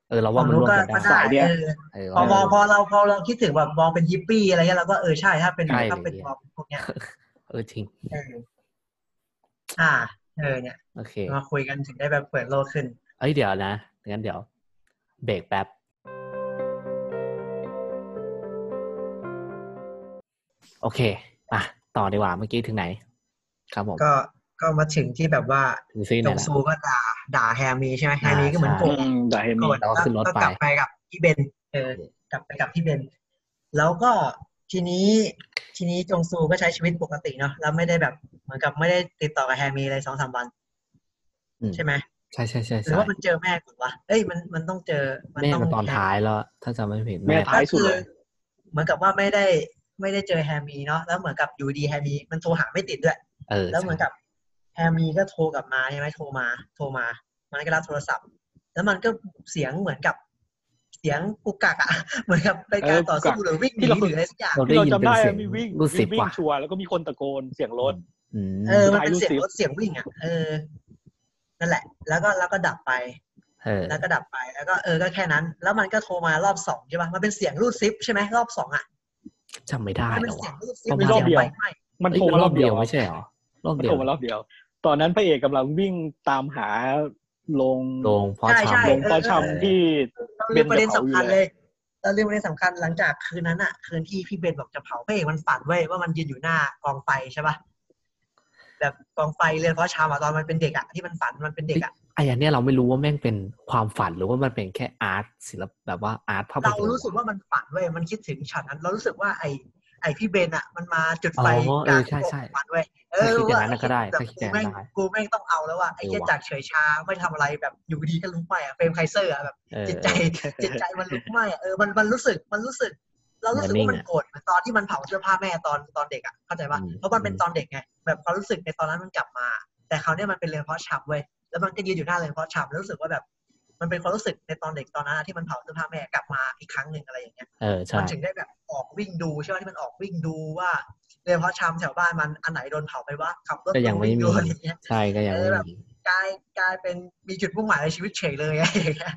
เออเราว่ามันร่วมกันได้สายเนี่ยพอมองพอเราพอเราคิดถึงแบบมองเป็นฮิปปี้อะไรเงี้ยเราก็เออใช่ถ้าเป็นถ้าเป็นมองพวกเนี้ยเออจริงเอออ่าเออเนี่ยโอเคมาคุยกันถึงได้แบบเปิดโลกขึ้นเอ้ยเดี๋ยวนะงั้นเดี๋ยวเบรกแป๊บโอเคอ่ะต่อดีกว่าเมื่อกี้ถึงไหนครับผมก็ก็มาถึงที่แบบว่าจงซูก็ด่าด่าแฮมีใช่ไหมแฮมีก็เหมือนโกรธด่าแฮมีแล้วก็ขึ้นรถไปก็กลับไปกับพี่เบนเออกลับไปกับพี่เบนแล้วก็ทีนี้ทีนี้จงซูก็ใช้ชีวิตปกติเนาะแล้วไม่ได้แบบเหมือนกับไม่ได้ติดต่อกับแฮมีเลยสองสามวันใช่ไหมใช่ใช่ใช่หรือว่ามันเจอแม่ก่อนวะเอ้ยมันมันต้องเจอแม่มาตอนท้ายแล้วถ้าจำไม่ผิดแม่ท้ายสุดเลยเหมือนกับว่าไม่ได้ไม่ได้เจอแฮมีเนาะแล้วเหมือนกับอยู่ดีแฮมีมันโทรหาไม่ติดด้วยแล้วเหมือนกับแฮมีก็โทรกลับมาใช่ไหมโทรมาโทรมามันก็รับโทรศัพท์แล้วมันก็เสียงเหมือนกับเสียงกุกกักอ่ะเหมือนกับเป็นการต่อสู้หรือวิ่งหนีหรืออะไรสักอย่างที่เราจำได้มีวิ่งวิ่งชัวร์แล้วก็มีคนตะโกนเสียงรถเออมันเป็นเสียงรถเสียงวิ่งอ่ะเออนั่นแหละแล้วก็แล้วก็ดับไปแล้วก็ดับไปแล้วก็เออก็แค่นั้นแล้วมันก็โทรมารอบสองใช่ป่ะมันเป็นเสียงรูดซิปใช่ไหมรอบสองอ่ะจำไม่ได้แล้วว่ะมันรอบเดียวมันโทรมารอบเดียวไม่ใช่หรอรอบเดียวมันโทรมารอบเดียวตอนนั้นพระเอกกำลังวิ่งตามหาลงลงพ่อชำลงพ่อชำที่เป็นประเด็นสำคัญเลยเราเรื่องประเด็นสำคัญหลังจากคืนนั้นอ่ะคืนที่พี่เบนบอกจะเผาพระเอกมันฝันไว้ว่ามันยืนอยู่หน้ากองไฟใช่ป่ะแบบกองไฟเรือนเพราะชามอะตอนมันเป็นเด็กอะที่มันฝันมันเป็นเด็กอะไอ้อันเนี้ยเราไม่รู้ว่าแม่งเป็นความฝันหรือว่ามันเป็นแค่อาร์ตศิลปแบบว่าอาร์ตภาพยนตร์เรารู้สึกว่ามันฝันเว้ยมันคิดถึงฉากนั้นเรารู้สึกว่าไอ้ไอ้พี่เบนอะมันมาจุดไฟกลางฝันเว้ยเออคิดอย่างนั้นก็ได้ถ้าคิดอย่างนั้นได้กูแม่งต้องเอาแล้วว่าไอ้แค่จากเฉยชาไม่ทำอะไรแบบอยู่ดีก็ลุกไหม้อะเฟรมไคเซอร์อะแบบจิตใจจิตใจมันลุกไหม้อะเออมันมันรู้สึกมันรู้สึกเรารู้สึกว่ามันโกรธตอนที่มันเผาเสื้อผ้าแม่ตอนตอนเด็กอะเข้าใจป่ะเพราะมันเป็นตอนเด็กไงแบบความรู้สึกในตอนนั้นมันกลับมาแต่คราวนี้มันเป็นเรือนเพาะชำเว้ยแล้วมันก็ยืนอยู่หน้าเรือนเพาะชำแล้วรู้สึกว่าแบบมันเป็นความรู้สึกในตอนเด็กตอนนั้นที่มันเผาเสื้อผ้าแม่กลับมาอีกครั้งหนึ่งอะไรอย่างเงี้ยมันถึงได้แบบออกวิ่งดูใช่ไหมที่มันออกวิ่งดูว่าเรือนเพาะชำแถวบ้านมันอันไหนโดนเผาไปว่าขับรถวิ่งดูอะไรอย่างเงี้ยใช่ก็ยังไม่แบบกลายกลายเป็นมีจุดมุ่งหมายในชีวิตเฉยเลยอะไรอย่างเงี้ย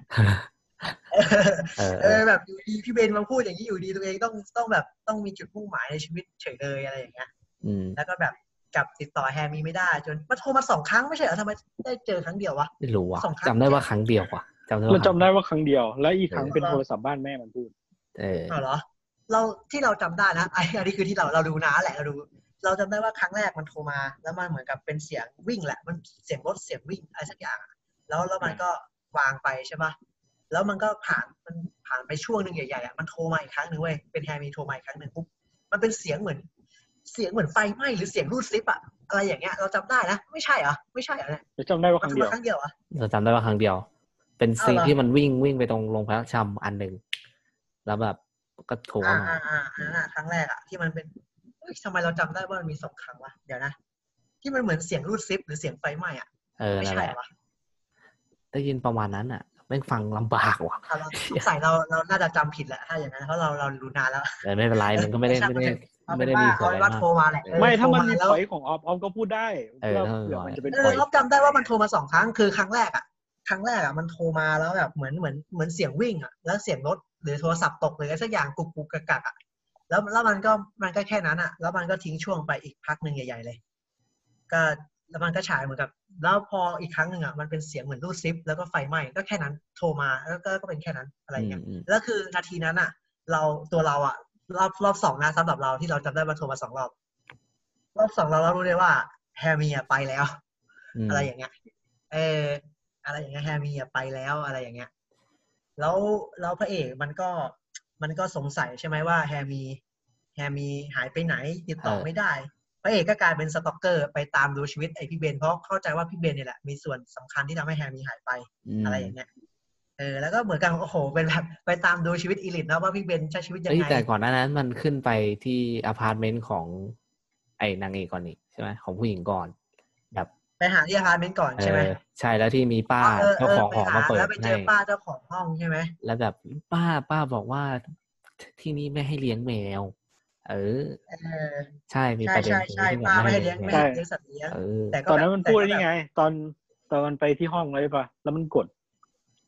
เออแบบอยู่ดีพี่เบนมาพูดอย่างนี้อยู่ดีตัวเองต้องต้องแบบต้องมีจุดมุ่งหมายในชีวิตเฉยเลยอะไรอย่างเงี้ยแล้วก็แบบกับติดต่อแฮมีไม่ได้จนมาโทรมาสองครั้งไม่ใช่เหรอทำไมได้เจอครั้งเดียววะไม่รู้ว่ะจำได้ว่าครั้งเดียวว่ะจำได้เราจำได้ว่าครั้งเดียวและอีกครั้งเป็นโทรศัพท์บ้านแม่มันพูดเออเหรอเราที่เราจำได้นะไอ้อันนี้คือที่เราเราดูนะแหละเราดูเราจำได้ว่าครั้งแรกมันโทรมาแล้วมันเหมือนกับเป็นเสียงวิ่งแหละมันเสียงรถเสียงวิ่งอะไรสักอย่างแล้วแล้วมันก็วางไปใช่ปะแล้วมันก็ผ่านมันผ่านไปช่วงนึงใหญ่ๆอ่ะมันโทรมาอีกครั้งนึงเว้ยเป็นแฮมีโทรมาอีกครั้งนึงปุ๊บมันเป็นเสียงเหมือนเสียงเหมือนไฟไหม้หรือเสียงรูดซิปอะอะไรอย่างเงี้ยเราจำได้นะไม่ใช่เหรอไม่ใช่เหรอเนี่ยเราจำได้ว่าครั้งเดียวครั้งเดียวอะเราจำได้ว่าครั้งเดียวเป็นซีนที่มันวิ่งวิ่งไปตรงโรงพยาบาลชำอันหนึ่งแล้วแบบก็โทรมาอ่าอ่าอ่าครั้งแรกอะที่มันเป็นเฮ้ยทำไมเราจำได้ว่ามันมีสองครั้งวะเดี๋ยวนะที่มันเหมือนเสียงรูดซิปหรือเสียงไฟไหม้อะไม่ใช่วะได้ยินประมาณนั้นอะแม่งฟังลำบากว่ะใส่เราเราน่าจะจำผิดแหละถ้าอย่างนั้นเพราะเราเราดูนานแล้วแต่ไม่เป็นไรมันก็ไม่ได้ไม่ได้ไม่ได้มีผลอะไรมากโทรมาแหละไม่ถ้ามันมีพอยต์ของออฟออฟก็พูดได้เออมันจะเป็นพอยต์ออฟจำได้ว่ามันโทรมาสองครั้งคือครั้งแรกอ่ะครั้งแรกอ่ะมันโทรมาแล้วแบบเหมือนเหมือนเหมือนเสียงวิ่งอ่ะแล้วเสียงรถหรือโทรศัพท์ตกหรืออะไรสักอย่างกุกกุกกักกักอ่ะแล้วแล้วมันก็มันก็แค่นั้นอ่ะแล้วมันก็ทิ้งช่วงไปอีกพักหนึ่งใหญ่ๆเลยก็แล้วมันก็ฉายเหมือนกับแล้วพออีกครั้งหนึ่งอ่ะมันเป็นเสียงเหมือนรูดซิปแล้วก็ไฟไหม้ก็แค่นั้นโทรมาแล้วก็ก็เป็นแค่นั้นอะไรอย่างเงี้ยแล้วคือนาทีนั้นอ่ะเราตัวเราอ่ะรอบรอบสองนะสำหรับเราที่เราจำได้ว่าโทรมาสองรอบรอบสองเราเรารู้เลยว่าแฮมีอ่ะไปแล้วอะไรอย่างเงี้ยเอออะไรอย่างเงี้ยแฮมีอ่ะไปแล้วอะไรอย่างเงี้ยแล้วแล้วพระเอกมันก็มันก็สงสัยใช่ไหมว่าแฮมีแฮมีหายไปไหนติดต่อไม่ได้พระเอกก็กลายเป็นสต็อกเกอร์ไปตามดูชีวิตไอพี่เบนเพราะเข้าใจว่าพี่เบนเนี่ยแหละมีส่วนสำคัญที่ทำให้แฮมีหายไปอะไรอย่างเงี้ยเออแล้วก็เหมือนกันโอ้โหเป็นแบบไปตามดูชีวิตอีลิทนะว่าพี่เบนใช้ชีวิตยังไงแต่ก่อนหน้านั้นมันขึ้นไปที่อพาร์ตเมนต์ของไอ้นางเอกก่อนนี่ใช่ไหมของผู้หญิงก่อนแบบไปหาที่อพาร์ตเมนต์ก่อนใช่ไหมใช่แล้วที่มีป้าเจ้าของหอมาเปิดแล้วไปเจอป้าเจ้าของห้องใช่ไหมแล้วแบบป้าป้าบอกว่าที่นี่ไม่ให้เลี้ยงแมวเออใช่มีประเด็นใช่ป้าไม่ให้เลี้ยงไม่ให้เลี้ยงสัตว์เลี้ยงแต่ตอนนั้นมันพูดได้ยังไงตอนตอนมันไปที่ห้องเลยป่ะแล้วมันกด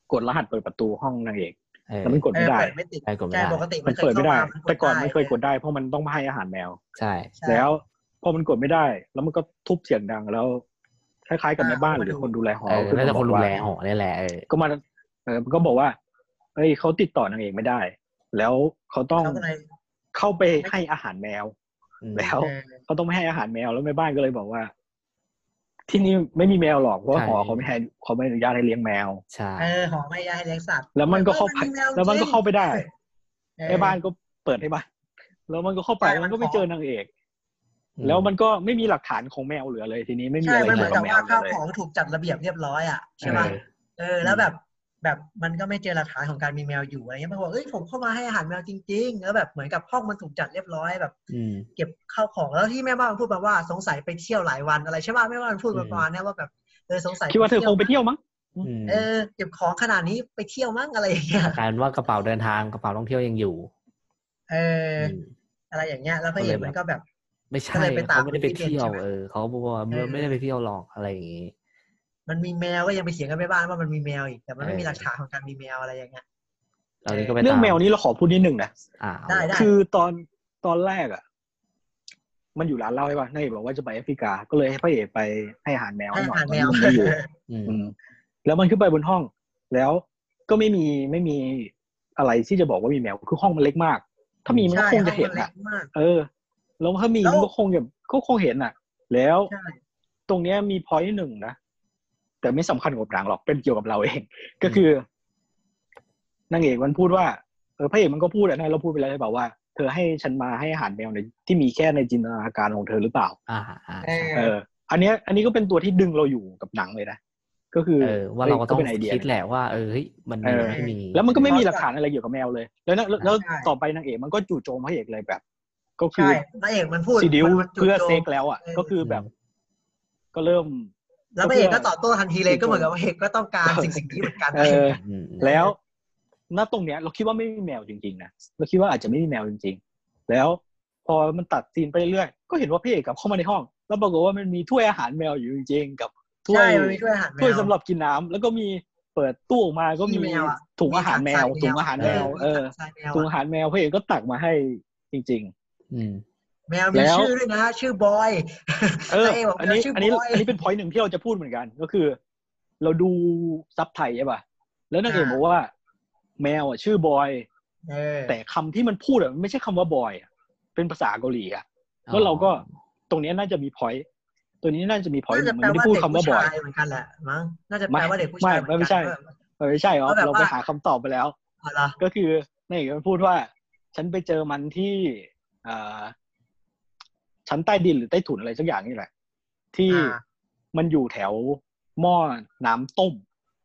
กดรหัสเปิดประตูห้องนางเอกเออแล้วมันกดไม่ได้เออเปิดไม่ติดใช่กดไม่ใช่ได้ปกติมัมัน นเคเปิยดไม่เข้าได้มามันกดแต่ก่อนได้มันเคยกดได้เพราะมันต้องให้อาหารแมวใช่ใช่แล้วพอมันกดไม่ได้ แล้วมันก็ทุบเสียงดังแล้วคล้ายๆกับแม่บ้านหรือคนดูแลหอเออขึ้นน่ามาจะบคอน กดูว่าแลหอนี่แหละเออก็มาเออก็บอกว่าเอ้ยเขาติดต่อนางเอกไม่ได้ แล้วเขาต้องเขาก็เลยเข้าไปให้อาหารแมวอืมแล้วเออเขาต้องไม่ให้อาหารแมวแล้วแม่บ้านก็เลยบอกว่า ที่นี่ไม่มีแมวหรอกเพราะว่าใช่หอเขาไม่ให้เขาไม่อนุญาตให้เลี้ยงแมวใช่เออหอไม่ให้เลี้ยงสัตว์แล้วมันก็เข้าไปออแล้วมันก็เข้าไปได้เออแม่บ้านก็เปิดให้บ้านแล้วมันก็เข้าไปใช่แล้วมันก็มันขอไม่เจอนางเอกอืมแล้วมันก็ไม่มีหลักฐานของแมวเหลือเลยทีนี้ไม่มีใช่อะไรมันเหเกี่มืยอวน กับแมวกับว่าข้าวเลยของถูกจัดระเบียบเรียบร้อยอ่ะใช่ป่ะเออเออ แล้วแบบแบบมันก็ไม่เจอหลักฐานของการมีแมวอยู่อะไรเงี้ยมันบอกเอ้ยผมเข้ามาให้อาหารแมวจริงๆแล้วแบบเหมือนกับห้องมันถูกจัดเรียบร้อยแบบอืมเก็บข้าวของแล้วที่แม่บ้านมันพูดมาว่าสงสัยไปเที่ยวหลายวันอะไรใช่ป่ะแม่บ้านมันพูดมาประมาณเนี้ยว่าแบบเออสงสัยคิดว่าเธอคงไปเที่ยวมั้งอืมเออเก็บของขนาดนี้ไปเที่ยวมั้งอะไรอย่างเงี้ยกลายเป็นว่ากระเป๋าเดินทางกระเป๋าท่องเที่ยวยังอยู่เอออืมอะไรอย่างเงี้ยแล้วพระเอกมันก็แบบไม่ก็ใช่เลยไปตามเขาไม่ได้ไปที่เป็นเที่ยวใช่ไหมเออเขาบอกว่าเออไม่ได้ไปเที่ยวหรอกอะไรอย่างงี้มันมีแมวก็ยังไปเถียงกันแม่บ้านว่ามันมีแมวอีกแต่มันไม่เออมีหลักฐานของการมีแมวอะไรอย่างเงี้ยตอนนี้ก็ไปเรื่องตามแมวนี้เราขอพูดนิดนึงนะอ่าได้ได้คือตอนตอนแรกอ่ะ มันอยู่ร้านเหล้าใช่ป่ะนายเอกบอกว่าจะไปแอฟริกา ก็เลยให้พระเอกไปให้อาหารแมวให้ให้หน่ออ่าย นตอแมนวที่มันไม่อยู่อืมอืมแล้วมันขึ้นไปบนห้อง แล้วก็ไม่มีไม่มีอะไรที่จะบอกว่ามีแมวคือห้องมันเล็กมาก ถ้ามีมันก็ใช่คงห้จะองเห็มัน นเล็อ่ะกมากเออ แล้วถ้ามีแล้วมันก็คงจะก็คงเห็นอ่ะ แล้วใช่ตรงเนี้ยมีพอยต์หนึ่งนะแต่ไม่สำคัญกับหนังหรอกเป็นเกี่ยวกับเราเอง ก็คือนางเอกมันพูดว่าเออพระเอกมันก็พูดอะนะเราพูดไปแล้วใช่ป่าวว่าเธอให้ฉันมาให้อาหารแมวในที่มีแค่ในจินตนาการของเธอหรือเปล่าอ่าอ่าเอใช่อเออ อันเนี้ย อันนี้ก็เป็นตัวที่ดึงเราอยู่กับหนังเลยนะก็คือเออว่าเราก็ต้องเป็นไอเดียคิดแหละว่าเออเฮ้ยมันมีเออไม่มีแล้วมันก็ไม่มีหลักฐานอะไรเกี่ยวกับแมวเลย แล้วนะแล้วแล้วใช่ต่อไปนางเอกมันก็จู่โจมพระเอกเลยแบบ ก็คืใช่อพระเอกมันพูดซีดิวมันมันจู่เพื่อโจมเซ็กแล้วอ่ะเออก็คือแบบ ก็เริ่มแล้วพระเอกก็ตอบโต้ทันทีเลยก็เหมือนกับพระเอกก็ต้องการสิ่งสิ่งนี้เหมือนกันเอออืมแล้วณตรงเนี้ยเราคิดว่าไม่มีแมวจริงๆนะเราคิดว่าอาจจะไม่มีแมวจริงๆแล้วพอมันตัดซีนไปเรื่อยๆก็เห็นว่าพี่เอกกลับเข้ามาในห้องแล้วปรากฏว่ามันมีถ้วยอาหารแมวอยู่จริงๆกับถ้วยใช่มันมีถ้วยอาหารแมวถ้วยสำหรับกินน้ำแล้วก็มีเปิดตู้ออกมาก็มีแมวอะถุงอาหารแมวมีถุถังงอาหารทรแมยวเออมีถังทรายแมวถุงอะอาหารแมวพี่เอกก็ตักมาให้จริงอืมแมวมีแล้วชื่อด้วยนะ ชื่อบอยๆ เออพระกบอกอันนี้ชื่อันนี้บอยอันนี้เป็นพอยต์หนึ่งที่เราจะพูดเหมือนกันก็คือ เราดูซับไทยใช่ป่ะแล้วนางเอกอ่าบอกว่า แมวอ่ะชื่อบอยเออแต่คำที่มันพูดอ่ะมันไม่ใช่คำว่าบอยอ่ะเป็นภาษาเกาหลีอ่ะอ๋อแล้วเราก็ตรงนี้น่าจะมีพอยต์ตัวนี้น่าจะมีพอยต์น่าจะมันแปลไม่ว่าได้พูดเด็กคำว่าผู้บอยชายเหมือนกันแหละมั้งน่าจะไม่แปลว่าเด็กผู้ไม่ชายเหมือนไม่กันใช่ว่าเออไม่ใช่อ๋อเอาแบบเราไปว่าหาคำตอบไปแล้วเอาเหรอก็คือนี่มันพูดว่า ฉันไปเจอมันที่อ่าชั้นใต้ดินหรือใต้ถุนอะไรสักอย่างนี่แหละ ที่อ่ามันอยู่แถวหม้อน้ำต้ม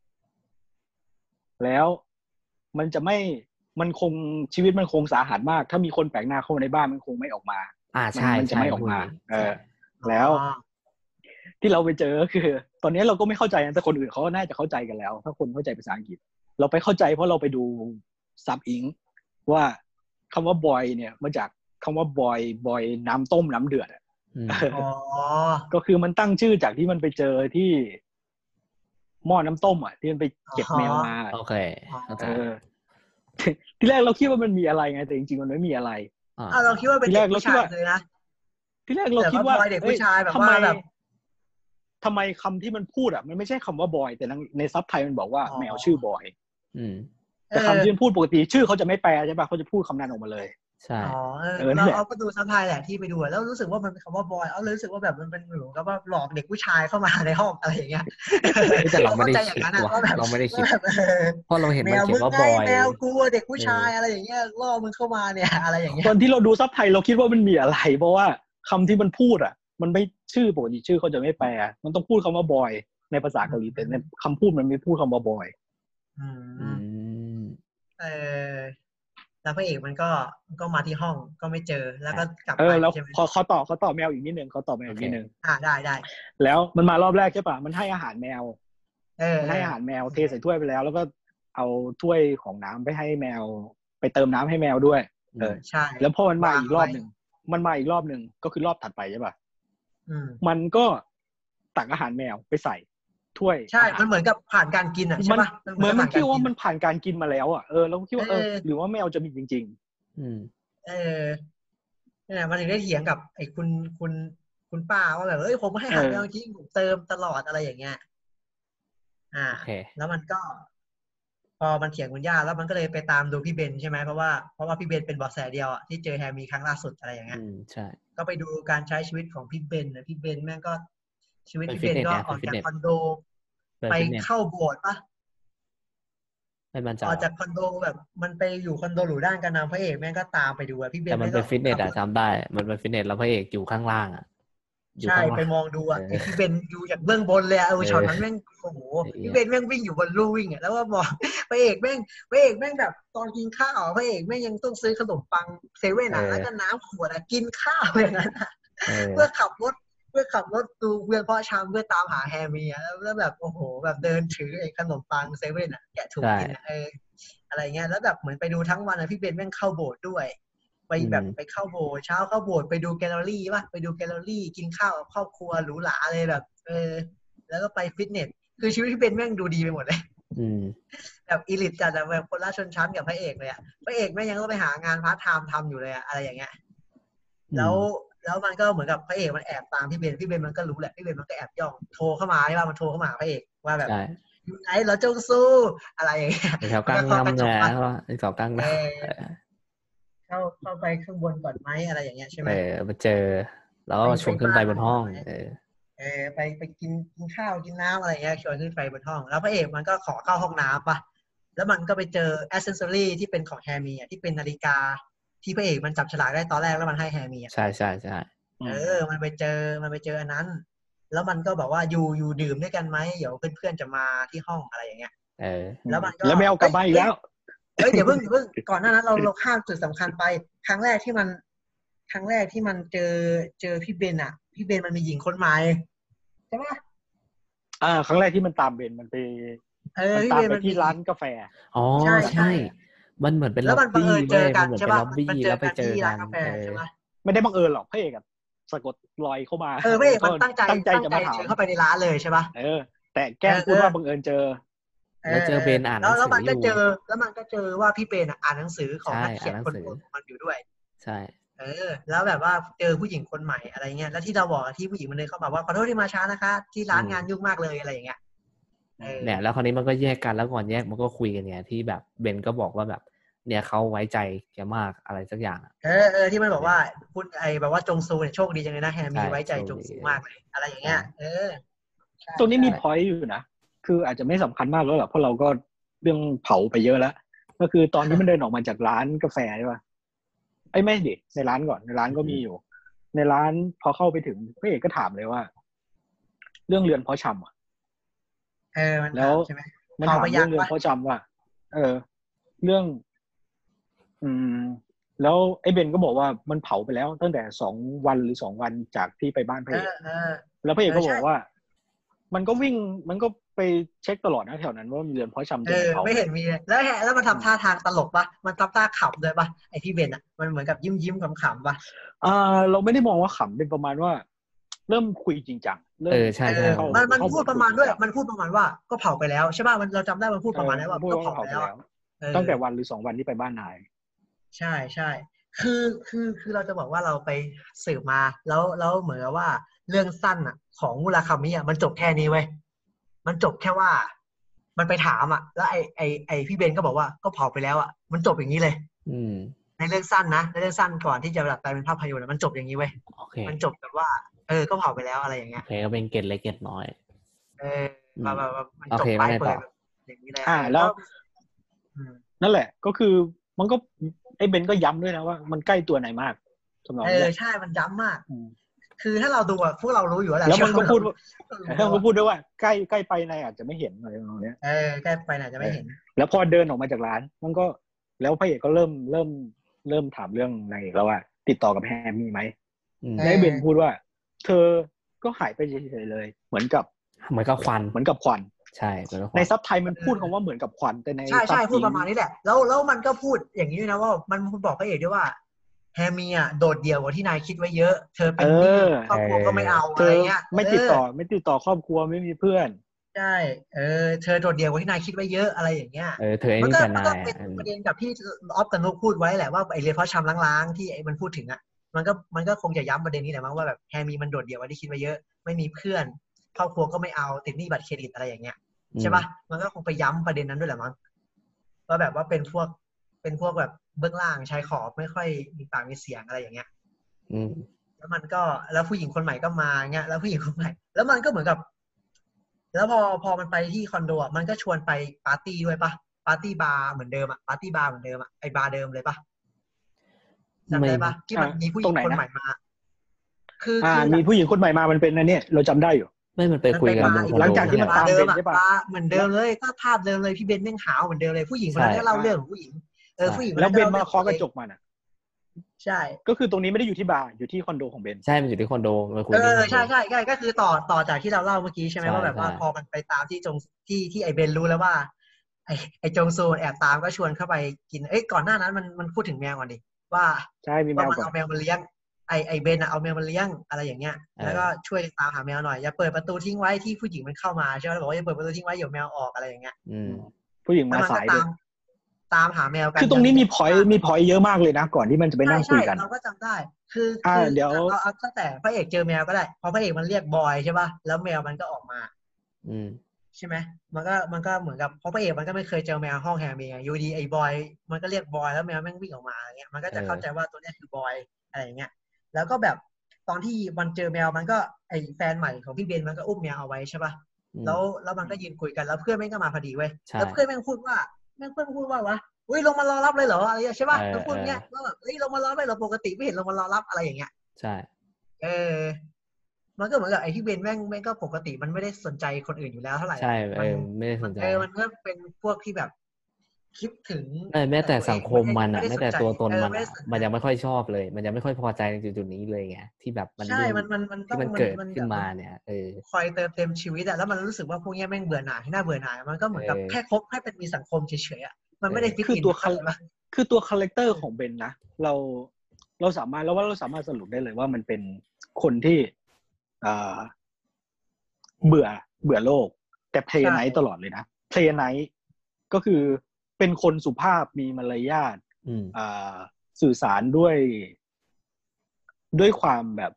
แล้วมันจะไม่มันคงชีวิตมันคงสาหัสมาก ถ้ามีคนแปลกหน้าเข้ามาในบ้านมันคงไม่ออกมาอ่าใช่มันจะใช่ไม่ออกมาพูดเออ แล้วอ๋อที่เราไปเจอก็คือ ตอนนี้เราก็ไม่เข้าใจนะแต่คนอื่นเขาก็น่าจะเข้าใจกันแล้ว ถ้าคนเข้าใจภาษาอังกฤษ เราไปเข้าใจเพราะเราไปดูซับอิงว่าคำว่าบอยเนี่ยมาจากคำว่าบอยบอยน้ำต้มน้ำเดือดอะอืมอ๋อก็คือมันตั้งชื่อจากที่มันไปเจอที่หม้อน้ำต้มอ่ะที่มันไปเก็บแมวมาโอเคเข้าใจเออ ที่แรกเราคิดว่ามันมีอะไรไงแต่จริงๆมันไม่มีอะไรอ่าอ่ะเราคิดว่าเป็นทีเด็แรกกเราผู้คิดชายว่าเลยนะที่แรกเราคิดว่าแต่ว่าบอยเด็กผู้ชายแบบทำว่าไมแบบทำไมคำที่มันพูดอ่ะมันไม่ใช่คำว่าบอยแต่ในซับไทยมันบอกว่าอ๋อแมวชื่อบอยอืมแต่คำที่มันพูดปกติชื่อเขาจะไม่แปลใช่ป่ะเขาจะพูดคำนั้นออกมาเลยใช่อ๋อเออเออนั่นเราแหละเอาก็ดูซับไทยแหละที่ไปดูอะแล้วรู้สึกว่ามันเป็นคำว่าบอยเอาเลยรู้สึกว่าแบบมันเป็นเหมือนกับว่าหลอกเด็กผู้ชายเข้ามาในห้องอะไรอย่างเงี้ยแต่เราไม่ได้เข้ใจอย่างนั้นอะคิดว่ะว่าแบบเราไม่ได้คิดว่าแบบเออเพราะเราเห็นแมมันวเขีมึยนงว่าไงบอยแมวกูเด็กผู้ชายเออออะไรอย่างเงี้ยล่อมึงเข้ามาเนี่ยอะไรอย่างเงี้ยตอนที่เราดูซับไทยเราคิดว่ามันมีอะไร เพราะว่าคำที่มันพูดอ่ะ มันไม่ชื่อปกติชื่อเขาจะไม่แปล มันต้องพูดคำว่าบอยในภาษาเกาหลีแต่ในคำพูดมันไม่พูดคำว่าบอยอือืมมเออแล้วพระเอกมันก็ก็มาที่ห้องก็ไม่เจอแล้วก็กลับเอไปอแล้วใช่ไหมขอขอต่อขอต่อแมวอีกนิดนึงขอต่อแมวอีกนิดนึงอ่าได้ได้แล้วมันมารอบแรกใช่ป่ะมันให้อาหารแมวเออมันให้อาหารแมวเทใส่ถ้วยไปแล้ว แล้วก็เอาถ้วยของน้ำไปให้แมว ไปเติมน้ำให้แมวด้วย เออใช่แล้วพอมันมาอีกรอบวางไว้หนึ่งมันมาอีกรอบหนึ่งก็คือรอบถัดไปใช่ป่ะอืมมันก็ตักอาหารแมวไปใส่ถ้วยใช่มันเหมือนกับผ่านการกินอ่ะใช่ปะเหมือนมันคิดว่ามันผ่านการกินมาแล้วอ่ะเออแล้วคิดว่าเออหรือว่าแมวจะมีจริงๆอืมเออเนี่ยมันถึงได้เถียงกับไอ้คุณคุณคุณป้าว่าแบบเอ้ยผมให้อาหารแมวจริงผมเติมตลอดอะไรอย่างเงี้ยอ่าแล้วมันก็พอมันเถียงคุณย่าแล้วมันก็เลยไปตามดูพี่เบนใช่ไหมเพราะว่าเพราะว่าพี่เบนเป็นเบาะแสเดียวอ่ะที่เจอแฮมีครั้งล่าสุดอะไรอย่างเงี้ยอืมใช่ก็ไปดูการใช้ชีวิตของพี่เบนนะพี่เบนแม่งก็ชีวิตพี่เบนก็ออกจากคอนโดไปเข้าโบสถ์ปะไม่มั่นใจออกจากคอนโดแบบมันไปอยู่คอนโดหรูด้านกันนะพระเอกแม่งก็ตามไปดูอะพี่เบนแต่มันเป็นฟิตเนสอะจำได้มันเป็นฟิตเนสแล้วพระเอกอยู่ข้างล่างอะใช่ไปมองดูอ่ะไอพี่เบนดูจากเบื้องบนเลยอ่ะเออช็อตนั้นแม่งโอ้โหพี่เบนแม่งวิ่งอยู่บนลู่วิ่งอ่ะแล้วก็บอกพระเอกแม่งพระเอกแม่งแบบตอนกินข้าวพระเอกแม่งยังต้องซื้อขนมปังเซเว่นอ่ะแล้วก็น้ำขวดอ่ะกินข้าวอย่างนั้นเพื่อขับรถเพื่อขับรถดูเพื่อนพ่อชามเพื่อตามหาแฮมีอ่ะแล้วแบบโอ้โหแบบเดินถือไอ้ขนมปังเซเว่นอ่ะแกะถุงกินเอออะไรเงี้ยแล้วแบบเหมือนไปดูทั้งวันอ่ะพี่เบนแม่งเข้าโบสถ์ด้วยไปแบบไปเข้าโบสถ์เช้าเข้าโบสถ์ไปดูแกลเลอรี่ป่ะไปดูแกลเลอรี่กินข้าวกับครอบครัวหรูหราเลยแบบเออแล้วก็ไปฟิตเนสคือชีวิตที่เป็นแม่งดูดีไปหมดเลยแบบอีลิทจัดแบบคนละชนชั้นกับพระเอกเลยอะพระเอกแม่งยังต้องไปหางานพาร์ทไทม์ทำอยู่เลยอะอะไรอย่างเงี้ยแล้วแล้วมันก็เหมือนกับพระเอกมันแอบตามพี่เบนพี่เบนมันก็รู้แหละพี่เบนมันก็แอบย่องโทรเข้ามาใช่ป่ะมันโทรเข้ามาพระเอกว่าแบบอยู่ไหนเราจงสู้อะไรอย่างเงี้ยแถวกลางน้ำเนี่ยว่าแถวกลางน้ำเข้าเข้าไปข้างบนก่อนไหมอะไรอย่างเงี้ยใช่ไหมเออมาเจอแล้วชวนขึ้นไปบนห้องเออเออไปไปกินกินข้าวกินน้ำอะไรเงี้ยชวนขึ้นไปบนห้องแล้วพระเอกมันก็ขอเข้าห้องน้ำป่ะแล้วมันก็ไปเจอแอสเซสซอรี่ที่เป็นของแฮมีอ่ะที่เป็นนาฬิกาที่พระเอกมันจับฉลากได้ตอนแรกแล้วมันให้แฮมีอ่ะใช่ใช่ใช่เออมันไปเจอมันไปเจออันนั้นแล้วมันก็บอกว่าอยู่อยู่ดื่มด้วยกันไหมเดี๋ยวเพื่อนๆจะมาที่ห้องอะไรอย่างเงี้ยเออแล้วมันก็แล้วไม่เอากลับมาอีกแล้วเฮ้ยเดี๋ยวเพิ่งเพิ่งก่อนหน้านั้นเราเราข้ามจุดสำคัญไปครั้งแรกที่มันครั้งแรกที่มันเจอเจอพี่เบนอ่ะพี่เบนมันมีหญิงคนใหม่ใช่ไหมอ่าครั้งแรกที่มันตามเบนมันไปมันตามไปที่ร้านกาแฟอ๋อใช่ใช่มันเหมือนเป็นล็อบบี้เว้ยมันเหมือนเป็นล็อบบี้แล้วไปเจอกันไม่ได้บังเอิญหรอกพระเอกอะสะกดรอยเข้ามาเออพระเอกมันตั้งใจตั้งใจจะมาถามเข้าไปในร้านเลยใช่ป่ะเออแต่แกล้งพูดว่าบังเอิญเจอแล้วเจอเบนอ่านหนังสืออยู่แล้วมันก็เจอแล้วมันก็เจอว่าพี่เบนอ่านหนังสือของนักเขียนคนโปรดของมันอยู่ด้วยใช่เออแล้วแบบว่าเจอผู้หญิงคนใหม่อะไรเงี้ยแล้วที่เราบอกที่ผู้หญิงมันเดินเข้ามาว่าขอโทษที่มาช้านะคะที่ร้านงานยุ่งมากเลยอะไรอย่างเงี้ยเนี่ยแล้วคราวนี้มันก็แยกกันแล้วก่อนแยกมันก็คุยกันเนี่ยที่แบบเบนก็บอกว่าแบบเนี่ยเขาไว้ใจแกมากอะไรสักอย่างเออเออที่มันบอกว่าคุณไอแบบว่าจงซูเนี่ยโชคดีจังเลยนะแฮมีไว้ใจจงซูมากเลยอะไรอย่างเงี้ยเออตรงนี้มีพอยต์อยู่นะคืออาจจะไม่สำคัญมากแล้วแหละเพราะเราก็เรื่องเผาไปเยอะแล้วก็คือตอนที่มันเดินออกมาจากร้านกาแฟใช่ป่ะไอ้ไม่ดิในร้านก่อนในร้านก็มีอยู่ในร้านพอเข้าไปถึงพระเอกก็ถามเลยว่าเรื่องเรือนเพาะชำอ่ะเออมันแล้วใช่ไหมมันถามเรื่องเรือนเพาะชำว่าเออเรื่องอืมแล้วไอ้เบนก็บอกว่ามันเผาไปแล้วตั้งแต่สองวันหรือสองวันจากที่ไปบ้านพระเอกแล้วพระเอกก็บอกว่ามันก็วิ่งมันก็ไปเช็คตลอดนะแถวนั้นว่ามีเรือนเพาะชำเออไม่เห็นมีแล้วแล้วมันทำท่าทางตลกปะมันทำท่าขำด้วยปะไอพี่เบนอ่ะมันเหมือนกับยิ้มยิ้มขำขำปะอ่าเราไม่ได้มองว่าขำเป็นประมาณว่าเริ่มคุยจริงจังเออใช่ใช่มันมันพูดประมาณด้วยมันพูดประมาณว่าก็เผาไปแล้วใช่ป่ะมันเราจำได้มันพูดประมาณนั้นว่าก็เผาไปแล้วตั้งแต่วันหรือสองวันที่ไปบ้านนายใช่ใช่คือคือคือเราจะบอกว่าเราไปสืบมาแล้วแล้วเหมือนกับว่าเรื่องสั้นอ่ะของมุราคามิอ่ะมันจบแค่นี้เว้ยมันจบแค่ว่ามันไปถามอ่ะแล้วไอไอไอพี่เบนก็บอกว่าก็เผาไปแล้วอ่ะมันจบอย่างนี้เลยอืมในเรื่องสั้นนะในเรื่องสั้นก่อนที่จะดัดแปลงเป็นภาพยนตร์มันจบอย่างนี้เว้ยมันจบแบบว่าเออก็เผาไปแล้วอะไรอย่างเงี้ยโอเคก็เป็นเกตเล็กเกตน้อยเออแบบแบบมันจบไปเปิดอย่างนี้เลยอ่าแล้วนั่นแหละก็คือมันก็ไอ้เบนก็ย้ำด้วยนะว่ามันใกล้ตัวไหนมากสำหรับเออใช่มันย้ำมากคือถ้าเราดูอ่ะพวกเรารู้อยู่แล้วแล้วมันก็พูดแล้วมันก็พูดด้วยว่าใกล้ใกล้ไปในอาจจะไม่เห็นอะไรประมาณนี้เออใกล้ไปอาจจะไม่เห็นแล้วพอเดินออกมาจากร้านมันก็แล้วพระเอกก็เริ่มเริ่มเริ่มถามเรื่องนางเอกแล้วว่าติดต่อกับแฮมมีไหมแล้วเบนพูดว่าเธอก็หายไปเฉยๆเลยเหมือนกับเหมือนกับควันเหมือนกับควันใช่ในซับไทยมันพูดคำว่าเหมือนกับควันแต่ในใช่ใช่พูดประมาณนี้แหละแล้วแล้วมันก็พูดอย่างนี้ด้วยนะว่ามันบอกพระเอกด้วยว่าแฮมีอ่ะโดดเดี่ยวกว่าที่นายคิดไว้เยอะเธอเป็นหนี้ครอบครัวก็ไม่เอาอะไรเงี้ยไม่ติดต่อไม่ติดต่อครอบครัวไม่มีเพื่อนใช่เออเธอโดดเดี่ยวกว่าที่นายคิดไว้เยอะอะไรอย่างเงี้ยเออเธอไอ้มันนี่ก็กับมันนาก็ยเป็นอ่ะประเด็นกับที่ออฟกับนุกพูดไว้แหละว่าไอเรียนเพราะชำล้างๆที่ไอ้มันพูดถึงอ่ะมันก็มันก็คงจะย้ำประเด็นนี้แหละมั้งว่าแบบแฮมีมันโดดเดี่ยวกว่าที่คิดไว้เยอะไม่มีเพื่อนครอบครัวก็ไม่เอาติดหนี้บัตรเครดิตอะไรอย่างเงี้ยใช่ปะมันก็คงไปย้ำประเด็นนั้นด้วยแหละมั้งว่าแบบว่าเป็นพวกเป็นพวกแบบเบื้องล่างชายขอบไม่ค่อยมีปากมีเสียงอะไรอย่างเงี้ยอืมแล้วมันก็แล้วผู้หญิงคนใหม่ก็มาเงี้ยแล้วผู้หญิงคนใหม่แล้วมันก็เหมือนกับ แล้วพอพอมันไปที่คอนโดอ่ะมันก็ชวนไปปาร์ตี้ด้วยปะปาร์ตี้บาร์เหมือนเดิมอ่ะปาร์ตี้บาร์เหมือนเดิมอ่ะไอบาร์เดิมเลยปะจำได้ปะที่มันมีผู้หญิงคนใหม่มาคืออ่าคือมีผู้หญิงคนใหม่มามันเป็นอันเนี้ยเราจำได้อยู่ไม่มันไปคุยกันบนคอนโดหลังจากที่มันบาร์เดิมอ่ะใช่ปะบาร์เหมือนเดิมเลยก็ภาพเดิมเลยพี่เบนแม่งหาวเหมือนเดิมเลยผู้หญิงคนนั้นก็เล่าเรื่องของผู้หญิงเออผู้หญิงแล้วเบนมาเคาะกระจกมันอ่ะใช่ก็คือตรงนี้ไม่ได้อยู่ที่บาร์อยู่ที่คอนโดของเบนใช่มันอยู่ที่คอนโดมาคุยเอที่คออนโดใช่ใช่ใช่ก็คือต่อต่อจากที่เราเล่าเมื่อกี้ใช่ไหมใช่ว่าแบบว่าใช่พอมันไปตามที่จงที่ที่ไอเบนรู้แล้วว่าไอไอจงซูแอบตามก็ชวนเข้าไปกินเอ้ยก่อนหน้านั้นมันมันพูดถึงแมวก่อนดิว่าใช่มีแมว่าว มันก่อนเอาแมวมาเลี้ยงไอไอเบนอะเอาแมวมาเลี้ยงอะไรอย่างเงี้ยแล้วก็ช่วยตามหาแมวหน่อยอย่าเปิดประตูทิ้งไว้ที่ผู้หญิงมันเข้ามาใช่ไหมบอกว่าอย่าเปิดประตูทิ้งไว้เดี๋ยวแมวออกอะไรอย่างเงี้ยอืมผู้หญิงแล้วมามันสาก็ยด้วตาย มตามหาแมวกันคือตรงนี้มีพอยต์มีพอยต์เยอะมากเลยนะก่อนที่มันจะไปนั่งคุยกันใช่เราก็จำได้คืออ่าคือเดี๋ยวเอาเอาตั้งแต่พระเอกเจอแมวก็ได้พอพระเอกมันเรียกบอยใช่ป่ะแล้วแมวมันก็ออกมาอืมใช่ไหมมันก็มันก็เหมือนกับเพราะพระเอกมันก็ไม่เคยเจอแมวห้องแฮร์มีไงอยู่ดีไอ้บอยมันก็เรียกบอยแล้วแมวแม่งวิ่งออกมาอะไรเงี้ยมันก็จะเข้าใจว่าตัวเนี้ยคือบอยอะไรอย่างเงี้ยแล้วก็แบบตอนที่มันเจอแมวมันก็ไอ้แฟนใหม่ของพี่เบนมันก็อุ้มแมวเอาไว้ใช่ป่ะแล้วแล้วมันก็ยืนคุยกันแล้วเพื่อนแม่งก็มาพอดีเว้ยแล้วเพื่อนแม่งพูดว่าแม่งเพื่อนพูดว่าวะอุ้ยลงมารอรับเลยเหรออะไรอย่างเงี้ยใช่ป่ะแล้วพูดเงี้ยว่าแบบเฮ้ยลงมารอรับเลยเหรอปกติไม่เห็นลงมารอรับอะไรอย่างเงี้ยใช่เออมันก็เหมือนกับไอ้ที่เบนแม่งแม่งก็ปกติมันไม่ได้สนใจคนอื่นอยู่แล้วเท่าไหร่ใช่เอมันอไม่ได้สนใจเออมันก็เป็นพวกที่แบบคิดถึงแม้แต่สังคมมันอ่ะไได้แม้แต่ตัวตนมันไได้อ่ะสใจมันยังไม่ค่อยชอบเลย มันยังไม่ค่อยพอใจในจุดๆนี้เลยไงที่แบบมันใช่มันมันมันต้อที่งมันเกิดมันขึ้นแบบมาเนี่ยเออคอยเติมเต็มชีวิตอะแล้วมันรู้สึกว่าพวกนี้แม่งเบื่อหน่ายที่น่าเบื่อหน่ายมันก็เหมือนกับเออแค่คบให้เป็นมีสังคมเฉยๆอะมันไม่ได้ฟิตคืออินตัวเข้าใจปะคือตัวคาแรคเตอร์ของเบนนะเราเราสามารถแล้วว่าเราสามารถสรุปได้เลยว่ามันเป็นคนที่อ่าเบื่อเบื่อโลกแต่เพลย์ไนท์ตลอดเลยนะเพลย์ไนท์ก็คือเป็นคนสุภาพมีมารยาทอืมอ่าสื่อสารด้วยด้วยความแบบ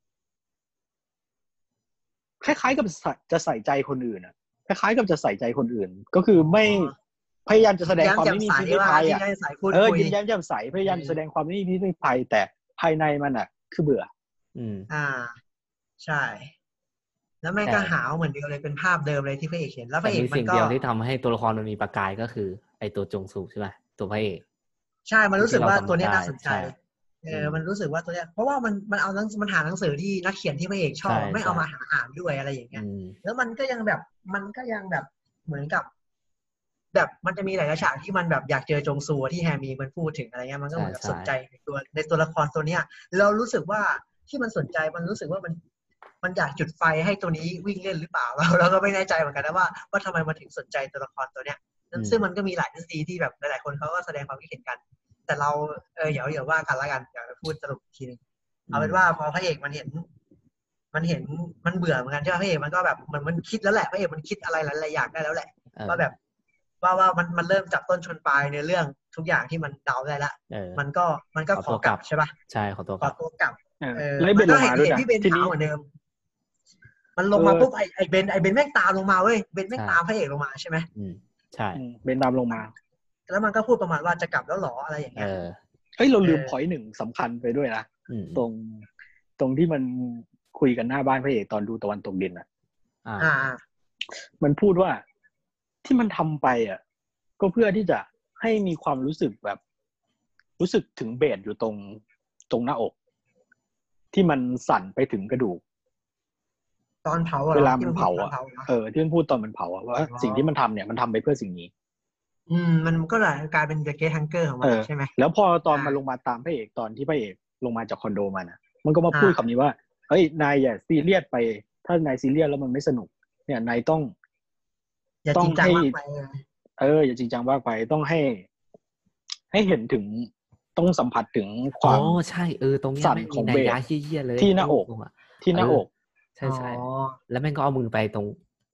คล้ายๆกับจะใส่ใจคนอื่นอ่ะคล้ายๆกับจะใส่ใจคนอื่นก็คือไม่พยายามจะแสดงความไม่มีพิษไม่ภัยอ่ะเออยิ้มแย้มแจ่มใสพยายามแสดงความไม่มีพิษไม่ภัยแต่ภายในมันอ่ะคือเบื่ออืมอ่าใช่แล้วแม่งก็หาวเหมือนเดิมเลยเป็นภาพเดิมเลยที่พระเอกเห็นแล้วพแต่ระเอกมีมันสิ่งก็เดียวที่ทำให้ตัวละครมันมีประกายก็คือ ไอตัวจงซูใช่ไหมตัวพระเอกใช่มันรู้สึกว่าตัวเนี้ยน่าสนใจใช่เออมันรู้สึกว่าตัวเนี้ยเพราะว่ามันมันเอาหนังมันหาหนังสือที่นักเขียนที่พระเอกชอบใช่ไม่เอาใช่มาหาอ่านด้วยอะไรอย่างเงี้ยอืมแล้วมันก็ยังแบบมันก็ยังแบบเหมือนกับ แบบมันจะมีหลายๆฉากที่มันแบบอยากเจอจงซูที่แฮมีมันพูดถึงอะไรเงี้ยมันก็เหมือนกับใช่สนใจในตัวในตัวละครตัวเนี้ยเรารู้สึกว่าที่มันสนใจมันรู้สึกว่ามันมันอยากจุดไฟให้ตัวนี้วิ่งเล่นหรือเปล่า เราเราก็ไม่แน่ใจเหมือนกันนะว่าว่าทำไมมันถึงสนใจตัวละครตัวเนี้ยซึ่งมันก็มีหลายทฤษฎีที่แบบหลายๆคนเขาก็แสดงความคิดเห็นกัน แต่เราเออเดี๋ยวเดี๋ยวว่ากันละกันเดี๋ยวพูดสรุปทีนึงเอาเป็นว่าพอพระเอกมันเห็น มันเห็นมันเบื่อเหมือนกันใช่ไหมพระเอกมันก็แบบมันมันคิดแล้วแหละพระเอกมันคิดอะไรหลายๆอย่างได้แล้วแหละว่าแบบว่าว่ามันมันเริ่มจับต้นชนปลายในเรื่องทุกอย่างที่มันเดาได้ละมันก็มันก็ขอกลับใช่ป่ะใช่ขอตัวขอตัวกลับเออแล้วเบนลงมาด้วยนะที่เบนขาวเหมือนเดิมมันลงมาปุ๊บไอไอเบนไอเบนแม่งตามลงมาเว้ยเบนแม่งตามพระเอกลงมาใช่ไหมอืมใช่เบนตามลงมาแล้วมันก็พูดประมาณว่าจะกลับแล้วหรออะไรอย่างเงี้ยเฮ้ยเราลืมพอยต์หนึ่งสำคัญไปด้วยนะตรงตรงที่มันคุยกันหน้าบ้านพระเอกตอนดูตะวันตกดินอ่ะอ่ามันพูดว่าที่มันทำไปอ่ะก็เพื่อที่จะให้มีความรู้สึกแบบรู้สึกถึงเบสอยู่ตรงตรงหน้าอกที่มันสั่นไปถึงกระดูกตอนเผาเวลามันเผาอ่ะเออที่มันพูดตอนมันเผาอ่ะว่าสิ่งที่มันทำเนี่ยมันทำไปเพื่อสิ่งนี้อืมมันก็เลยกลายเป็นเดอะเกทฮังเกอร์ของมันใช่ไหมแล้วพอตอนมันลงมาตามพระเอกตอนที่พระเอกลงมาจากคอนโดมานะมันก็มาพูดคำนี้ว่าเฮ้ยนายอย่าซีเรียสไปถ้านายซีเรียสแล้วมันไม่สนุกเนี่ยนายต้องต้องให้เอออย่าจริงจังมากไปต้องให้ให้เห็นถึงต้องสัมผัสถึงความอ๋อใช่เออตรงนี้สั่นของเบสเหี้ยๆเลยที่หน้าอกที่หน้าอกใช่ใช่แล้วแม่งก็เอามือไปตรงไอ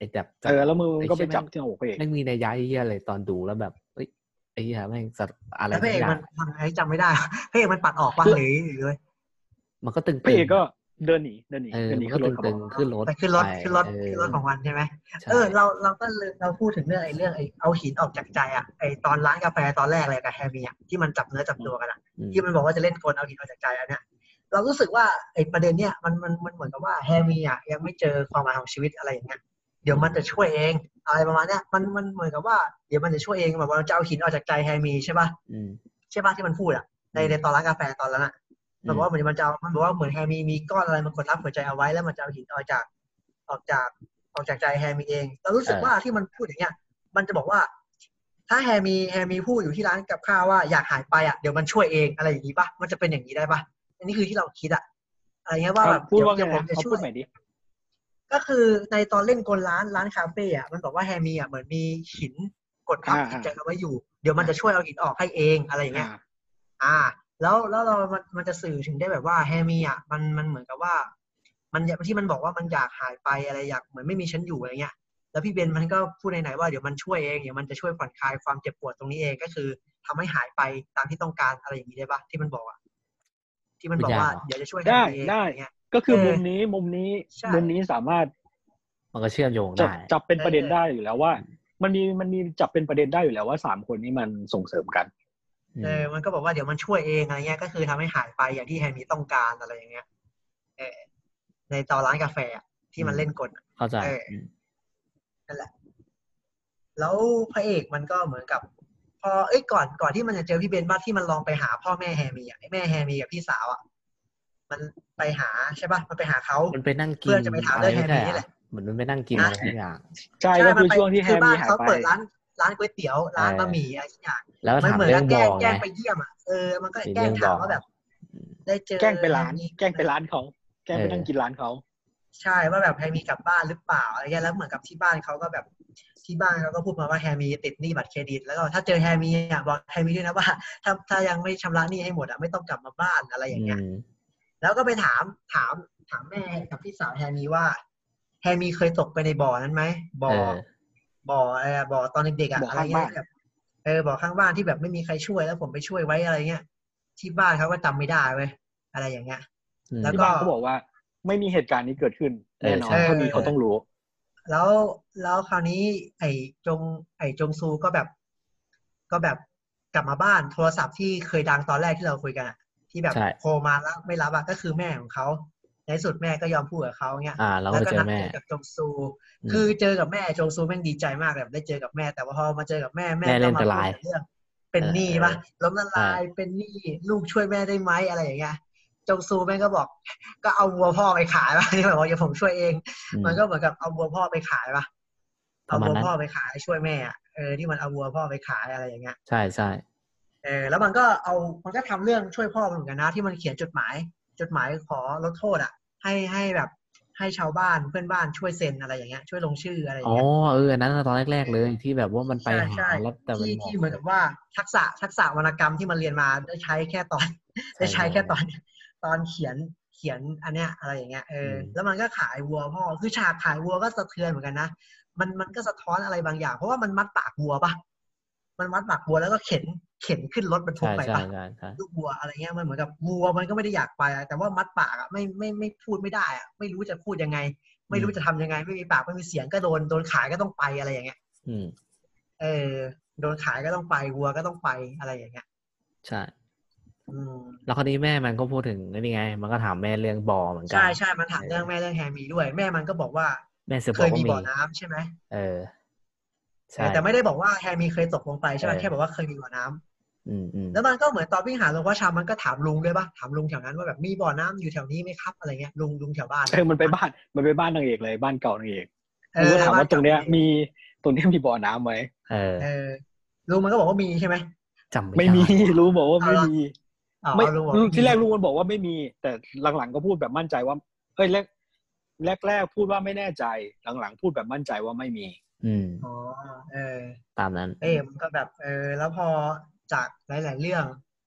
อ้แบบเออแล้วมือมันก็ไปจับที่อกเองไม่มีนัยยะเหี้ยอะไรตอนดูแล้วแบบเอ้ยไอ้เหี้ยแม่งสัตว์อะไรแล้วพระเอกมันทำไงจำไม่ได้พระเอกมันปัดออกป่ะหรือหรือมันก็ตึงๆพระเอกก็เดินหนีเดินหนีเออเดินหนีมันก็ขึ้นรถตึงๆขึ้นรถไปขึ้นรถไปขึ้นรถเออขึ้นรถของมันใช่ไหมใช่เออเราเราก็เลยเราพูดถึงเรื่องไอ้เรื่องไอ้เอาหินออกจากใจอ่ะไอ้ตอนร้านกาแฟตอนแรกเลยกับแฮมี่อ่ะที่มันจับเนื้อจับตัวกันอ่ะอืมที่มันบอกว่าจะเล่นกลเอาหินออกจากใจอันเนี้ยเรารู้สึกว่าไอ้ประเด็นเนี้ยมันมันมันเหมือนกับว่าแฮมี่อ่ะยังไม่เจอความหมายของชีวิตอะไรอย่างเงี้ยเดี๋ยวมันจะช่วยเองอะไรประมาณเนี้ยมันมันเหมือนกับว่าเดี๋ยวมันจะช่วยเองแบบว่าเราจะเอาหินออกจากใจแฮมี่ใช่ป่ะอืมใช่ป่ะที่มันพูดอ่ะในในตอนร้านกาแฟตอนนั้นอ่ะมันบอกว่าเหมือนมันจะมันบอกว่าเหมือนแฮมี่มีก้อนอะไรมันกดทับหัวใจเอาไว้แล้วมันจะเอาหินออกจากออกจากออกจากใจแฮมี่เองเรารู้สึกว่าที่มันพูดอย่างเงี้ยมันจะบอกว่าถ้าแฮมี่แฮมี่พูดอยู่ที่ร้านกับข้าวว่าอยากหายไปอ่ะเดี๋ยวมันช่วยเองอะไรอย่างนี้ป่ะมันจะเป็นอย่างนี้ได้ป่ะอันนี้คือที่เราคิดอ่ะอะไรเงี้ยว่าแบบพูดว่าไงเดี๋ยวผมจะเขาช่พูวดยใหม่ดิก็คือในตอนเล่นกลร้านร้านคาเฟ่อ่ะมันบอกว่าแฮมี่อ่ะเหมือนมีหินกดทับจิตใจเอาไว้อยู่เดี๋ยวมันจะช่วยเอาหินออกให้เองอะไรอย่างเงี้ย อ่าแล้วแล้วเรามันมันจะสื่อถึงได้แบบว่าแฮมี่อ่ะมันมันเหมือนกับว่ามันที่มันบอกว่ามันอยากหายไปอะไรอยากเหมือนไม่มีฉันอยู่อะไรเงี้ยแล้วพี่เบนมันก็พูดไหนๆว่าเดี๋ยวมันช่วยเองเดี๋ยวมันจะช่วยผ่อนคลายความเจ็บปวดตรงนี้เองก็คือทำให้หายไปตามที่ต้องการอะไรอย่างนี้ได้ปะที่มันบอกอ่ะที่มันบอกว่าเดี๋ยวจะช่วยแฮได้มี่เองได้อะไรเงี้ยก็คือเออมุมนี้มุมนี้ใช่มุมนี้สามารถมันก็เชื่อมโยงจับได้จับเป็นประเด็นได้อยู่แล้วว่า มันมีมันมีจับเป็นประเด็นได้อยู่แล้วว่าสามคนนี้มันส่งเสริมกันเออมันก็บอกว่าเดี๋ยวมันช่วยเองอะไรเงี้ยก็คือทำให้หายไปอย่างที่แฮมี่ต้องการอะไรอย่างเงี้ยเออในตอนร้านกาแฟที่มันเล่นกลเข้าใจเออ นั่นแหละแล้วพระเอกมันก็เหมือนกับ พอเอ้ยก่อนก่อนที่มันจะเจอพี่เบนบ้าที่มันลองไปหาพ่อแม่แฮมี่อ่ะไอ้แม่แฮมี่กับพี่สาวอ่ะมันไปหาใช่ป่ะมันไปหาเขามันไปนั่งกินเพื่อจะไปถามเรื่องแฮมี่ะนี่แหละเหมือนมันไปนั่งกินอะไรทุกอย่างใช่ก็คือช่วงที่แฮคือบ้ามี่นหายเขาไปเปิดร้านร้านก๋วยเตี๋ยวร้านเออบะหมี่อะไรทุกอย่างแล้วก็มันถามเหมือนเรื่กัอบ งแกบล้องแกล้งไงไปเยี่ยมอ่ะเออมันก็มีแกล้เรื่อง งถามบอกว่าแบบ ได้เจอแกล้งไปร้านแฮมี่แกล้งไปร้านเขาแกล้งไปนั่งกินร้านเขาใช่ว่าแบบแฮมี่กลับบ้านหรือเปล่าอะไรเงี้ยแล้วเหมือนกับที่บ้านเขาก็แบบที่บ้านเขาก็พูดมาว่าแฮมี่ติดหนี้บัตรเครดิตแล้วก็ถ้าเจอแฮมี่อ่ะบอกแฮมี่ด้วยนะว่าถ้าถ้ายังไม่ชำระหนี้ให้หมดอ่ะไม่ต้องกลับมาบ้านอะไรอย่างเงี้ยอืมแล้วก็ไปถามถามถามแม่กับพี่สาวแฮมี่ว่าแฮมี่เคยตกไปในบ่อนั้นไหมบ่อเออบ่ออะไรอะบ่อตอนเด็กๆอะบ่ออะไรข้างเงี้บ้าย นแบบเออบ่อข้างบ้านที่แบบไม่มีใครช่วยแล้วผมไปช่วยไว้อะไรเงี้ยที่บ้านเขาก็จำไม่ได้เว้ยอะไรอย่างเงี้ยอืมแล้วที่ก็บ้านเขาบอกว่าไม่มีเหตุการณ์นี้เกิดขึ้นแน่นอนเออใช่ถ้ามีเขาต้องรู้แล้วแล้วคราวนี้ไอ้จงไอ้จงซูก็แบบ ก็แบบกลับมาบ้านโทรศัพท์ที่เคยดังตอนแรกที่เราคุยกันอะที่แบบใช่โทรมาแล้วไม่รับอะก็คือแม่ของเขาในที่สุดแม่ก็ยอมพูดกับเขาเงี้ยอ่าเราแล้วก็ก็เจอนัดแม่เจอกับจงซูอืมคือเจอกับแม่จงซูแม่งดีใจมากแบบได้เจอกับแม่ แต่ว่าพอมาเจอกับแม่แม่แม่เล่ก็นมาแต่พูไลดน์แต่เรื่อง เป็นหนี้เออปะล้มละลายใช่เป็นหนี้ลูกช่วยแม่ได้ไหมอะไรอย่างเงี้ยจงซูแม่งก็บอก ก็เอาวัวพ่อไปขายปะ ที่แบบว่าเดี๋ยวผมช่วยเองอืมมันก็เหมือนกับเอาวัวพ่อไปขายปะปเอาระมาณวัวนั้นพ่อไปขายช่วยแม่อะเออที่มันเอาวัวพ่อไปขายอะไรอย่างเงี้ยใช่ใช่เออแล้วมันก็เอามันก็ทำเรื่องช่วยพ่อมันเหมือนกันนะที่มันเขียนจดหมายจดหมายขอลดโทษอ่ะ ให้ให้แบบให้ชาวบ้านเพื่อนบ้านช่วยเซ็นอะไรอย่างเงี้ยช่วยลงชื่ออะไรอย่าอ๋งอเงี้ยเอออันนั้นน่ะตอนแรกๆเลยที่แบบว่ามันไปใช่หาใช่แล้วแต่มันที่บอกที่เหมือนกับว่าทักษะทักษะวรรณกรรมที่มันเรียนมาได้ใช้แค่ตอนใช่ได้ใช้ใช่แค่ตอนตอนเขียนเขียนอันเนี้ยอะไรอย่างเงี้ยเอออมแล้วมันก็ขายวัวพ่อคือฉากขายวัวก็สะเทือนเหมือนกันนะมันมันก็สะท้อนอะไรบางอย่างเพราะว่ามันมัดปากวัวปะมันมัดปากวัวแล้วก็เข็นเข็นขึ้นรถบรรทุกใช่ไปใช่ปะใช่ใช่ลูกวัวอะไรเงี้ยมันเหมือนกับวัวมันก็ไม่ได้อยากไปอะแต่ว่ามัดปากอ่ะไม่ไม่ไม่พูดไม่ได้อ่ะไม่รู้จะพูดยังไง ไม่รู้จะทำยังไงไม่มีปากไม่มีเสียงก็โดนโดนขายก็ต้องไปอะไรอย่างเงี้ยอืมเออโดนขายก็ต้องไปวัวก็ต้องไปอะไรอย่างเงี้ยใช่อืมแล้วคราวนี้แม่มันก็พูดถึงนี่ไง มันก็ถามแม่เรื่องบอเหมือนกันใช่ใช่มันถามเรื่องแม่เรื่องแฮมีด้วย แม่มันก็บอกว่าแม่เสือเคบอกยว่ามีมีบ่อน้ำใช่ไหมเออเอใช่อแต่ไม่ได้บอกว่าแฮมีเคยตกลงไปใช่ไหมเออแค่บอกว่าเคยมีบ่อน้ำอืมอืมแล้วมันก็เหมือนตอนวิ่งหาหลวงพ่อชามันก็ถามลุงด้วยปะถามลุงแถวนั้นว่าแบบมีบ่อน้ำอยู่แถวนี้ไหมครับอะไรเงี้ยลุงลุงแถวบ้านเออมันไปบ้านมันไปบ้านนางเอกเลยบ้านเก่านางเอกเอมันอก็ถามบ้ว่าตรงเนี้ยก่มีตรงเนี้ยมีบ่อน้ำไหมเออเออลุงมันก็บอกว่ามีใช่ไหมจำไม่ไม่มีได้รู้บอกว่าไม่เอาเหรอมีอ๋อไม่ลุงบอกรู้ไม่มีที่แรกลุงมันบอกว่าไม่มี แต่หลังๆก็พูดแบบมั่นใจว่าเอ้ยแรกแรกแรกพูดว่าไม่แน่ใจหลังๆพูดแบบมั่นใจว่าไม่มีอืมอ๋อเออตามนั้นเอ้มันก็แบบเออแล้วพอจากหลายๆเรื่อง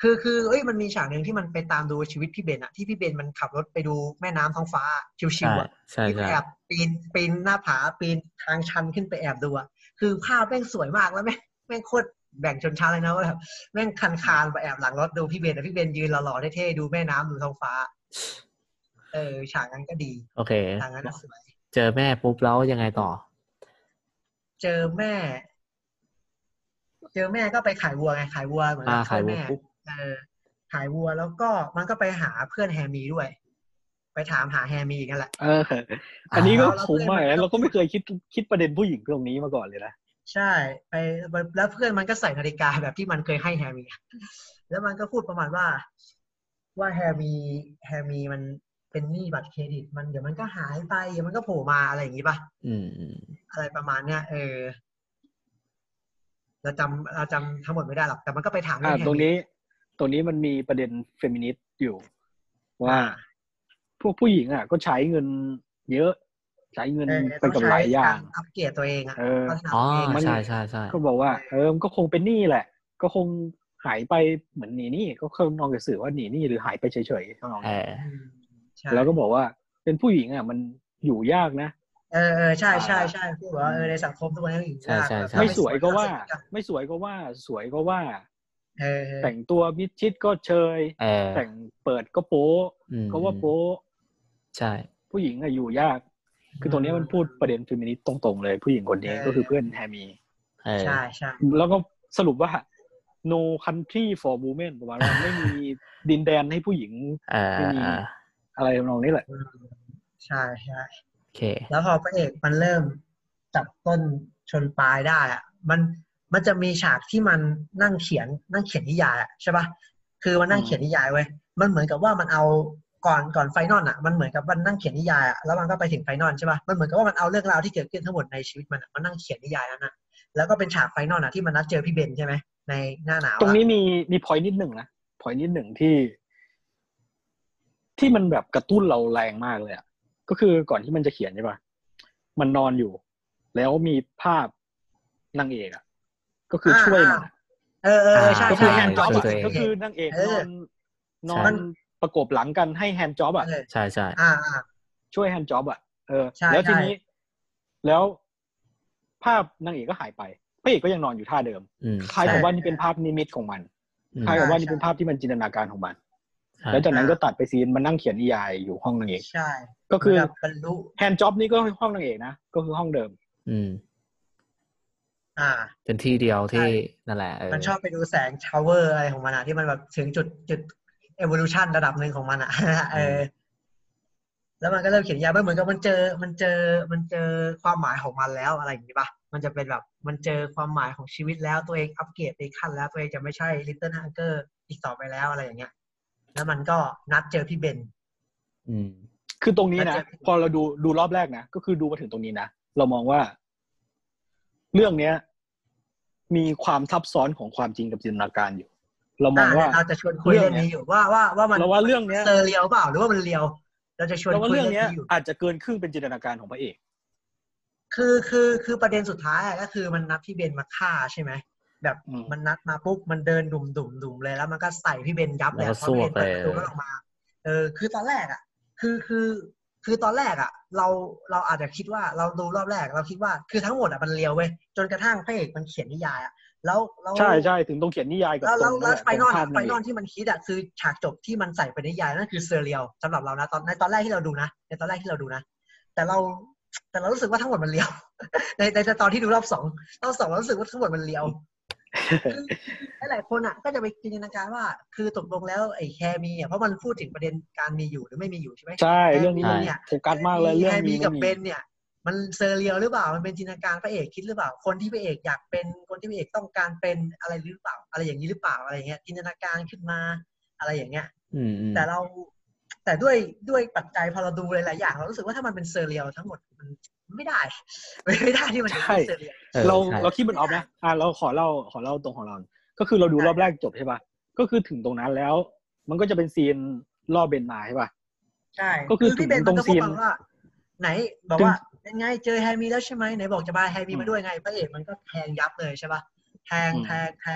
คือคือเอ้ยมันมีฉากหนึ่งที่มันไปตามดูชีวิตพี่เบนอะที่พี่เบนมันขับรถไปดูแม่น้ำท้องฟ้าชิวๆอะใช่ใช่ที่แอบปีนปีนหน้าผาปีนทางชันขึ้นไปแอบดูอะคือภาพแม่งสวยมากแล้วแม่งแม่งโคตรแบ่งชนชั้นเลยนะว่าแบบแม่งคันคานไปแอบหลังรถดูพี่เบนแต่พี่เบนยืนหล่อๆเท่ๆดูแม่น้ำดูท้องฟ้าเออฉากนั้นก็ดีโอเคฉากนั้นก็สวยเจอแม่ปุ๊บแล้วยังไงต่อเจอแม่ เจอแม่ก็ไปขายวัวไงขายวัวเหมือนอ่ากับช่วยขายวัวแม่ปุ๊บเออขายวัวแล้วก็มันก็ไปหาเพื่อนแฮมีด้วย ไปถามหาแฮมีกันแหละเอออันนี้ก็แล้วคุ้มมากแล้วนะเพื่อนมันก็เราก็ไม่เคยคิดคิดประเด็นผู้หญิงตรงนี้มาก่อนเลยนะใช่ไปแล้วเพื่อนมันก็ใส่นาฬิกาแบบที่มันเคยให้แฮมีแล้วมันก็พูดประมาณว่า ว่าแฮมีแฮมีมันเป็นหนี้บัตรเครดิต มันเดี๋ยวมันก็หายไปเดี๋ยวมันก็โผล่มาอะไรอย่างนี้ป่ะอืมอืมอะไรประมาณเนี้ยเออเราจำเราจำทั้งหมดไม่ได้หรอกแต่มันก็ไปถามอ่าเรื่องแฮตรงมีนี้ตรงนี้มันมีประเด็นเฟมินิสต์อยู่ ว่าอ่าพวกผู้หญิงอ่ะ ก็ใช้เงินเยอะ ใช้เงินเออไปกับหลายอย่างต้องใช้การอัปเกรดตัวเองอ่ะเออพัฒนาอ๋อตัวเองใช่ใช่ใช่ก็บอกว่า เออมันก็คงเป็นหนี้แหละ ก็คงหายไปเหมือนหนีหนี้ก็คงนองกับสื่อว่าหนีหนี้หรือหายไปเฉยๆน้องเอออืมใช่แล้วก็บอกว่าเป็นผู้หญิงอ่ะ มันอยู่ยากนะเออเออใช่ใช่ใช่พูดว่าเออในสังคมทุกวันนี้อยู่ยากใช่แบบใช่ไม่ถ้าสวยก็ว่าเสร็จไม่สวยก็ว่า สวยก็ว่าเออแต่งตัวมิดชิดก็เชยเออแต่งเปิดก็โป๊อืมก็ว่าโป๊ใช่ผู้หญิงอะอยู่ยาก คือตรงนี้มันพูดประเด็นเฟมินิสต์ตรงๆเลย ผู้หญิงคนนี้ก็คือเพื่อนแฮมีเออใช่ใช่แล้วก็สรุปว่า no country for women ประมาณว่าไม่มีดินแดนให้ผู้หญิงเออไม่มีเอออะไรทำนองนี้แหละอืมใช่ใช่โอเคแล้วพอพระเอกมันเริ่มจับต้นชนปลายได้อะมันมันจะมีฉากที่มันนั่งเขียนนั่งเขียนนิยายอะใช่ปะคือมันนั่งเขียนนิยายไว้ยมันเหมือนกับว่ามันเอาก่อนก่อนไฟนอลอ่ะมันเหมือนกับมันนั่งเขียนนิยายอ่ะแล้วมันก็ไปถึงไฟนอลใช่ปะมันเหมือนกับว่ามันเอาเรื่องราวที่เกิดขึ้นทั้งหมดในชีวิตมันอะมันนั่งเขียนนิยายนั้นนะแล้วก็เป็นฉากไฟนอลอ่ะที่มันนัดเจอพี่เบนใช่ไหมในหน้าหนาวอะตรงนี้มีมีพอยต์นิดหนึ่งนะพอยต์นิดหนึ่งที่ ที่มันแบบกระตุ้นเราแรงมากเลยอ่ะก็คือก่อนที่มันจะเขียนใช่ปะมันนอนอยู่ แล้วมีภาพนางเอกอ่ะก็คือช่วยมันอะเออเออเออใช่ก็คืใช่อแฮนด์จ็อบช่วยตัวเองก็คือนางเอกเอน ออนนอนประกบหลังกันให้แฮนด์จ็อบอ่ะเออใช่ใช่อ่าอ่าช่วยแฮนด์จ็อบอ่ะเออใช่แล้วทีใช่นี้ แล้วภาพนางเอกก็หายไปพระเอกก็ยังนอนอยู่ท่าเดิมอืมคล้ายกับใช่ว่านี่เป็นภาพนิมิตของมันอืมคล้ายกับว่าใช่นี่เป็นภาพที่มันจินตนาการของมันใช่แล้วจากนั้นก็ตัดไปซีนมันนั่งเขียนนิยายอยู่ห้องนางเอกใช่ก็คือเหมืนกับบรรลุแฮนด์จ็อบนี่ก็ห้องนางเอกนะก็คือห้องเดิมอืมอ่าเป็นที่เดียวที่ใช่นั่นแหละเออมันชอบไปดูแสงชาวเวอร์อะไรของมันอะที่มันแบบถึงจุดจุด evolution ระดับหนึ่งของมันอะ เออ แล้วมันก็เริ่มเขียนยาเหมือนกับมันเจอมันเจอมันเจอความหมายของมันแล้วอะไรอย่างนี้ป่ะมันจะเป็นแบบมันเจอความหมายของชีวิตแล้วตัวเองอัปเกรดไปขั้นแล้วตัวเองจะไม่ใช่ Little Hunter อีกต่อไปแล้วอะไรอย่างเงี้ย แล้วมันก็นัดเจอพี่เบนอืมคือตรงนี้แล้วนะจะพอเราดูดูรอบแรกนะก็คือดูมาถึงตรงนี้นะเรามองว่า เรื่องเนี้ย มีความซับซ้อนของความจริงกับจินตนาการอยู่ เรามองว่าเราจะชวนคุยเรื่องนี้อยู่ว่าว่าว่ามันเราว่าเรื่องเนี้ยเซอร์เรียลเปล่าหรือว่ามันเรียวเราจะชวนเราว่าคุยเรื่องเรื่องเนี้ยนี้อยู่อาจจะเกินครึ่งเป็นจินตนาการของพระเอกคือคือคือประเด็นสุดท้ายอะก็คือมันนัดพี่เบนมาฆ่าใช่ไหมแบบอืมมันนัดมาปุ๊บมันเดินดุ่มดุ่มดุ่มเลยแล้วมันก็ใส่พี่เบนยับเลยแล้วก็เพราะพี่เบนเปิดสู้ไปประตูก็ออกมาเออคือตอนแรกอ่ะ คือคือคือตอนแรกอ่ะ เราเราอาจจะคิดว่าเราดูรอบแรกเราคิดว่าคือทั้งหมดอ่ะมันเลียวเว้ยจนกระทั่งพระเอกมันเขียนนิยายอ่ะแล้วแล้วใช่ใช่ถึงต้องเขียนนิยายกับแล้วตแล้รวงแล้วแหละไฟนอลตรงภาพไฟนางนอลเอกที่มันคิดอ่ะคือฉากจบที่มันใส่ไปในนิยายนั่นคือเซอร์เรียลสำหรับเรานะตอนในตอนแรกที่เราดูนะในตอนแรกที่เราดูนะแต่เราแต่เรารู้สึกว่าทั้งหมดมันเลียว ในในตอนที่ดูรอบสองรอบสองเรารู้สึกว่าทั้งหมดมันเลียว คือหลายคนอ่ะก็จะไปจินตนาการว่าคือตกลงแล้วไอ้แคมีอ่ะเพราะมันพูดถึงประเด็นการมีอยู่หรือไม่มีอยู่ใช่ไหมใช่เรื่องนี้แคมันเนี่ยโฟกัสมากเลยเรื่องแคมีนี้กับไม่เบมีนเนี่ยมันเซอร์เรียลหรือเปล่ามันเป็นจินตนาการพระเอกคิดหรือเปล่าคนที่พระเอกอยากเป็นคนที่พระเอกต้องการเป็นอะไรหรือเปล่าอะไรอย่างนี้หรือเปล่าอะไรอย่างเงี้ยจินตนาการขึ้นมาอะไรอย่างเงี้ยอืมอืมแต่เราแต่ด้วยด้วยปัจจัยพอเราดูหลายๆอย่างเรารู้สึกว่าถ้ามันเป็นเซอร์เรียลทั้งหมดมันไม่ได้ ไม่ได้ที่มันจะเป็นเซอร์เรียลออเราใช่เราคิดมันออฟนะอ่ะเราขอเล่าขอเล่าตรงของเรา ก็คือเราดูใช่รอบแรกจบใช่ป่ะก็คือถึงตรงนั้นแล้ว มันก็จะเป็นซีนล่อเบนมาใช่ป่ะใช่ก็คือพี่เบนถึงตมันรงก็พูดซีนมาว่า ไหนบอกว่ายังไงเจอแฮร์มีแล้วใช่ไหมไหนบอกจะพาแฮร์มีมาด้วยไงพระเอกมันก็แทงยับเลยใช่ป่ะแทงอืมแทงแทง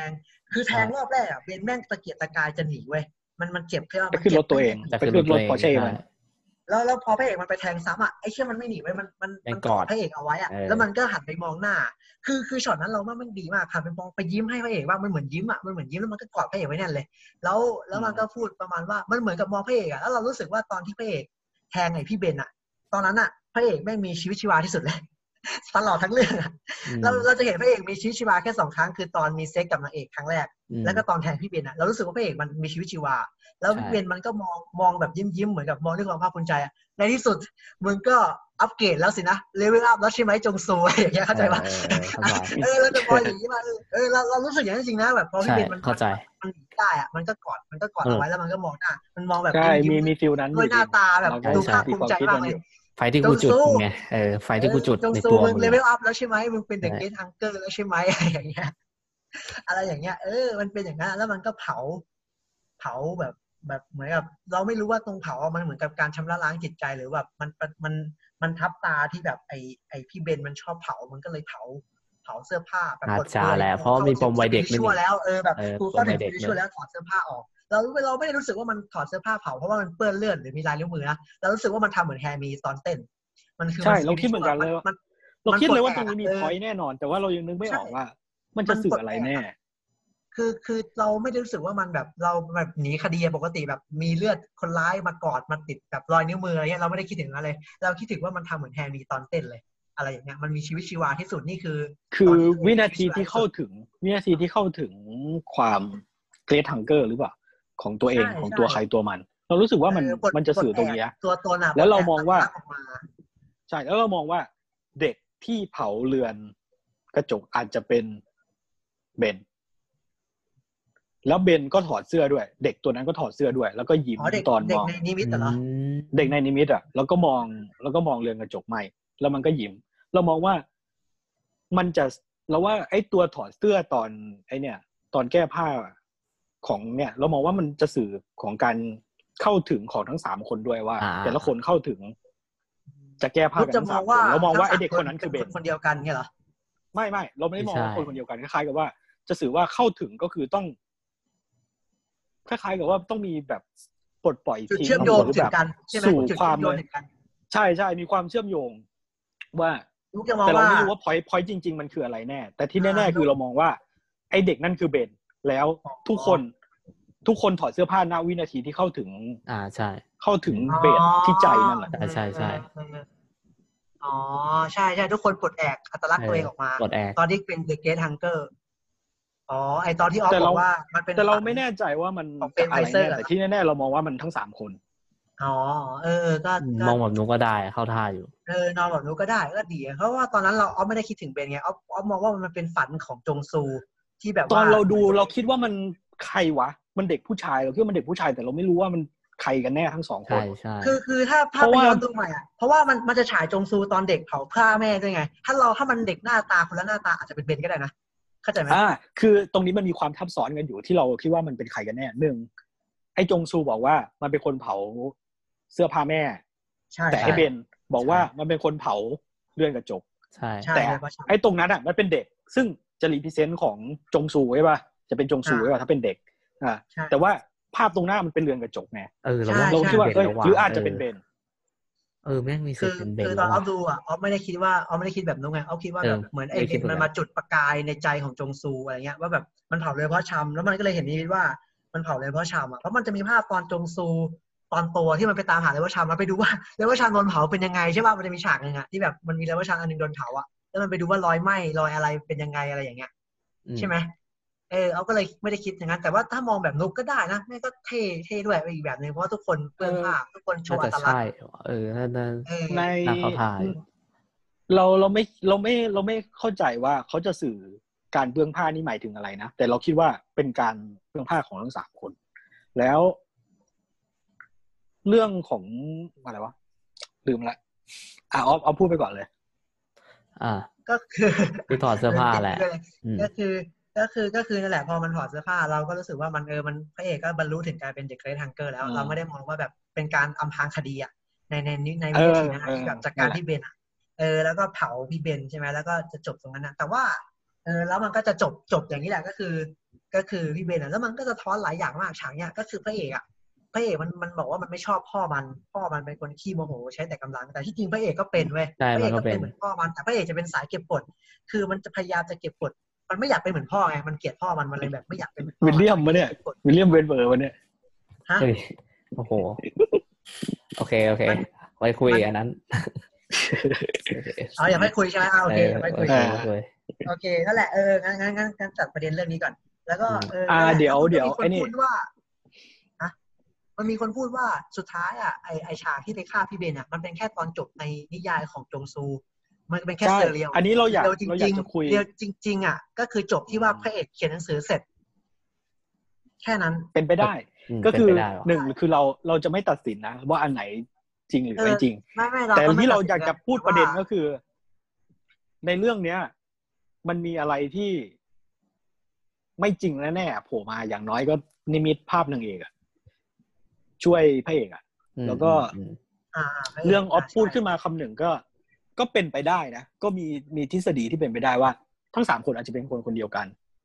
คือแทงรอบแรกอ่ะเบนแม่งตะเกียกตะกายจะหนีเว้ยมันมันเจ็บแค่ว่าจะขึ้นรถตัวเองจะขึ้นรถพอเช่มันแล้วแล้วพอพระเอกมันไปแทงซ้ำอ่ะไอ้เชี่ยมันไม่หนีไว้มันมันมันกอดพระเอกเอาไว้อ่ะแล้วมันก็หันไปมองหน้าคือคือช็อตนั้นเราว่ามันดีมากหันไปมองไปยิ้มให้พระเอกว่ามันเหมือนยิ้มอ่ะมันเหมือนยิ้มแล้วมันก็กอดพระเอกไว้แน่นเลยแล้วแล้วมันก็พูดประมาณว่ามันเหมือนกับมองพระเอกอ่ะแล้วเรารู้สึกว่าตอนที่พระเอกแทงไอ้พี่เบนอ่ะตอนนั้นอ่ะพระเอกแม่งมีชีวิตชีวาที่สุดเลยตลอดทั้งเรื่องอ่ะเราเราจะเห็นพระเอกมีชีวิตชีวาแค่สองครั้งคือตอนมีเซ็กกับนางเอกครั้งแรกแล้วก็ตอนแทงพี่เบนอ่ะเรารู้สึกว่าพระเอกมันมีชีวิตชีวาแล้วพี่เบนมันก็มองมองแบบยิ้มยิ้มเหมือนกับมองด้วยความภาคภูมิใจอ่ะในที่สุดมึงก็อัปเกรดแล้วสินะเลเวลอัพแล้วใช่ไหมจงซูอะไรอย่างเงี้ยเข้าใจป่ะเออแล้วจะพออย่างนี้มาเออเราเรารู้สึกอย่างนั้นจริงนะแบบพอพี่เบนมันเข้าใจมันได้อ่ะมันก็กอดมันก็กอดเอาไว้แล้วมันก็มองหน้ามันมองแบบใช่มีมีฟิลนั้นด้วยหน้าตาแบบดูภาคภูมิใจมากเลยไฟที่กูจุดไงเออไฟที่กูจุดในตัวมึงเลเวลอัพแล้วใช่ไหมมึงเป็นเด็กเกตฮังเกอร์แล้วใช่ไหมอะไรอย่างเงี้ยอะไรอย่างเงี้ยเออมันเป็นอย่างนั้นแล้วมันก็เผาเผาแบบแบบเหมือนกับเราไม่รู้ว่าตรงเผามันเหมือนกับการชำระล้างจิตใจหรือแบบมันมันมันทับตาที่แบบไอ้ไอ้พี่เบนมันชอบเผามันก็เลยเผาเผาเสื้อผ้าแบบอาจารย์แหละเพราะมีปมวัยเด็กชั่วแล้วเออแบบกูก็ถึงชั่วแล้วถอดเสื้อผ้าออกเราเราไม่ได้รู้สึกว่ามันถอดเสื้อผ้าเผาเพราะว่ามันเปื้อนเลือดหรือมีลายนิ้วมือนะเรารู้สึกว่ามันทำเหมือนแฮร์มีตอนเต้นมันคือใช่เราคิดเหมือนกันเลยเราคิดเลยว่าตรงนี้มีพอยต์แน่นอนแต่ว่าเรายังนึกไม่ออกว่ามันจะสื่ออะไรแน่คือคือเราไม่ได้รู้สึกว่ามันแบบเราแบบหนีคดีปกติแบบมีเลือดคนร้ายมากอดมาติดแบบรอยนิ้วมืออะไรเงี้ยเราไม่ได้คิดถึงอะไรเราคิดถึงว่ามันทำเหมือนแฮร์มีตอนเต้นเลยอะไรอย่างเงี้ยมันมีชีวิตชีวาที่สุดนี่คือคือวินาทีที่เข้าถึงวินาทีที่เข้าถึงความเกรทฮังเกอร์หรือเปล่าของตัวเองของตัวใครตัวมันเรารู้สึกว่ามันมันจะสื่อตรงนี้ตัวตนอ่ะแล้วเรามองว่าใช่แล้วเรามองว่าเด็กที่เผาเรือนกระจกอาจจะเป็นเบนแล้วเบนก็ถอดเสื้อด้วยเด็กตัวนั้นก็ถอดเสื้อด้วยแล้วก็ยิ้มตอนมองเด็กในนิมิตเหรอเด็กในนิมิตอ่ะแล้วก็มองแล้วก็มองเรือนกระจกใหม่แล้วมันก็ยิ้มเรามองว่ามันจะเราว่าไอ้ตัวถอดเสื้อตอนไอ้เนี่ยตอนแก้ผ้าของเนี่ยเรามองว่ามันจะสื่อของการเข้าถึงของทั้งสามคนด้วยว่าแต่ละคนเข้าถึงจะแก้ผ้ากันทั้งสามคนเรามองว่าไอ้เด็กคนนั้นคือเบนคนเดียวกันเนี่ยเหรอไม่ไม่เราไม่ได้มองว่าคนคนเดียวกันคล้ายๆกับว่าจะสื่อว่าเข้าถึงก็คือต้องคล้ายๆกับว่าต้องมีแบบปลดปล่อยจุดเชื่อมโยงถึงกันสู่ความใช่ใช่มีความเชื่อมโยงว่าแต่เราไม่รู้ว่าพอยต์พอยต์จริงๆมันคืออะไรแน่แต่ที่แน่ๆคือเรามองว่าไอ้เด็กนั่นคือเบนแล้วทุกคนทุกคนถอดเสื้อผ้าณวินาทีที่เข้าถึงอ่าใช่เข้าถึงเบนที่ใจนั่นแหละใช่ใช่ใช่อ๋อใช่ใช่ทุกคนปลดแอกอัตลักษณ์ตัวเองออกมาตอนที่เป็น The Great Hunger อ๋อไอตอนที่ออฟบอกว่ามันเป็นแต่เราไม่แน่ใจว่ามันเป็นอะไรแน่แต่ที่แน่ๆเรามองว่ามันทั้งสามคนอ๋อเออก็มองแบบนู้นก็ได้เข้าท่าอยู่เออนอนแบบนู้นก็ได้ก็ดีเพราะว่าตอนนั้นเราออฟไม่ได้คิดถึงเบนไงออฟออฟมองว่ามันเป็นฝันของจงซูที่แบบตอนเราดูเราคิดว่ามันใครวะมันเด็กผู้ชายเราคิดว่ามันเด็กผู้ชายแต่เราไม่รู้ว่ามันใครกันแน่ทั้งสองคนใช่คือคือถ้าภาพไปย้อนดูใหม่อ่ะเพราะว่ามันมันจะฉายจงซูตอนเด็กเผาผ้าแม่ด้วยไงถ้าเราถ้ามันเด็กหน้าตาคนละหน้าตาอาจจะเป็นเบนก็ได้นะเข้าใจไหมอ่าคือตรงนี้มันมีความทับซ้อนกันอยู่ที่เราคิดว่ามันเป็นใครกันแน่หนึ่งไอ้จงซูบอกว่ามันเป็นคนเผาเสื้อผ้าแม่แต่ไอ้เบนบอกว่ามันเป็นคนเผาเรือนกระจกใช่แต่ไอ้ตรงนั้นอ่ะมันเป็นเด็กซึ่งจะรีพรีเซนต์ของจงซูใช่ป่ะจะเป็นจงซูใช่ป่ะถ้าเป็นเด็กอ่าแต่ว่าภาพตรงหน้ามันเป็นเรือนกระจกไงเออเราคิดว่าเอ้ยหรืออาจจะเป็นเบนเออแม่งมีสิทธิ์เป็นเบนคือตอนออฟดูอ่ะออฟไม่ได้คิดว่าออฟไม่ได้คิดแบบนู้นไงออฟคิดว่าแบบเหมือนไอ้เด็กมันมาจุดประกายในใจของจงซูอะไรเงี้ยว่าแบบมันเผาเลยเพราะชำแล้วมันก็เลยเห็นนิมิตว่ามันเผาเลยเพราะชำอ่ะเพราะมันจะมีภาพตอนจงซูตอนโตที่มันไปตามหาเลยว่าชำแล้วไปดูว่าเลยว่าชำโดนเผาเป็นยังไงใช่ป่ะมันจะมีฉากนึงอ่ะที่แบบมันมีเลยว่าชำอันนึงโดนเผาอ่ะแล้วมันไปดูว่ารอยไหม้รอยอะไรเป็นยังไงอะไรอย่างเงี้ยใช่ไหมเออเอาก็เลยไม่ได้คิดอย่างนั้นแต่ว่าถ้ามองแบบนุกก็ได้นะนี่ก็เท่เท่ด้วยอีกแบบนึงเพราะว่าทุกคนเปลืองผ้าทุกคนโชว์อัตลักษณ์เออนั่นนั่นในเขาถ่ายเราเราไม่เราไม่เราไม่เข้าใจว่าเขาจะสื่อการเปลืองผ้านี่หมายถึงอะไรนะแต่เราคิดว่าเป็นการเปลืองผ้าของทั้งสามคนแล้วเรื่องของอะไรวะลืมละอ่ะเอาเอาพูดไปก่อนเลยอ่าก็คือคือถอดเสื้อผ้าแหละก็คือก็คือก็คือนั่นแหละพอมันถอดเสื้อผ้าเราก็รู้สึกว่ามันเออมันพระเอกก็บรรลุถึงการเป็นเด็กเกรทฮังเกอร์แล้วเราไม่ได้มองว่าแบบเป็นการอำพรางคดีอ่ะในในในวิธีนะที่แบบจากการที่เบนเออแล้วก็เผาพี่เบนใช่ไหมแล้วก็จะจบตรงนั้นนะแต่ว่าเออแล้วมันก็จะจบจบอย่างนี้แหละก็คือก็คือพี่เบนอ่ะแล้วมันก็สะท้อนหลายอย่างมากฉากเนี้ยก็คือพระเอกอ่ะพระเอกมันมันบอกว่ามันไม่ชอบพ่อมันพ่อมันเป็นคนขี้โมโหใช้แต่กำลังแต่ที่จริงพระเอกก็เป็นเว้ยใช่พระมัเอน กก็ก็เป็เป็น นเหมือนพ่อมันแต่พระเอกจะเป็นสายเก็บกดคือมันจะพยายามจะเก็บกดมันไม่อยากเป็นเหมือนพ่อไงมันเกลียดพ่อมันมันเลยแบบไม่อยากเป็นเหมือนพ่อวิลเลียมมะเนี่ยวิลเลียมเวนเบอร์มะเนี่ยฮะเฮ้ยโอ้โหโอเคโอเคไว้คุยอันนั้นเอาอย่าไม่คุยใช่ไหมเอาโอเคอย่าไม่คุยเออคุยโอเคนั่นแหละเอองั้นงั้นงั้นงั้นจัดประเด็นเรื่องนี้ก่อนแล้วก็เอออ่านั่นแหละเดี๋ยวแล้วเดี๋ยวมีคไอ้นนี่พูดว่าอะมันมีคนพูดว่าสุดท้ายอ่ะไอไอฉากที่ไปฆ่าพี่เบนอ่ะมันเป็นแค่ตอนจบในนิยายของจงซู มันเป็นแค่ใช่เซอร์เรียลอันนี้เราอยากเรียวจเราอยาริกงจะคุยๆเรียวจริง ๆ อ่ะ ก็คือจบที่ว่าพระเอกเขียนหนังสือเสร็จ แค่นั้นเป็นไปได้อืมก็คือเป็นไปได้เหรอหนึ่งคือเราเราจะไม่ตัดสินนะว่าอันไหนจริงหรือเออไม่จริงไม่ไม่แต่ก็ไม่ที่เราตัดสินอยากจะนะพูดแต่ว่าประเด็นก็คือ ในเรื่องเนี้ย มันมีอะไรที่ไม่จริงแน่ๆโผล่มาอย่างน้อยก็นิมิตภาพนางเอกอะช่วยพระเอกอะอืมแล้วก็อืมอ่าพะกเรื่องออฟใช่พูดขึ้นมาคำหนึ่งก็ ก็เป็นไปได้นะก็มีมีทฤษฎีที่เป็นไปได้ว่า ทั้งสามคนอาจจะเป็นคนคนเดียวกัน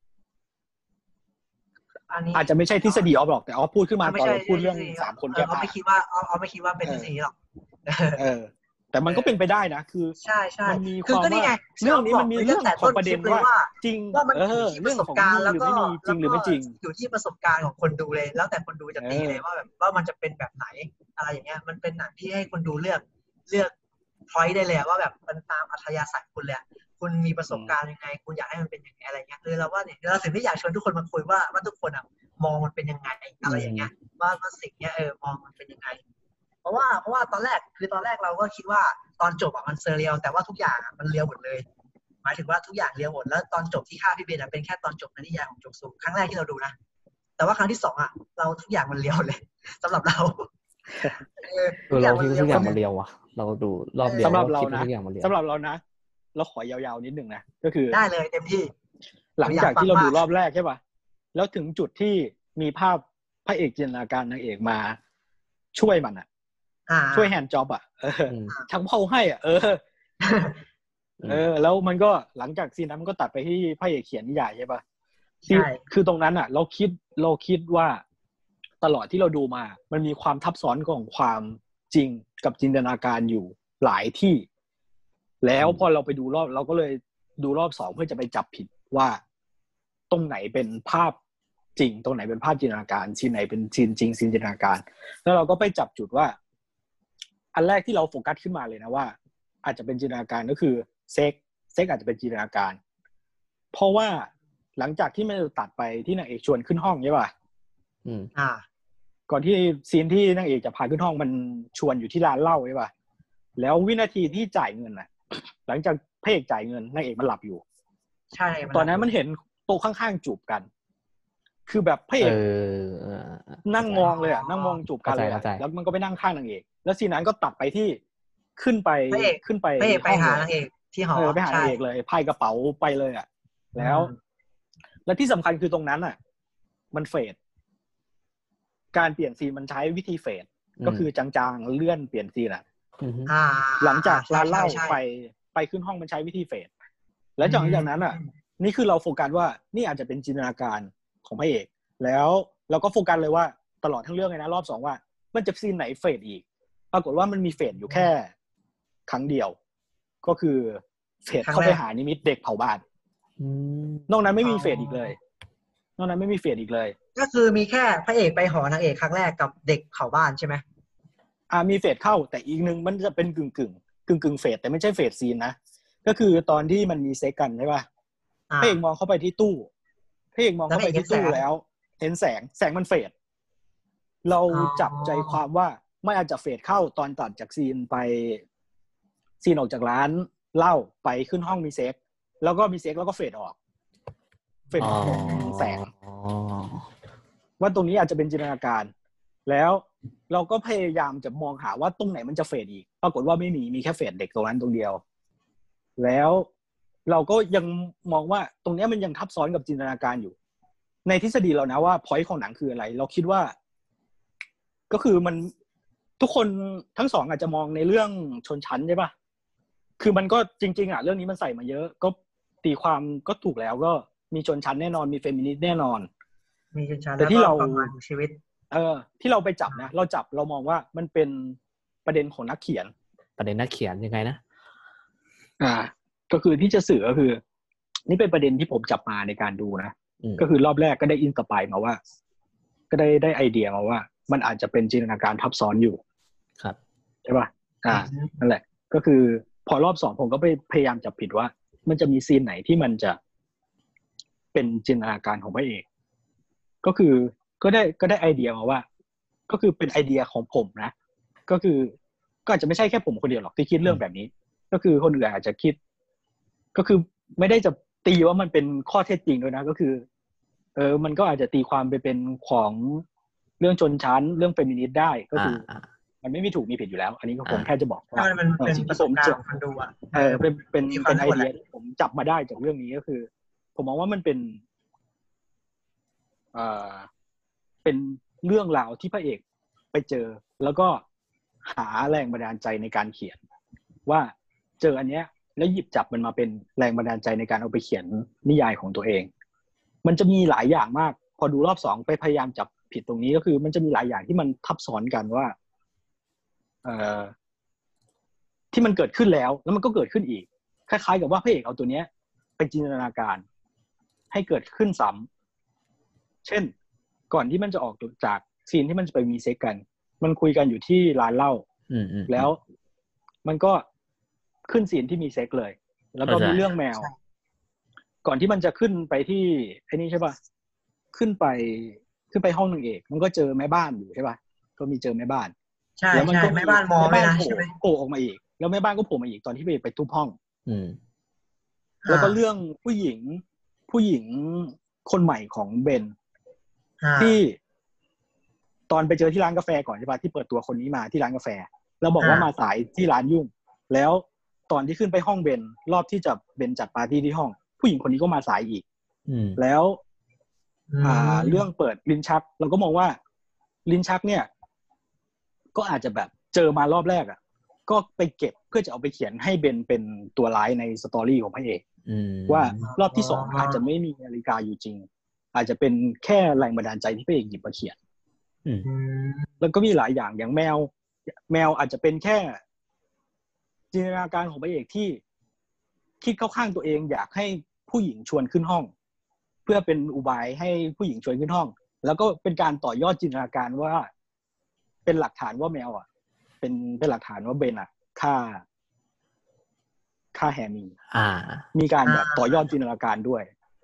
อันนี้อาจจะไม่ใช่ทฤษฎีออฟหรอกแต่ออฟพูดขึ้นมาไม่ตอนใช่เราพูดเรื่องทฤษฎีสามคนเอแก้อเอาผ้าไม่คิดว่าเอาเอาไม่คิดว่าเป็นทฤษฎีหรอกเออ แต่มันก็เป็นไปได้นะคือใช่ใช่มันมีคือความก็นี่ไงว่าเรื่องนี้มันมีเรื่องตั้แต่ของประเด็นคลิปเลยว่าว่าจริงว่ามันเออยู่อที่ปเรื่อระงสบของการมีณ์หแล้วรือก็ไม่มีจริงหรือไม่จริงอยู่ที่ประสบการณ์ของคนดูเลย แล้วแต่คนดูจะตีเลยว่าแบบว่ามันจะเป็นแบบไหนอะไรอย่างเงี้ยมันเป็นหนังที่ให้คนดูเลือกเลือกพอยต์ได้เลยว่าแบบมันตามอัธยาศัยคุณเลยคุณมีประสบการณ์ยังไงคุณอยากให้มันเป็นยังไงอะไรเงี้ยคือเราว่าเนี่ยเราถึงได้อยากชวนทุกคนมาคุยว่าว่าทุกคนอ่ะมองมันเป็นยังไงอะไรอย่างเงี้ยว่าว่าสิ่งเนี้ยเออมองมันเป็นยังไงเพราะว่าเพราะว่าตอนแรกคือตอนแรกเราก็คิดว่าตอนจบอ่ะมันเซอร์เรียลแต่ว่าทุกอย่างมันเรียวหมดเลยหมายถึงว่าทุกอย่างเรียวหมดแล้วตอนจบที่ฆ่าพี่เบนเป็นแค่ตอนจบในนิยายของจงซูครั้งแรกที่เราดูนะแต่ว่าครั้งที่สองอ่ะเราทุกอย่างมันเรียวเลยสำหรับเราเออเราคิดว่าทุกอย่างมันเรียวว่ะเราดูรอบเดียวสำหรับเราคิดว่นะทุกอย่างมันเรียวสำหรับเรานะเราขอยาวๆนิดนึงนะก็คือได้เลยเต็มที่หลังจากที่เราอยากฟังดูมากรอบแรกใช่ป่ะแล้วถึงจุดที่มีภาพพระเอกจินตนาการนางเอกมาช่วยมันอ่ะอ่าช่วยแฮนด์จ็อบอ่ะเออมชักเผาให้อ่ะเออ เออ แล้วมันก็หลังจากซีนนั้นมันก็ตัดไปที่พระเอกเขียนนิยายใช่ป่ะใช่คือตรงนั้นอ่ะ เราคิดเราคิดว่าตลอดที่เราดูมา มันมีความทับซ้อนของความจริงกับจินตนาการอยู่หลายที่ แล้วพอเราไปดูรอบเราก็เลยดูรอบสองเพื่อจะไปจับผิดว่าตรงไหนเป็นภาพจริงตรงไหนเป็นภาพจินตนาการซีนไหนเป็นซีนจริงซีนจินตนาการแล้วเราก็ไปจับจุดว่าอันแรกที่เราโฟกัสขึ้นมาเลยนะว่าอาจจะเป็นจินตนาการก็คือเซ็กเซ็กอาจจะเป็นจินตนาการเพราะว่าหลังจากที่มันตัดไปที่นางเอกชวนขึ้นห้องใช่ป่ะอืมอ่าก่อนที่ซีนที่นางเอกจะพาขึ้นห้องมันชวนอยู่ที่ร้านเหล้าใช่ป่ะแล้ววินาทีที่จ่ายเงินน่ะ หลังจากพระเอกจ่ายเงินนางเอกมันหลับอยู่ใช่ตอนนั้นมันเห็นโต๊ะข้างๆจูบกัน คือแบบพระเอเอก อเออนั่งมองเลยอ่ะนั่งมองจูบกันเลยเข้าใจเข้าใจแล้วมันก็ไปนั่งข้างนางเอกแล้วซีนนั้นก็ตัดไปที่ขึ้นไปพระเอกขึ้นไปพระเอกไปหาห้นางเอกที่หอเออไปหานางเอกเลยพายกระเป๋าไปเลยอ่ะแล้วอืมและที่สำคัญคือตรงนั้นอ่ะ มันเฟดการเปลี่ยนซีนมันใช้วิธีเฟดก็คือจางๆเลื่อนเปลี่ยนซีนอ่ะอืมอ่าหลังจากร้านเหล้าใช่ไปไปขึ้นห้องมันใช้วิธีเฟดแล้วจากจากนั้นอ่ะ นี่คือเราโฟกัสว่านี่อาจจะเป็นจินตนาการของพระเอกแล้วเราก็โฟกัสเลยว่าตลอดทั้งเรื่องเลยนะรอบสองว่ามันจะซีนไหนเฟดอีกปรากฏว่ามันมีเฟดอยู่แค่ครั้งเดียวก็คือเฟดเข้าไปหานิมิตเด็กเผาบ้านอืมนอกนั้นไม่มีเฟดอีกเลยนอกนั้นไม่มีเฟดอีกเลยก็คือมีแค่พระเอกไปหอนางเอกครั้งแรกกับเด็กเผาบ้านใช่ไหมอ่ามีเฟดเข้าแต่อีกนึงมันจะเป็นกึ่งกึ่งกึ่งกึ่งเฟดแต่ไม่ใช่เฟดซีนนะก็คือตอนที่มันมีเซ็กกันใช่ป่ะอ่าพระเอกมองเข้าไปที่ตู้พระเอกมองเข้าไปที่ตู้แล้วแล้วเห็นแสงแสงมันเฟดเราอ๋อจับใจความว่าไม่อาจจะเฟดเข้าตอนตัดจากซีนไปซีนออกจากร้านเหล้าไปขึ้นห้องมีเซ็กแล้วก็มีเซ็กแล้วก็เฟดออกเฟดออกตรงแสงอ๋อว่าตรงนี้อาจจะเป็นจินตนาการแล้วเราก็พยายามจะมองหาว่าตรงไหนมันจะเฟดอีกปรากฏว่าไม่มีมีแค่เฟดเด็กตรงนั้นตรงเดียวแล้วเราก็ยังมองว่าตรงนี้มันยังทับซ้อนกับจินตนาการอยู่ในทฤษฎีเรานะว่าพอยต์ของหนังคืออะไรเราคิดว่าก็คือมันทุกคนทั้งสองอาจจะมองในเรื่องชนชั้นใช่ป่ะคือมันก็จริงๆอ่ะเรื่องนี้มันใส่มาเยอะก็ตีความก็ถูกแล้วก็มีชนชั้นแน่นอนมีเฟมินิสต์แน่นอนมีชนชั้นแต่แล้วที่ก็เราความหมายของชีวิตเออที่เราไปจับนะเราจับเรามองว่ามันเป็นประเด็นของนักเขียนประเด็นนักเขียนยังไงนะอ่าก็คือที่จะสื่อก็คือนี่เป็นประเด็นที่ผมจับมาในการดูนะก็คือรอบแรกก็ได้อินสไปร์มาว่าก็ได้ได้ไอเดียมาว่ามันอาจจะเป็นจินตนาการทับซ้อนอยู่ครับใช่ป่ะอ่านั่นแหละก็คือพอรอบสองผมก็ไปพยายามจับผิดว่ามันจะมีซีนไหนที่มันจะเป็นจินตนาการของพระเอกก็คือก็ได้ก็ได้ไอเดียมาว่าก็คือเป็นไอเดียของผมนะก็คือก็อาจจะไม่ใช่แค่ผมคนเดียวหรอกที่คิดเรื่องแบบนี้ก็คือคนอื่นอาจจะคิดก็คือไม่ได้จะตีว่ามันเป็นข้อเท็จจริงด้วยนะก็คือเออมันก็อาจจะตีความไปเป็นของเรื่องชนชั้นเรื่องเฟมินิสต์ได้ก็คือมันไม่มีถูกมีผิดอยู่แล้วอันนี้ก็ผมแค่จะบอกว่ามันเป็นประสบการณ์ของคนดูอ่ะเออเป็นเป็นเป็นไอเดียที่ผมจับมาได้จากเรื่องนี้ก็คือผมมองว่ามันเป็นเอ่อเป็นเรื่องราวที่พระเอกไปเจอแล้วก็หาแรงบันดาลใจในการเขียนว่าเจออันเนี้ยแล้วหยิบจับมันมาเป็นแรงบันดาลใจในการเอาไปเขียนนิยายของตัวเองมันจะมีหลายอย่างมากพอดูรอบสองไปพยายามจับผิดตรงนี้ก็คือมันจะมีหลายอย่างที่มันทับซ้อนกันว่าเอ่อที่มันเกิดขึ้นแล้วแล้วมันก็เกิดขึ้นอีกคล้ายๆกับว่าพระเอกเอาตัวเนี้ยไปจินตนาการให้เกิดขึ้นซ้ำเช่นก่อนที่มันจะออกจากซีนที่มันจะไปมีเซ็กกันมันคุยกันอยู่ที่ร้านเหล้าแล้วมันก็ขึ้นซีนที่มีเซ็กเลยแล้วก็มีเรื่องแมวก่อนที่มันจะขึ้นไปที่ไอ้นี่ใช่ป่ะขึ้นไปขึ้นไปห้องนางเอกมันก็เจอแม่บ้านอยู่ใช่ป่ะก็มีเจอแม่บ้านใช่ใช่แม่บ้านมองไม่นะใช่ไหมโผล่ออกมาอีกแล้วแม่บ้านก็โผล่มาอีกตอนที่ไปไปทุบห้องแล้วก็เรื่องผู้หญิงผู้หญิงคนใหม่ของเบนที่ตอนไปเจอที่ร้านกาแฟก่อนใช่ป่ะที่เปิดตัวคนนี้มาที่ร้านกาแฟแล้วบอกว่ามาสายที่ร้านยุ่งแล้วตอนที่ขึ้นไปห้องเบนรอบที่จะเบนจัดปาร์ตี้ที่ห้องผู้หญิงคนนี้ก็มาสายอีกแล้วอ่าเรื่องเปิดลิ้นชักเราก็มองว่าลิ้นชักเนี่ยก็อาจจะแบบเจอมารอบแรกอ่ะก็ไปเก็บเพื่อจะเอาไปเขียนให้เบนเป็นตัวร้ายในสตอรี่ของพระเอกว่ารอบที่สองอาจจะไม่มีนาฬิกาอยู่จริงอาจจะเป็นแค่แรงบันดาลใจที่พระเอกหยิบมาเขียนแล้วก็มีหลายอย่างอย่างแมวแมวอาจจะเป็นแค่จินตนาการของพระเอกที่คิดเข้าข้างตัวเองอยากให้ผู้หญิงชวนขึ้นห้องเพื่อเป็นอุบายให้ผู้หญิงชวนขึ้นห้องแล้วก็เป็นการต่อยอดจินตนาการว่าเป็นหลักฐานว่าแมวอ่ะเป็นเป็นหลักฐานว่าเบนอ่ะฆ่าฆ่าแฮมีอ่ามีการแบบต่อยอดจินตนาการด้วย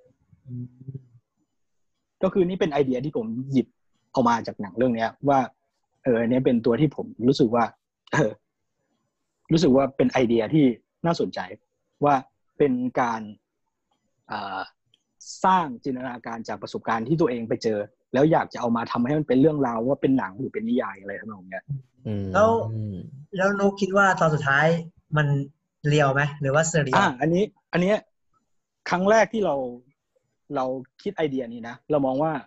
ก็คือนี่เป็นไอเดียที่ผมหยิบเอามาจากหนังเรื่องนี้ว่าเอออันนี้เป็นตัวที่ผมรู้สึกว่าเออรู้สึกว่าเป็นไอเดียที่น่าสนใจว่าเป็นการอ่าสร้างจินตนาการจากประสบการณ์ที่ตัวเองไปเจอแล้วอยากจะเอามาทำให้มันเป็นเรื่องราวว่าเป็นหนังหรือเป็นนิยายอะไรทั้งหมดเนี้ยแล้วแล้วนุ๊กคิดว่าตอนสุดท้ายมันเรียวไหมหรือว่าเซเรียลอ่าอันนี้อันนี้ครั้งแรกที่เราเราคิดไอเดียนี้นะเรามองว่า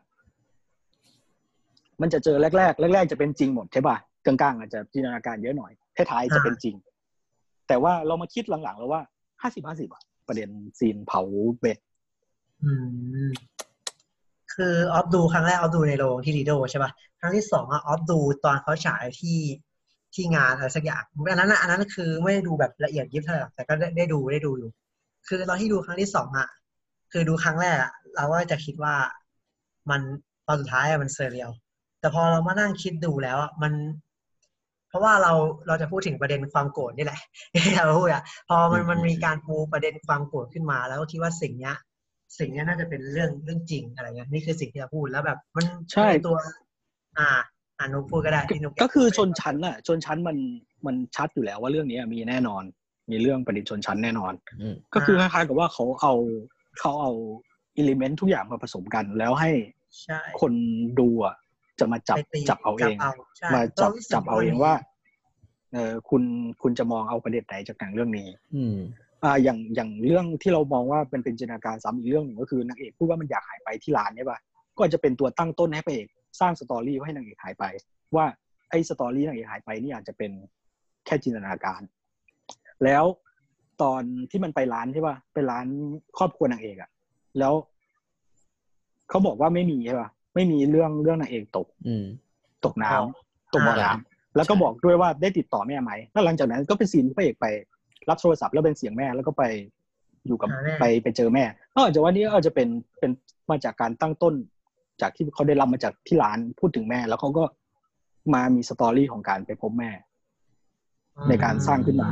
มันจะเจอแรกแรกแรกๆจะเป็นจริงหมดใช่ป่ะกลางๆอาจจะจินตนาการเยอะหน่อยท้ายๆจะเป็นจริงแต่ว่าเรามาคิดหลังๆแล้วว่าห้าสิบ ห้าสิบอ่ะประเด็นซีนเผาเบ็ดอืมคือออฟดูครั้งแรกออฟดูในโรงที่ลีโดใช่ป่ะครั้งที่สองอ่ะออฟดูตอนเขาฉายที่ที่งานอะไรสักอย่างอันนั้นอันนั้นคือไม่ได้ดูแบบละเอียดยิบเท่าไหร่แต่ก็ได้ได้ดูได้ดูอยู่คือตอนที่ดูครั้งที่สองอ่ะคือดูครั้งแรกอ่ะเราก็จะคิดว่ามันตอนสุดท้ายอ่ะมันเซอร์เรียลแต่พอเรามานั่งคิดดูแล้วอ่ะมันเพราะว่าเราเราจะพูดถึงประเด็นความโกรธนี่แหละที่เราพูดอ่ะพอมันมันมีการปูประเด็นความโกรธขึ้นมาแล้วคิดว่าสิ่งเนี้ยสิ่งนี้น่าจะเป็นเรื่องเรื่องจริงอะไรเงี้ยนี่คือสิ่งที่เราพูดแล้วแบบมันใช่ตัวอ่าอ่านุ๊กพูดก็ได้ที่นุ๊กก็คือชนชั้นอ่ะชนชั้นมันมันชัดอยู่แล้วว่าเรื่องนี้มีแน่นอนมีเรื่องประเด็นชนชั้นแน่นอนก็คือคล้ายๆกับว่าเขาเอาเขาเอาอิเลเมนต์ทุกอย่างมาผสมกันแล้วให้คนดูอ่ะจะมาจับจับเอาเองมาจับจับเอาเองว่าเออคุณคุณจะมองเอาประเด็นไหนจากหนังเรื่องนี้อืมอ่าอย่างอย่างเรื่องที่เรามองว่าเป็นเป็นจินตนาการซ้ำอีกเรื่องหนึ่งก็คือนางเอกพูดว่ามันอยากหายไปที่ร้านใช่ป่ะก็จะเป็นตัวตั้งต้นให้พระเอกสร้างสตอรี่ให้นางเอกหายไปว่าไอ้สตอรี่นางเอกหายไปนี่อาจจะเป็นแค่จินตนาการแล้วตอนที่มันไปร้านใช่ป่ะไปร้านครอบครัวนางเอกอ่ะแล้วเขาบอกว่าไม่มีใช่ป่ะไม่มีเรื่องเรื่องนางเอกตกอืมตกน้ำตกบ่อน้ำแล้วก็บอกด้วยว่าได้ติดต่อแม่ไหมแล้วหลังจากนั้นก็เป็นซีนที่พระเอกไปรับโทรศัพท์แล้วเป็นเสียงแม่แล้วก็ไปอยู่กับไปไปเจอแม่ก็อาจจะว่านี่อาจจะเป็นเป็นมาจากการตั้งต้นจากที่เขาได้รับมาจากที่ร้านพูดถึงแม่แล้วเขาก็มามีสตอรี่ของการไปพบแม่ในการสร้างขึ้นมา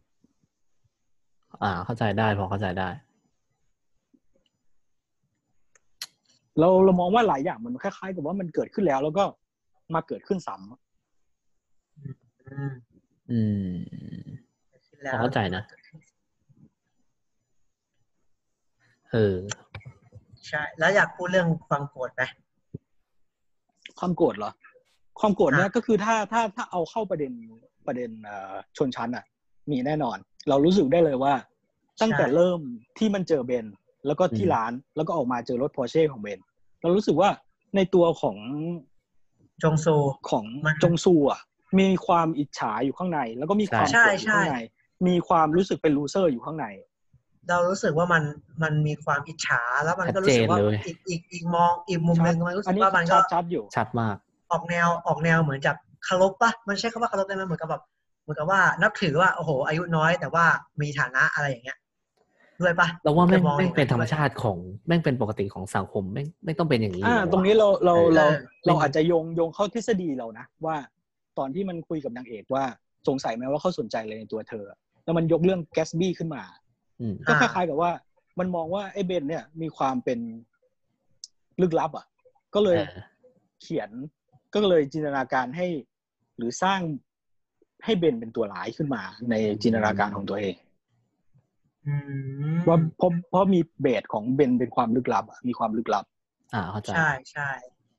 อ่าเข้าใจได้พอเข้าใจได้เราเรามองว่าหลายอย่างมันคล้ายๆกับว่ามันเกิดขึ้นแล้วแล้วก็มาเกิดขึ้นซ้ำอืมพอเข้าใจนะเออใช่แล้วอยากพูดเรื่องความโกรธไหมความโกรธเหรอความโกรธเนี่ยก็คือถ้าถ้าถ้าเอาเข้าประเด็นประเด็นชนชั้นอ่ะมีแน่นอนเรารู้สึกได้เลยว่าตั้งแต่เริ่มที่มันเจอเบนแล้วก็ที่ร้านแล้วก็ออกมาเจอรถ Porsche ของเบนเรารู้สึกว่าในตัวของจงซูของจงซูอ่ะมีความอิจฉาอยู่ข้างในแล้วก็มีความโกรธอยู่ข้างในมีความรู้สึกเป็นลูเซอร์อยู่ข้างในเรารู้สึกว่ามันมันมีความอิจฉาแล้วมันก็รู้สึกว่าอีกอีกอีกมองอีกมุมนึงมันรู้สึกว่ามันก็ชัดอยู่ชัดมากออกแนวออกแนวเหมือนจากเคารพป่ะมันใช่คำว่าเคารพได้ไหมเหมือนกับแบบเหมือนกับว่านับถือว่าโอ้โหอายุน้อยแต่ว่ามีฐานะอะไรอย่างเงี้ยด้วยป่ะเราว่าแม่งแม่งเป็นธรรมชาติของแม่งเป็นปกติของสังคมแม่งไม่ต้องเป็นอย่างนี้อ่าตรงนี้เราเราเราเราอาจจะโยงโยงเข้าทฤษฎีเรานะว่าตอนที่มันคุยกับนางเอกว่าสงสัยไหมว่าเขาสนใจอะไรในตัวเธอแล้วมันยกเรื่องแกสบี้ขึ้นมาก็คล้ายๆกับว่ามันมองว่าไอ้เบนเนี่ยมีความเป็นลึกลับอ่ะก็เลยเขียนก็เลยจินตนาการให้หรือสร้างให้เบนเป็นตัวร้ายขึ้นมาในจินตนาการของตัวเองว่าเพราะเพราะมีเบสของเบนเป็นความลึกลับอ่ะมีความลึกลับอ่าเข้าใจใช่ใช่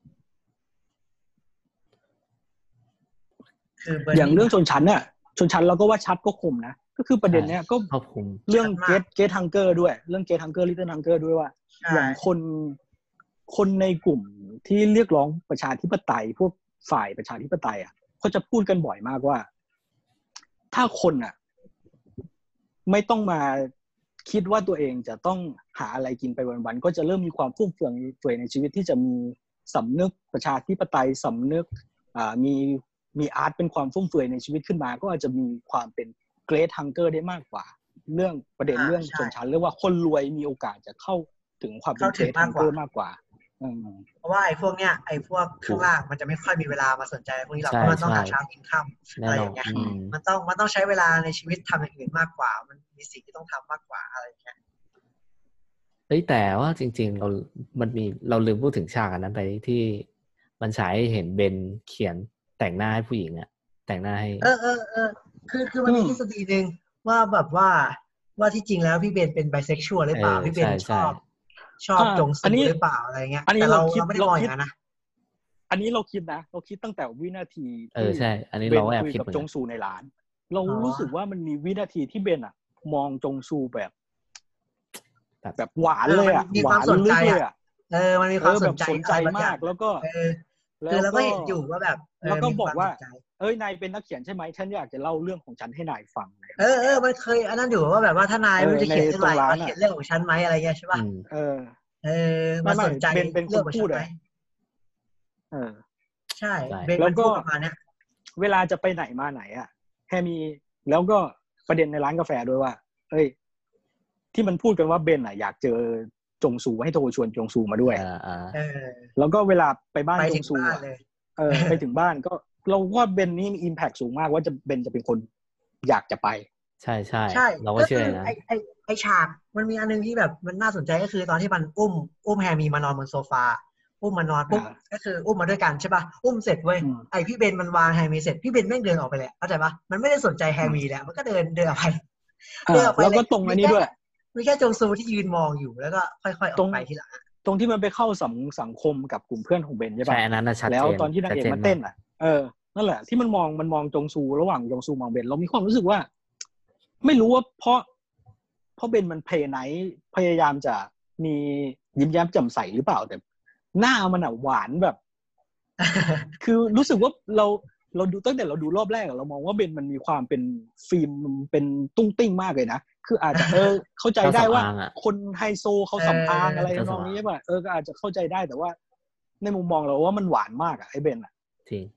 คืออย่างเรื่องชนชั้นเนี่ยชนชั้นเราก็ว่าชัดก็คมนะก็คือประเด็นเนี้ยก็เรื่องเกตเกตฮังเกอร์ด้วยเรื่องเกตฮังเกอร์ลิตเติ้ลฮังเกอร์ด้วยว่าอย่างคนคนในกลุ่มที่เรียกร้องประชาธิปไตยพวกฝ่ายประชาธิปไตยอ่ะเขาจะพูดกันบ่อยมากว่าถ้าคนอ่ะไม่ต้องมาคิดว่าตัวเองจะต้องหาอะไรกินไปวันๆก็จะเริ่มมีความฟุ่มเฟือยเฟือยในชีวิตที่จะมีสำนึกประชาธิปไตยสำนึกอ่ามีมีอาร์ตเป็นความฟุ่มเฟือยในชีวิตขึ้นมาก็อาจจะมีความเป็นเกรทฮังเกอร์ได้มากกว่าเรื่องประเด็นเรื่องชนชั้นเรียกว่าคนรวยมีโอกาสจะเข้าถึงความเป็นเกรทฮังเกอร์มากกว่าเพราะว่าไอ้พวกเนี้ยไอ้พวกข้างล่างมันจะไม่ค่อยมีเวลามาสนใจพวกนี้หรอกเพราะมันต้องหาเช้ากินค่ำอะไรอย่างเงี้ยมันต้องมันต้องใช้เวลาในชีวิตทำอย่างอื่นมากกว่ามันมีสิ่งที่ต้องทำมากกว่าอะไรอย่างเงี้ยเฮ้ยแต่ว่าจริงๆเรามันมีเราลืมพูดถึงฉากอันนั้นไปที่มันฉายให้เห็นเบนเขียนแต่งหน้าให้ผู้หญิงอะแต่งหน้าให้เออเออเออคือคือมันมีทฤษฎีนึงว่าแบบว่าว่าที่จริงแล้วพี่เบนเป็นไบเซ็กชวลหรือเปล่าพี่เบนชอบชอบจงซูหรือเปล่าอะไรเงี้ยแต่เราเราไม่ได้มองอย่างนั้นนะอันนี้เราคิดนะเราคิดตั้งแต่วินาทีเออใช่อันนี้เราแอบคิดกับจงซูในร้านเรารู้สึกว่ามันมีวินาทีที่เบนอ่ะมองจงซูแบบแบบหวานเลยอ่ะหวานลึกเลยอ่ะเออมันมีความสนใจสนใจมากแล้วก็คือเราก็เห็นอยู่ว่าแบบแล้วก็บอกว่าเอ้ยนายเป็นนักเขียนใช่ไหมฉันอยากจะเล่าเรื่องของฉันให้นายฟังเออเออมันเคยอันนั้นอยู่ว่าแบบว่าถ้านายมันจะเขียนเรื่องอะไรมาเขียนเรื่องของฉันไหมอะไรเงี้ยใช่ป่ะเออเออมาสนใจเป็นเป็นคนพูดเลยเออใช่แล้วก็ประมาณเนี้ยเวลาจะไปไหนมาไหนอ่ะแค่มีแล้วก็ประเด็นในร้านกาแฟด้วยว่าเอ้ยที่มันพูดกันว่าเบนอ่ะอยากเจอจงซูให้โทรชวนจงซูมาด้วยเออแล้วก็เวลาไปบ้านจงซูเออไปถึงบ้านก็เราว่าเบนนี่มีอิมแพคสูงมากว่าจะเบนจะเป็นคนอยากจะไปใช่ใช่ใช่เราก็เชื่อนะไอไอไอฉากมันมีอันนึงที่แบบมันน่าสนใจก็คือตอนที่มันอุ้มอุ้มแฮมีมานอนบนโซฟาอุ้มมานอนปุ๊บก็คืออุ้มมาด้วยกันใช่ป่ะอุ้มเสร็จเว้ยไอพี่เบนมันวางแฮมีเสร็จพี่เบนแม่งเดินออกไปเลยเข้าใจป่ะมันไม่ได้สนใจแฮมีแล้วมันก็เดินเดินออกไปเดินออกไปแล้วก็ตรงอันนี้ด้วยมีแค่จงซูที่ยืนมองอยู่แล้วก็ค่อยๆออกไปทีหลังตรงที่มันไปเข้าสังสังคมกับกลุ่มเพื่อนของเบนใช่ป่ะใช่อันนั้นชัดเจนแล้วตอนที่นางเอกมันเต้นอ่ะเออนั่นแหละที่มันมองมันมองจงซูระหว่างจงซูมองเบนเรามีความรู้สึกว่าไม่รู้ว่าเพราะเพราะเบนมันเพย์ไนท์พยายามจะมียิ้มแย้มแจ่มใสหรือเปล่าแต่หน้ามันอ่ะหวานแบบ คือรู้สึกว่าเราเราดูตั้งแต่เราดูรอบแรกเรามองว่าเบนมันมีความเป็นฟิล์มเป็นตุ้งติ้งมากเลยนะคืออาจจะเออเข้าใจได้ว่าคนไฮโซเขาสำอางอะไรน้องนี้ใช่ป่ะเออก็อาจจะเข้าใจได้แต่ว่าในมุมมองเราว่ามันหวานมากอะไอ้เบนอะจริง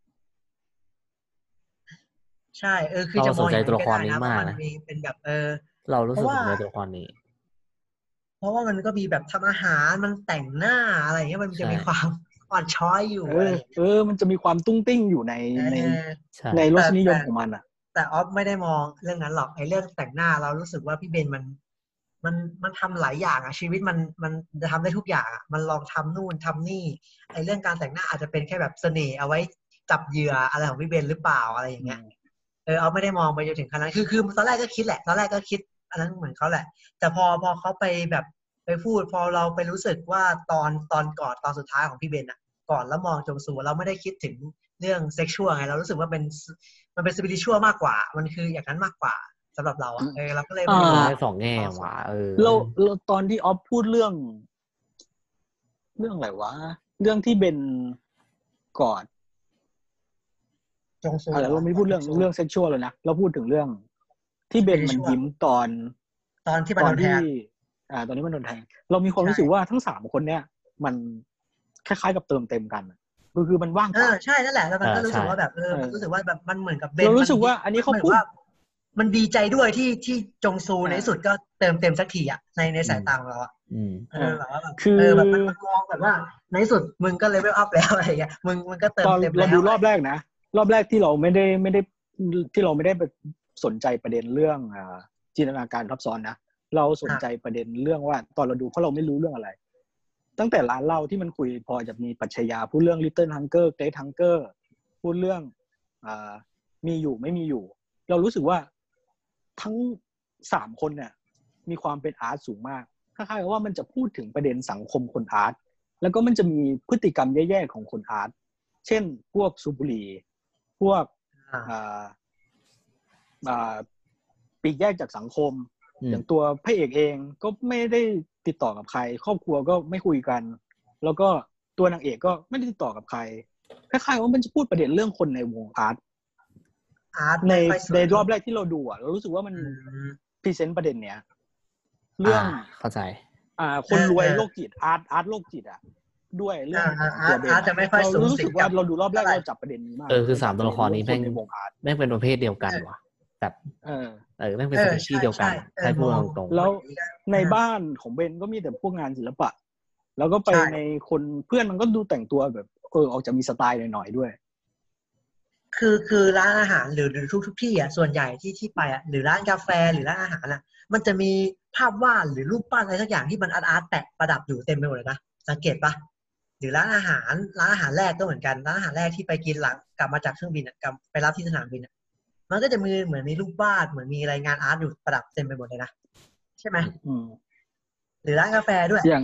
ใช่เออคือจะมองอย่างนี้ก็ได้นะเพราะมันมีเป็นแบบเออเรารู้สึกสนใจตัวละครนี้เพราะว่ามันก็มีแบบทำอาหารมันแต่งหน้าอะไรเงี้ยมันจะมีความอ่อนช้อยอยู่อะไรอย่างเงี้ยเออมันจะมีความตุ้งติ้งอยู่ในในในรสนิยมของมันอ่ะแต่ออฟไม่ได้มองเรื่องนั้นหรอกไอ้เรื่องแต่งหน้าเรารู้สึกว่าพี่เบนมันมันมันทำหลายอย่างอ่ะชีวิตมันมันจะทำได้ทุกอย่างอ่ะมันลองทำนู่นทำนี่ไอ้เรื่องการแต่งหน้าอาจจะเป็นแค่แบบเสน่ห์เอาไว้จับเหยื่ออะไรของพี่เบนหรือเปล่าอะไรอย่างเงี้ยเออเอาไม่ได้มองไปจนถึงขนาดนั้นคือคือตอนแรกก็คิดแหละตอนแรกก็คิดอันนั้นเหมือนเขาแหละแต่พอพอเขาไปแบบไปพูดพอเราไปรู้สึกว่าตอนตอนก่อนตอนสุดท้ายของพี่เบนอ่ะก่อนแล้วมองจงซูเราไม่ได้คิดถึงเรื่องเซ็กชวลไงเรารู้สึกว่าเป็นมันเป็นสปิริชวลมากกว่ามันคืออย่างนั้นมากกว่าสำหรับเราอ่ะเออเราก็เลยมองได้สองแง่ว่ะเออเราเราตอนที่ออฟพูดเรื่องเรื่องอะไรวะเรื่องที่เบนกอดจงซูอะไรเราไม่พูดเรื่องเรื่องเซ็กชวลเลยนะเราพูดถึงเรื่องที่เบนมันยิ้มตอนตอนที่มันโดนแทงอ่าตอนนี้มันโดนแทงเรามีความรู้สึกว่าทั้งสามคนเนี้ยมันคล้ายๆกับเติมเต็มกันก็คือมันว่างเปล่าใช่นั่นแหละแล้วมันก็รู้สึกว่าแบบเออรู้สึกว่าแบบมันเหมือนกับเบนเรารู้สึกว่าอันนี้เขาพูดมันดีใจด้วยที่ที่จงซูในสุดก็เติมเต็มสักทีอ่ะในในสายตาของเราอ่ะเออแบบว่าแบบเออแบบมันมองแบบว่าในสุดมึงก็เลเวลอัพแล้วอะไรอย่างเงี้ยมึงมันก็เติมเต็มแล้วเราดูรอบแรกนะรอบแรกที่เราไม่ได้ไม่ได้ที่เราไม่ได้ไปสนใจประเด็นเรื่องอ่าจินตนาการซับซ้อนนะเราสนใจประเด็นเรื่องว่าตอนเราดูเพราะเราไม่รู้เรื่องอะไรตั้งแต่ร้านเหล้าที่มันคุยพอจะมีปรัชญาพูดเรื่อง Little Hunger Great Hunger พูดเรื่องอ่ามีอยู่ไม่มีอยู่เรารู้สึกว่าทั้งสามคนเนี่ยมีความเป็นอาร์ตสูงมากคล้ายๆกับว่ามันจะพูดถึงประเด็นสังคมคนอาร์ตแล้วก็มันจะมีพฤติกรรมแย่ๆของคนอาร์ตเช่นพวกสูบบุหรี่พวกอ่าอ่าปีกแยกจากสังคมอย่างตัวพระเอกเองก็ไม่ได้ติดต่อกับใครครอบครัวก็ไม่คุยกันแล้วก็ตัวนางเอกก็ไม่ได้ติดต่อกับใครคล้ายๆว่ามันจะพูดประเด็นเรื่องคนในวงอาร์ตในในรอบแรกที่เราดูอ่ะเรารู้สึกว่ามันพรีเซนต์ประเด็นเนี้ยเรื่องเข้าใจอ่าคนรวยโรคจิตอาร์ตอาร์ตโรคจิตอ่ะด้วยเรื่องตัวเบนเรารู้สึกว่าเราดูรอบแรกเราจับประเด็นนี้มากเออคือสามตัวละครนี้แม่งแม่งเป็นประเภทเดียวกันว่ะแบบเออเออแม่งเป็นสปีชีส์เดียวกันให้พูดตรงๆแล้วในบ้านของเบนก็มีแต่พวกงานศิลปะแล้วก็ไปในคนเพื่อนมันก็ดูแต่งตัวแบบเออออกจะมีสไตล์หน่อยๆด้วยคือคือร้านอาหารหรือหรือทุกทุกที่อ่ะส่วนใหญ่ที่ที่ไปอ่ะหรือร้านกาแฟหรือร้านอาหารอ่ะมันจะมีภาพวาดหรือรูปปั้นอะไรสักอย่างที่มันอาร์ตอาร์ตแปะประดับอยู่เต็มไปหมดเลยนะสังเกตปะหรือร้านอาหารร้านอาหารแรกก็เหมือนกันร้านอาหารแรกที่ไปกินหลังกลับมาจากเครื่องบินอ่ะกลับไปรับที่สนามบินอ่ะมันก็จะมีเหมือนมีรูปวาดเหมือนมีรายงานอาร์ตอยู่ประดับเต็มไปหมดเลยนะใช่ไหมหรือร้านกาแฟด้วยอย่าง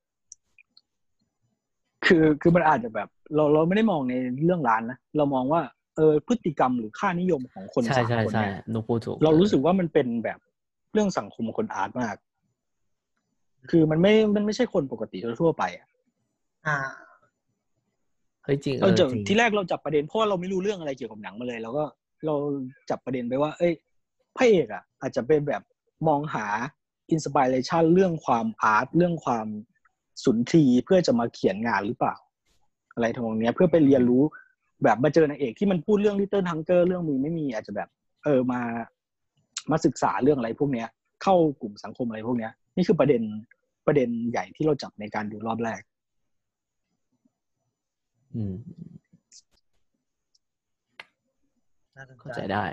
คือคือมันอาจจะแบบเราเราไม่ได้มองในเรื่องร้านนะเรามองว่าเออพฤติกรรมหรือค่านิยมของคนสามคนเนี่ยเรารู้สึกว่ามันเป็นแบบเรื่องสังคมคนอาร์ตมากคือมันไม่มันไม่ใช่คนปกติทั่วไปอ่ะอ่าเฮ้ยจริงเราจะที่แรกเราจับประเด็นเพราะเราไม่รู้เรื่องอะไรเกี่ยวกับหนังมาเลยแล้วก็เราจับประเด็นไปว่าเอ้ยพระเอกอ่ะอาจจะเป็นแบบมองหาอินสปิเรชันเรื่องความอาร์ตเรื่องความสุนทรีเพื่อจะมาเขียนงานหรือเปล่าอะไรทำนองนี้เพื่อไปเรียนรู้แบบมาเจอนางเอกที่มันพูดเรื่อง Little Hunger เรื่องมีไม่มีอาจจะแบบเออมามาศึกษาเรื่องอะไรพวกเนี้ยเข้ากลุ่มสังคมอะไรพวกเนี้ยนี่คือประเด็นประเด็นใหญ่ที่เราจับในการดูรอบแรกอืมเข้าใจได้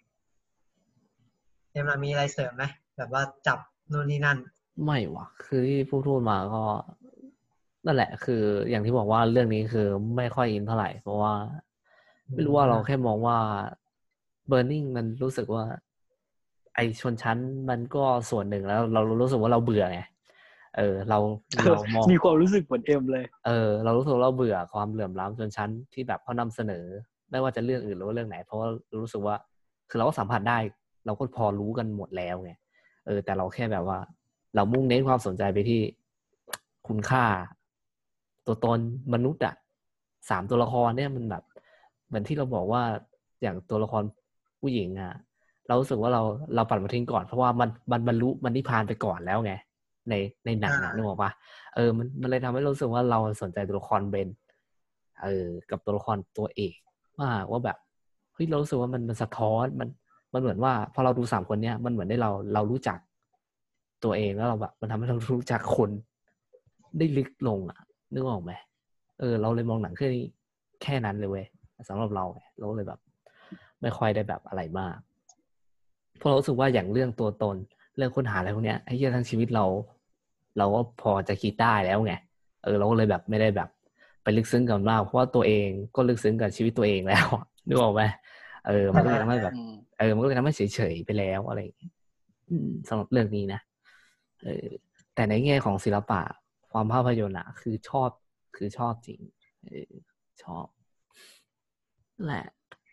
เอ็มมีอะไรเสริมไหมแบบว่าจับนู่นนี่นั่นไม่วะคือที่พูดพูดมาก็นั่นแหละคืออย่างที่บอกว่าเรื่องนี้คือไม่ค่อยอินเท่าไหร่เพราะว่าไม่รู้ว่าเราแค่มองว่า Burning มันรู้สึกว่าไอชนชั้นมันก็ส่วนหนึ่งแล้วเรารู้สึกว่าเราเบื่อไงเออเราเรามองมีความรู้สึกเหมือนเอ็มเลยเออเรารู้สึกเราเบื่อความเหลื่อมล้ำชนชั้นที่แบบเขานำเสนอไม่ว่าจะเรื่องอื่นหรือว่าเรื่องไหนเพราะว่ารู้สึกว่าคือเราก็สัมผัสได้เราก็พอรู้กันหมดแล้วไงเออแต่เราแค่แบบว่าเรามุ่งเน้นความสนใจไปที่คุณค่าตัวตนมนุษย์อ่ะสามตัวละครเนี่ยมันแบบเหมือนที่เราบอกว่าอย่างตัวละครผู้หญิงอ่ะเรารู้สึกว่าเราเราปัดมาทิ้งก่อนเพราะว่ามันมันบรรลุมันนิพพานไปก่อนแล้วไงในในหนังนะนึกออกปะเออมันมันเลยทำให้รู้สึกว่าเราสนใจตัวละครเบนเออกับตัวละครตัวเอกมากว่าแบบเฮ้ยเรารู้สึกว่ามันมันสะท้อนมันมันเหมือนว่าพอเราดูสามคนเนี้ยมันเหมือนได้เราเรารู้จักตัวเองแล้วเราแบบมันทำให้เรารู้จักคนได้ลึกลงอ่ะนึกออกไหมเออเราเลยมองหนังแค่นี้แค่นั้นเลยเว้ยสำหรับเราเราเลยแบบไม่ค่อยได้แบบอะไรมากเพราะเรารู้สึกว่าอย่างเรื่องตัวตนเรื่องค้นหาอะไรพวกเนี้ยไอ้เหี้ยทั้งชีวิตเราเราก็พอจะคิดได้แล้วไงเออเราก็เลยแบบไม่ได้แบบไปลึกซึ้งกับมันมากเพราะว่าตัวเองก็ลึกซึ้งกับชีวิตตัวเองแล้วนึกออกไหมเออมันก็เลยทำให้แบบเออมันก็เลยทำให้เฉยๆไปแล้วอะไรอย่างเงี้ยสำหรับเรื่องนี้นะเออแต่ในแง่ของศิลปะความภาพยนตร์อะคือชอบคือชอบจริงเออชอบแหละ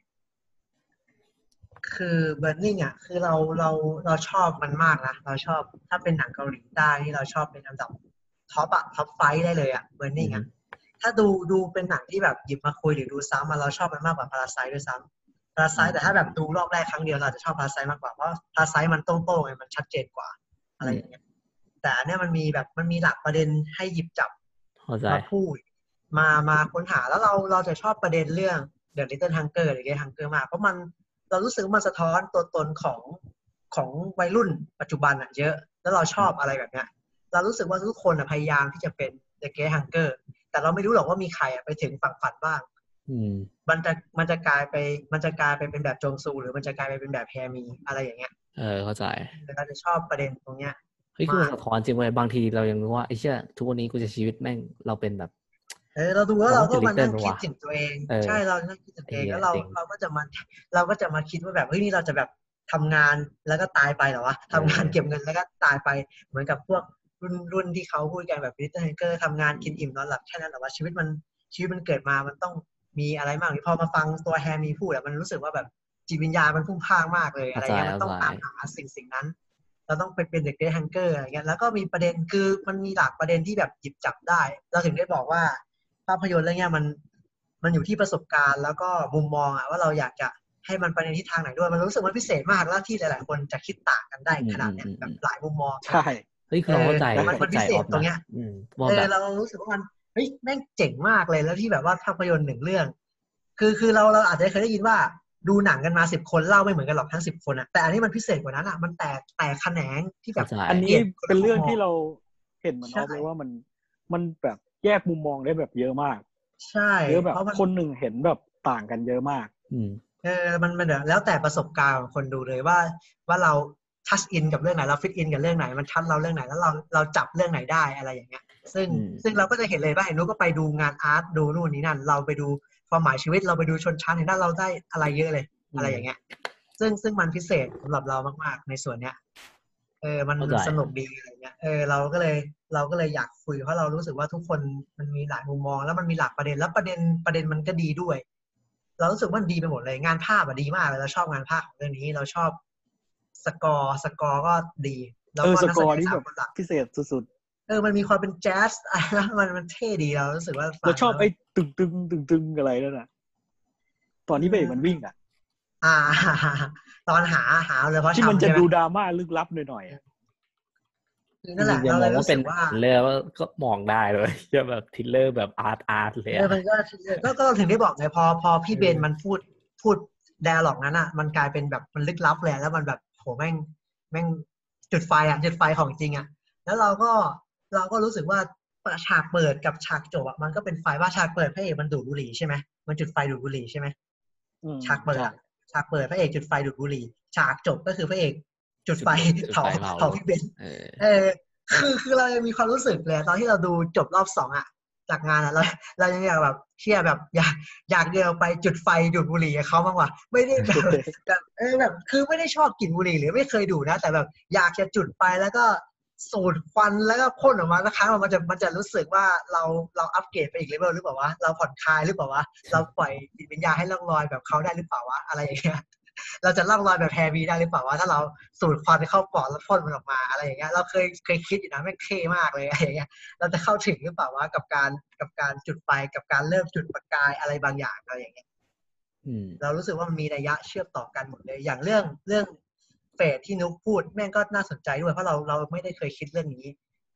คือเบิร์นนิ่งอ่ะคือเราเราเราชอบมันมากนะเราชอบถ้าเป็นหนังเกาหลีใต้ที่เราชอบเป็นอันดับท็อปอะท็อปไฟว์ได้เลยอ่ะเบิร์นนิ่งอ่ะถ้าดูดูเป็นหนังที่แบบหยิบมาคุยหรือดูซ้ำมาเราชอบมันมากกว่าพาราไซต์ด้วยซ้ำพาราไซต์แต่ถ้าแบบดูรอบแรกครั้งเดียวเราจะชอบพาราไซต์มากกว่าเพราะพาราไซต์มันโต้งๆไงมันชัดเจนกว่าอะไรอย่างเงี้ยแต่อันเนี้ยมันมีแบบมันมีหลักประเด็นให้หยิบจับมาพูดมามาค้นหาแล้วเราเราจะชอบประเด็นเรื่อง The Little Hunger หรือ Great Hunger มากเพราะมันเรารู้สึกว่ามันสะท้อนตัวตนของของวัยรุ่นปัจจุบันอะเยอะแล้วเราชอบอะไรแบบเนี้ยเรารู้สึกว่าทุกคนพยายามที่จะเป็น The Great Hunger แต่เราไม่รู้หรอกว่ามีใครไปถึงฝั่งฝันบ้างมันจะมันจะกลายไปมันจะกลายไปเป็นแบบจงซูหรือมันจะกลายไปเป็นแบบแฮมีอะไรอย่างเงี้ยเออเข้าใจแต่เราจะชอบประเด็นตรงเนี้ยเฮ้ยคือมันสะท้อนจริงเว้ยบางทีเรายังรู้ว่าไอ้เชี่ยทุกวันนี้กูจะชีวิตแม่งเราเป็นแบบเออเราดูแล้วเราก็มานั่งคิดถึงตัวเองใช่เรานั่งคิดถึงตัวเองแล้วเราเราก็จะมาเราก็จะมาคิดว่าแบบเฮ้ยนี่เราจะแบบทำงานแล้วก็ตายไปเหรอวะทำงานเก็บเงินแล้วก็ตายไปเหมือนกับพวกรุ่นรุ่นที่เขาพูดกันแบบ Little Hunger ทำงานกินอิ่มนอนหลับแค่นั้นแต่ว่าชีวิตมันชีวิตมันเกิดมามันต้องมีอะไรมากพอมาฟังตัวแฮมีพูดอะมันรู้สึกว่าแบบจิตวิญญาณมันพุ่งพ่านมากเลยอะไรเงี้ยมันต้องตามหาสิ่งสิ่งนั้นเราต้องไปเป็นเด็กเด็กฮังเกอร์อะไรเงี้ยแล้วก็มีประเด็นคือมันมีหลากประเด็นที่แบบหยิบจับได้เราถึงได้บอกว่าภาพยนตร์เรื่องนี้มันมันอยู่ที่ประสบการณ์แล้วก็มุมมองอะว่าเราอยากจะให้มันไปในทิศทางไหนด้วยมันรู้สึกมันพิเศษมากแล้วที่หลายๆคนจะคิดต่างกันได้ขนาดนี้แบบหลายมุมมองใช่เฮ้ยคือเราเข้าใจมันมันพิเศษตรงเนี้ยเออเรารู้สึกว่ามันเฮ้ยแม่งเจ๋งมากเลยแล้วที่แบบว่าภาพยนตร์หนึ่งเรื่องคือคือเราเราอาจจะเคยได้ยินว่าดูหนังกันมาสิบคนเล่าไม่เหมือนกันหรอกทั้งสิบคนอะแต่อันนี้มันพิเศษกว่านั้นอะมันแตกแตกแขนงที่แบบอันนี้เป็นเรื่องที่เราเห็นมันออกเลยว่ามันมันแบบแยกมุมมองได้แบบเยอะมากใช่เยอะแบบคนหนึ่งเห็นแบบต่างกันเยอะมากเออมันมันแล้วแต่ประสบการณ์ของคนดูเลยว่าว่าเราทัชอินกับเรื่องไหนเราฟิตอินกับเรื่องไหนมันทัชเราเรื่องไหนแล้วเราเราจับเรื่องไหนได้อะไรอย่างเงี้ยซึ่งซึ่งเราก็จะเห็นเลยว่าไอ้นุ๊กก็ไปดูงานอาร์ตดูนู่นนี่นั่นเราไปดูความหมายชีวิตเราไปดูชนชั้นเห็นได้เราได้อะไรเยอะเลยอะไรอย่างเงี้ยซึ่งซึ่งมันพิเศษสำหรับเรามากๆในส่วนเนี้ยเออมันสนุกดีอะไรเงี้ยเออเราก็เลยเราก็เลยอยากคุยเพราะเรารู้สึกว่าทุกคนมันมีหลายมุมมองแล้วมันมีหลากประเด็นแล้วประเด็นประเด็นมันก็ดีด้วยเรารู้สึกว่าดีไปหมดเลยงานภาพอะดีมากเลยเราชอบงานภาพของเรื่องนี้เราชอบสกอร์สกอร์ก็ดีแล้วก็นักแสดงสามคนหลักพิเศษสุดๆเออมันมีความเป็นแจ๊สนะมันมันเท่ดีเรารู้สึกว่าเราชอบไอ้ตึงตึงตึงตึงอะไรนั่นน่ะตอนนี้เบย์มันวิ่งอ่ะอ่าตอนหาหาเลยเพราะที่มันจะดูดราม่าลึกลับหน่อยๆนั่นแหละเราเลยรู้สึกว่าทิลเลอร์ก็มองได้เลยจะแบบทิลเลอร์แบบอาร์ตอาร์ตเลยเออมันก็ก็ก็ถึงได้บอกไงพอพอพี่เบนมันพูดพูดไดอะล็อกนั้นอ่ะมันกลายเป็นแบบมันลึกลับเลยแล้วมันแบบโหแม่งแม่งจุดไฟอ่ะจุดไฟของจริงอ่ะแล้วเราก็เราก็รู้สึกว่าฉากเปิดกับฉากจบอ่ะมันก็เป็นไฟว่าฉากเปิดพระเอกมันดูดบุหรี่ใช่ไหมมันจุดไฟดูดบุหรี่ใช่ไหมฉากเปิดฉากเปิดพระเอกจุดไฟดูดบุหรี่ฉากจบก็คือพระเอกจุดไฟเผาเผาพี่เบนเออคือคือเรายังมีความรู้สึกเลยตอนที่เราดูจบรอบสองอ่ะจากงานอ่ะเราเรายังอยากแบบเชี่ยแบบอยากอยากเดินไปจุดไฟดูดบุหรี่กับเขาบ้างว่ะไม่ได้แบบแบบเออแบบคือไม่ได้ชอบกลิ่นบุหรี่หรือไม่เคยดูนะแต่แบบอยากจะจุดไปแล้วก็สูดควันแล้วก็พ่นออกมาแล้วครั้งมันจะมันจะรู้สึกว่าเราเราอัปเกรดไปอีกเลเวลหรือเปล่าวะเราผ่อนคลายหรือเปล่าวะเราปล่อยจิตวิญญาณให้ล่องลอยแบบเขาได้หรือเปล่าวะอะไรอย่างเงี้ยเราจะล่องลอยแบบแฮร์บีได้หรือเปล่าว่าถ้าเราสูดควันเข้าปอดแล้วพ่นมันออกมาอะไรอย่างเงี้ยเราเคยเคยคิดอยู่นะไม่เท่มากเลยอะไรอย่างเงี้ยเราจะเข้าถึงหรือเปล่าว่ากับการกับการจุดไฟกับการเริ่มจุดประกายอะไรบางอย่างอะไรอย่างเงี้ยเรารู้สึกว่ามันมีระยะเชื่อมต่อกันหมดเลยอย่างเรื่องเรื่องเฟสที่นุ๊กพูดแม่งก็น่าสนใจด้วยเพราะเราเราไม่ได้เคยคิดเรื่องนี้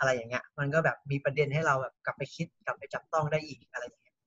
อะไรอย่างเงี้ยมันก็แบบมีประเด็นให้เราแบบกลับไปคิดกลับไปจับต้องได้อีกอะไรอย่างเงี้ย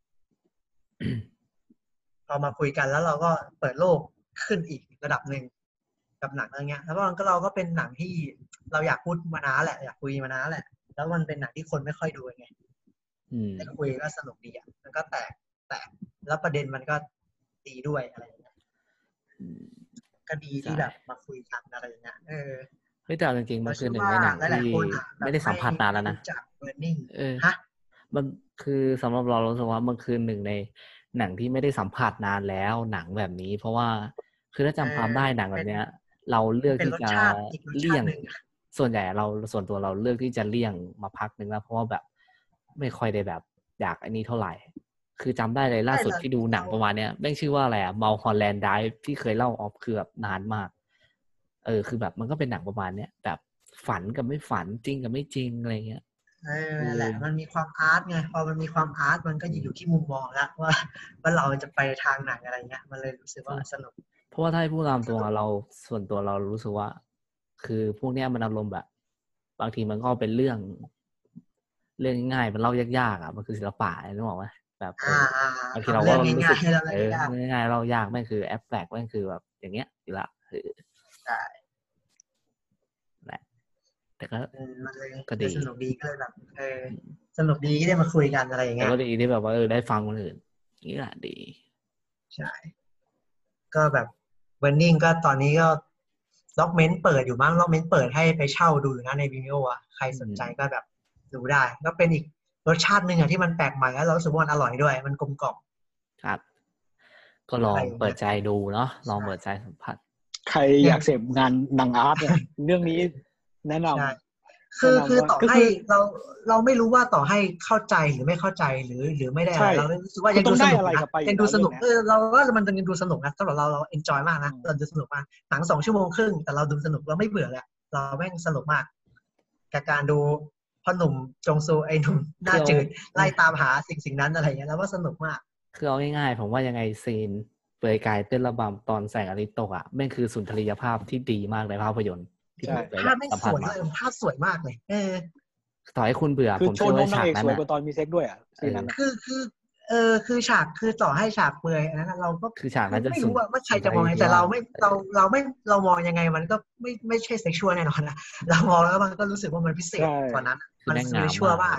พอมาคุยกันแล้วเราก็เปิดโลกขึ้นอีกระดับหนึ่งกับหนังเรื่องเงี้ยแล้วก็เราก็เป็นหนังที่เราอยากพูดมานานแหละอยากคุยมานานแหละแล้วมันเป็นหนังที่คนไม่ค่อยดูไงได้คุยก็สนุกดีอ่ะมันก็แตกแตกแล้วประเด็นมันก็ดีด้วยอะไรอย่างเงี้ยก็ดีที่แบบมาคุยกันอะไรอย่างเงี้ยเออเฮ้ยแต่จริงๆมันคือหนึ่งในหนังที่ไม่ได้สัมผัสนานแล้วนะจากเบอร์นิ่งเออฮะมันคือสำหรับเราเรารู้สึกว่ามันคือหนึ่งในหนังที่ไม่ได้สัมผัสนานแล้วหนังแบบนี้เพราะว่าคือถ้าจำความได้หนังแบบเนี้ยเราเลือกที่จะเลี่ยงส่วนใหญ่เราส่วนตัวเราเลือกที่จะเลี่ยงมาพักนึงแล้วเพราะว่าแบบไม่ค่อยได้แบบอยากอันนี้เท่าไหร่คือจำได้เลยล่าสุดที่ดูหนังประมาณเนี้ยแม่งชื่อว่าอะไรอะเมาฮอลแลนด์ไดฟ์ที่เคยเล่าออฟคือแบบนานมากเออคือแบบมันก็เป็นหนังประมาณเนี้ยแบบฝันกับไม่ฝันจริงกับไม่จริงอะไรเงี้ยเออนั่นแหละมันมีความอาร์ตไงพอมันมีความอาร์ตมันก็อยู่ที่มุมมองแล้วว่าว่าเราจะไปทางไหนอะไรเงี้ยมันเลยรู้สึกว่าสนุกเพราะว่าถ้าให้พูดตามตัวเราส่วนตัวเรารู้สึกว่าคือพวกเนี้ยมันอารมณ์แบบบางทีมันก็เป็นเรื่องเรื่องง่ายมันเล่ายากๆอ่ะมันคือศิลปะนึกออกไหมแบบบางทีเราก็รู้สึกเออง่ายๆเรายากแม่งคือแอปแฝกแม่งคือแบบอย่างเงี้ยอยู่ละคือใช่แหละแต่ก็ก็ดีสนุกดีก็เลยแบบเออสนุกดีที่ได้มาคุยกันอะไรอย่างเงี้ยก็ดีที่แบบว่าเออได้ฟังคนอื่นนี่แหละดีใช่ก็แบบเบอร์นิ่งก็ตอนนี้ก็ล็อกเมนต์เปิดอยู่มั้งล็อกเมนต์เปิดให้ไปเช่าดูนะใน Vimeo อ่ะใครสนใจก็แบบดูได้ก็เป็นอีกรสชาติหนึ่งอ่ะที่มันแปลกใหม่แล้วเรารู้สึกว่ามันอร่อยด้วยมันกลมกล่อมครับก็ลองเปิดใจดูเนาะลองเปิดใจสัมผัสใครอยากเสพงานหนังอาร์ตเนี่ยเรื่องนี้แนะนำคือคือต่อให้เราเราไม่รู้ว่าต่อให้เข้าใจหรือไม่เข้าใจหรือหรือไม่ได้เรารู้สึกว่ายังดูสนุกนะยังดูสนุกเออเราว่ามันยังดูสนุกนะสำหรับเราเราเอนจอยมากนะเราดูสนุกมากหนังสองชั่วโมงครึ่งแต่เราดูสนุกเราไม่เบื่อเลยเราแม่งสนุกมากกับการดูพ่อหนุ่มจงซูไอ้หนุ่มหน้าจืดไล่ตามหาสิ่งสิ่งนั้นอะไรอย่างเงี้ยแล้วว่าสนุกมากคือเอาง่ายๆผมว่ายังไงซีนเปลือยกายเต้นระบำตอนแสงอาทิตย์ตกอ่ะแม่งคือสุนทรียภาพที่ดีมากในภาพยนตร์ที่ผมภาพไม่สวยเลยภาพสวยมากเลยเออต่อให้คุณเบื่อผมเชื่อว่าฉากนั้นสวยกว่าตอนมีเซ็กด้วยอ่ะซีนนั้นคือคือเออคือฉากคือต่อให้ฉากเปลือยอันนั้นเราก็คือฉากนั้นจะไม่รู้ว่าใครจะมองไงแต่เราไม่เราเราไม่เรามองยังไงมันก็ไม่ไม่ใช่เซ็กชวลแน่นอนนะเรามองแล้วมันก็รู้สึกว่ามันพิเศษกว่านั้นมันเซ็กชวลมาก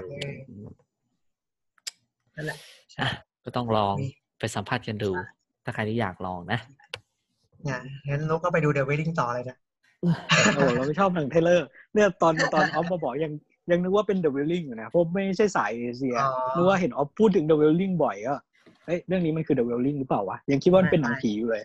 นั่นแหละก็ต้องลองไปสัมผัสกันดูถ้าใครที่อยากลองนะเนี่ยงั้นนกก็ไปดู The Wedding ต่อเลยนะโอ้เราไม่ชอบหนังเทเลอร์เนี่ยตอนตอนออฟมาบอกยังยังนึกว่าเป็น The Wailing อยู่นะเพราะไม่ใช่สายเอเชียนึกว่าเห็นออฟพูดถึง The Wailing บ่อยก็เฮ้ยเรื่องนี้มันคือ The Wailing หรือเปล่าวะยังคิดว่ามันเป็นหนังผีอยู่เลย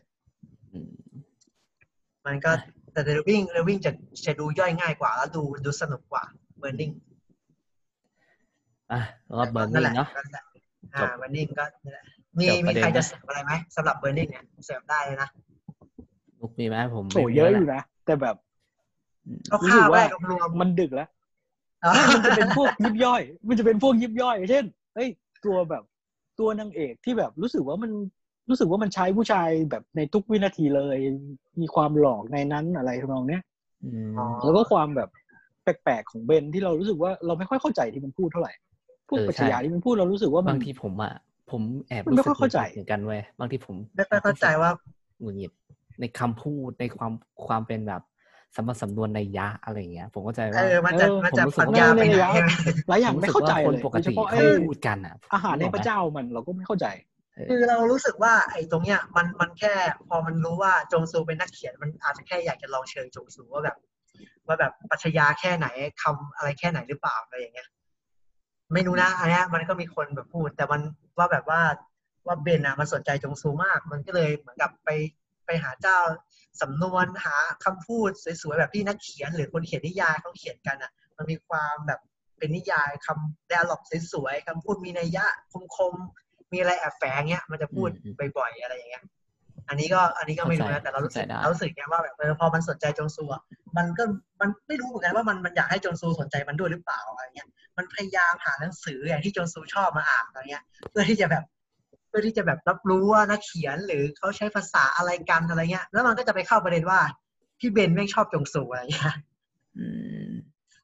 มันก็แต่ The Wailing The Wailing จะจะดูย่อยง่ายกว่าแล้วดูดูสนุกกว่า Burning อ่ะแล้วก็ Burning เนาะอ่า Burning ก็มีมีใครจะเสริมอะไรไหมสำหรับ Burning เนี่ยเสริมได้เลยนะลูกมีไหมผมโอ้เยอะอยู่นะแต่แบบรู้สึกว่ามันดึกแล้วมันจะเป็นพวกยิบย่อยมันจะเป็นพวกยิบย่อยเช่นเฮ้ยตัวแบบตัวนางเอกที่แบบรู้สึกว่ามันรู้สึกว่ามันใช้ผู้ชายแบบในทุกวินาทีเลยมีความหลอกในนั้นอะไรทำนองเนี้ยแล้วก็ความแบบแปลกๆของเบนที่เรารู้สึกว่าเราไม่ค่อยเข้าใจที่มันพูดเท่าไหร่พวกปรัชญาที่มันพูดเรารู้สึกว่าบางทีผมอ่ะผมแอบรู้สึกเหมือนกันเว้ยบางทีผมไม่ค่อยเข้าใจว่าหงุดหงิดในคำพูดในความความเป็นแบบสมสำนวนในยะอะไรเงี้ยผมเข้าใจว่าเออมันจะมันจะปัญญาไปไหนหลายอย่างไม่เข้าใจเลยปกติเขาพูดกันอ่ะอาหารในพระเจ้ามันเราก็ไม่เข้าใจคือเรารู้สึกว่าไอ้ตรงเนี้ยมันมันแค่พอมันรู้ว่าจงซูเป็นนักเขียนมันอาจจะแค่อยากจะลองเชิญจงซูว่าแบบว่าแบบปรัชญาแค่ไหนคำอะไรแค่ไหนหรือเปล่าอะไรอย่างเงี้ยไม่รู้นะอันนี้มันก็มีคนแบบพูดแต่มันว่าแบบว่าว่าเบนอ่ะมันสนใจจงซูมากมันก็เลยเหมือนกับไปไปหาเจ้าสำนวนหาคำพูดสวยๆแบบที่นักเขียนหรือคนเขียนนิยายเขาเขียนกันอ่ะมันมีความแบบเป็นนิยายคำ dialogue สวยๆคำพูดมีนัยยะคมๆมีอะไรแอบแฝงเงี้ยมันจะพูดบ่อยๆอะไรอย่างเงี้ยอันนี้ก็อันนี้ก็ไม่รู้นะแต่เรารู้สึกเรารู้สึกไงว่าแบบเออพอมันสนใจจงซูอ่ะมันก็มันไม่รู้เหมือนกันว่ามันมันอยากให้จงซูสนใจมันด้วยหรือเปล่าอะไรเงี้ยมันพยายามหาหนังสืออย่างที่จงซูชอบมาอ่านอะไรเงี้ยเพื่อที่จะแบบเพื่อที่จะแบบรับรู้ว่านักเขียนหรือเขาใช้ภาษาอะไรกันอะไรเงี้ยแล้วมันก็จะไปเข้าประเด็นว่าพี่เบนไม่ชอบจงซูอะไรเงี้ย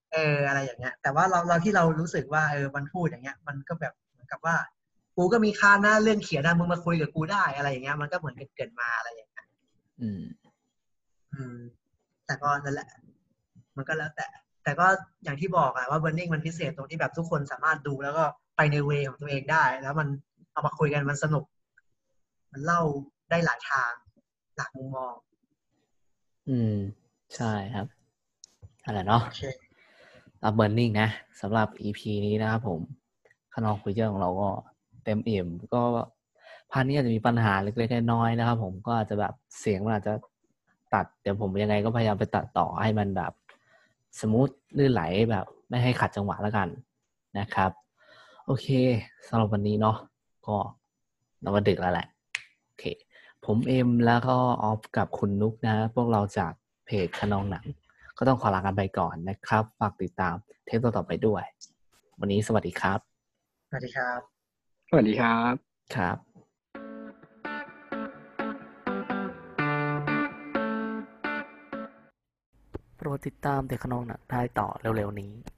เอออะไรอย่างเงี้ย แต่ว่าเราเราที่เรารู้สึกว่าเออมันพูดอย่างเงี้ย มันก็แบบเหมือนกับว่ากูก็มีค่าหน้าเรื่องเขียนนะมึงมาคุยกับกูได้อะไรอย่างเงี้ยมันก็เหมือนเกิดมาอะไรอย่างเงี้ยอืมอืม แต่ก็นั่นแหละ มันก็แล้วแต่ แต่ก็อย่างที่บอกอะว่าเบอร์นิ่งมันพิเศษตรงที่แบบทุกคนสามารถดูแล้วก็ไปในเวของตัวเองได้ แล้วมันเอามาคุยกันมันสนุก มันเล่าได้หลายทางหลากมุมมองอืมใช่ครับอะไรเนาะโอเครับเบิร์นนิ่งนะสำหรับ อี พี นี้นะครับผมขนองคุยเยอะของเราก็เต็มอิ่มก็พาร์ทนี้อาจจะมีปัญหาเล็กๆน้อยๆนะครับผมก็อาจจะแบบเสียงมันอาจจะตัดเดี๋ยวผมยังไงก็พยายามไปตัดต่อให้มันแบบสมูทลื่นไหลแบบไม่ให้ขัดจังหวะแล้วกันนะครับโอเคสำหรับวันนี้เนาะก็เราก็ดึกแล้วแหละโอเคผมเอ็มแล้วก็ออฟกับคุณนุกนะพวกเราจากเพจขนองหนังก็ต้องขอลากันไปก่อนนะครับฝากติดตามเทปต่อๆไปด้วยวันนี้สวัสดีครับสวัสดีครับสวัสดีครับครับโปรดติดตามเด็กขนองหนังได้ต่อเร็วๆนี้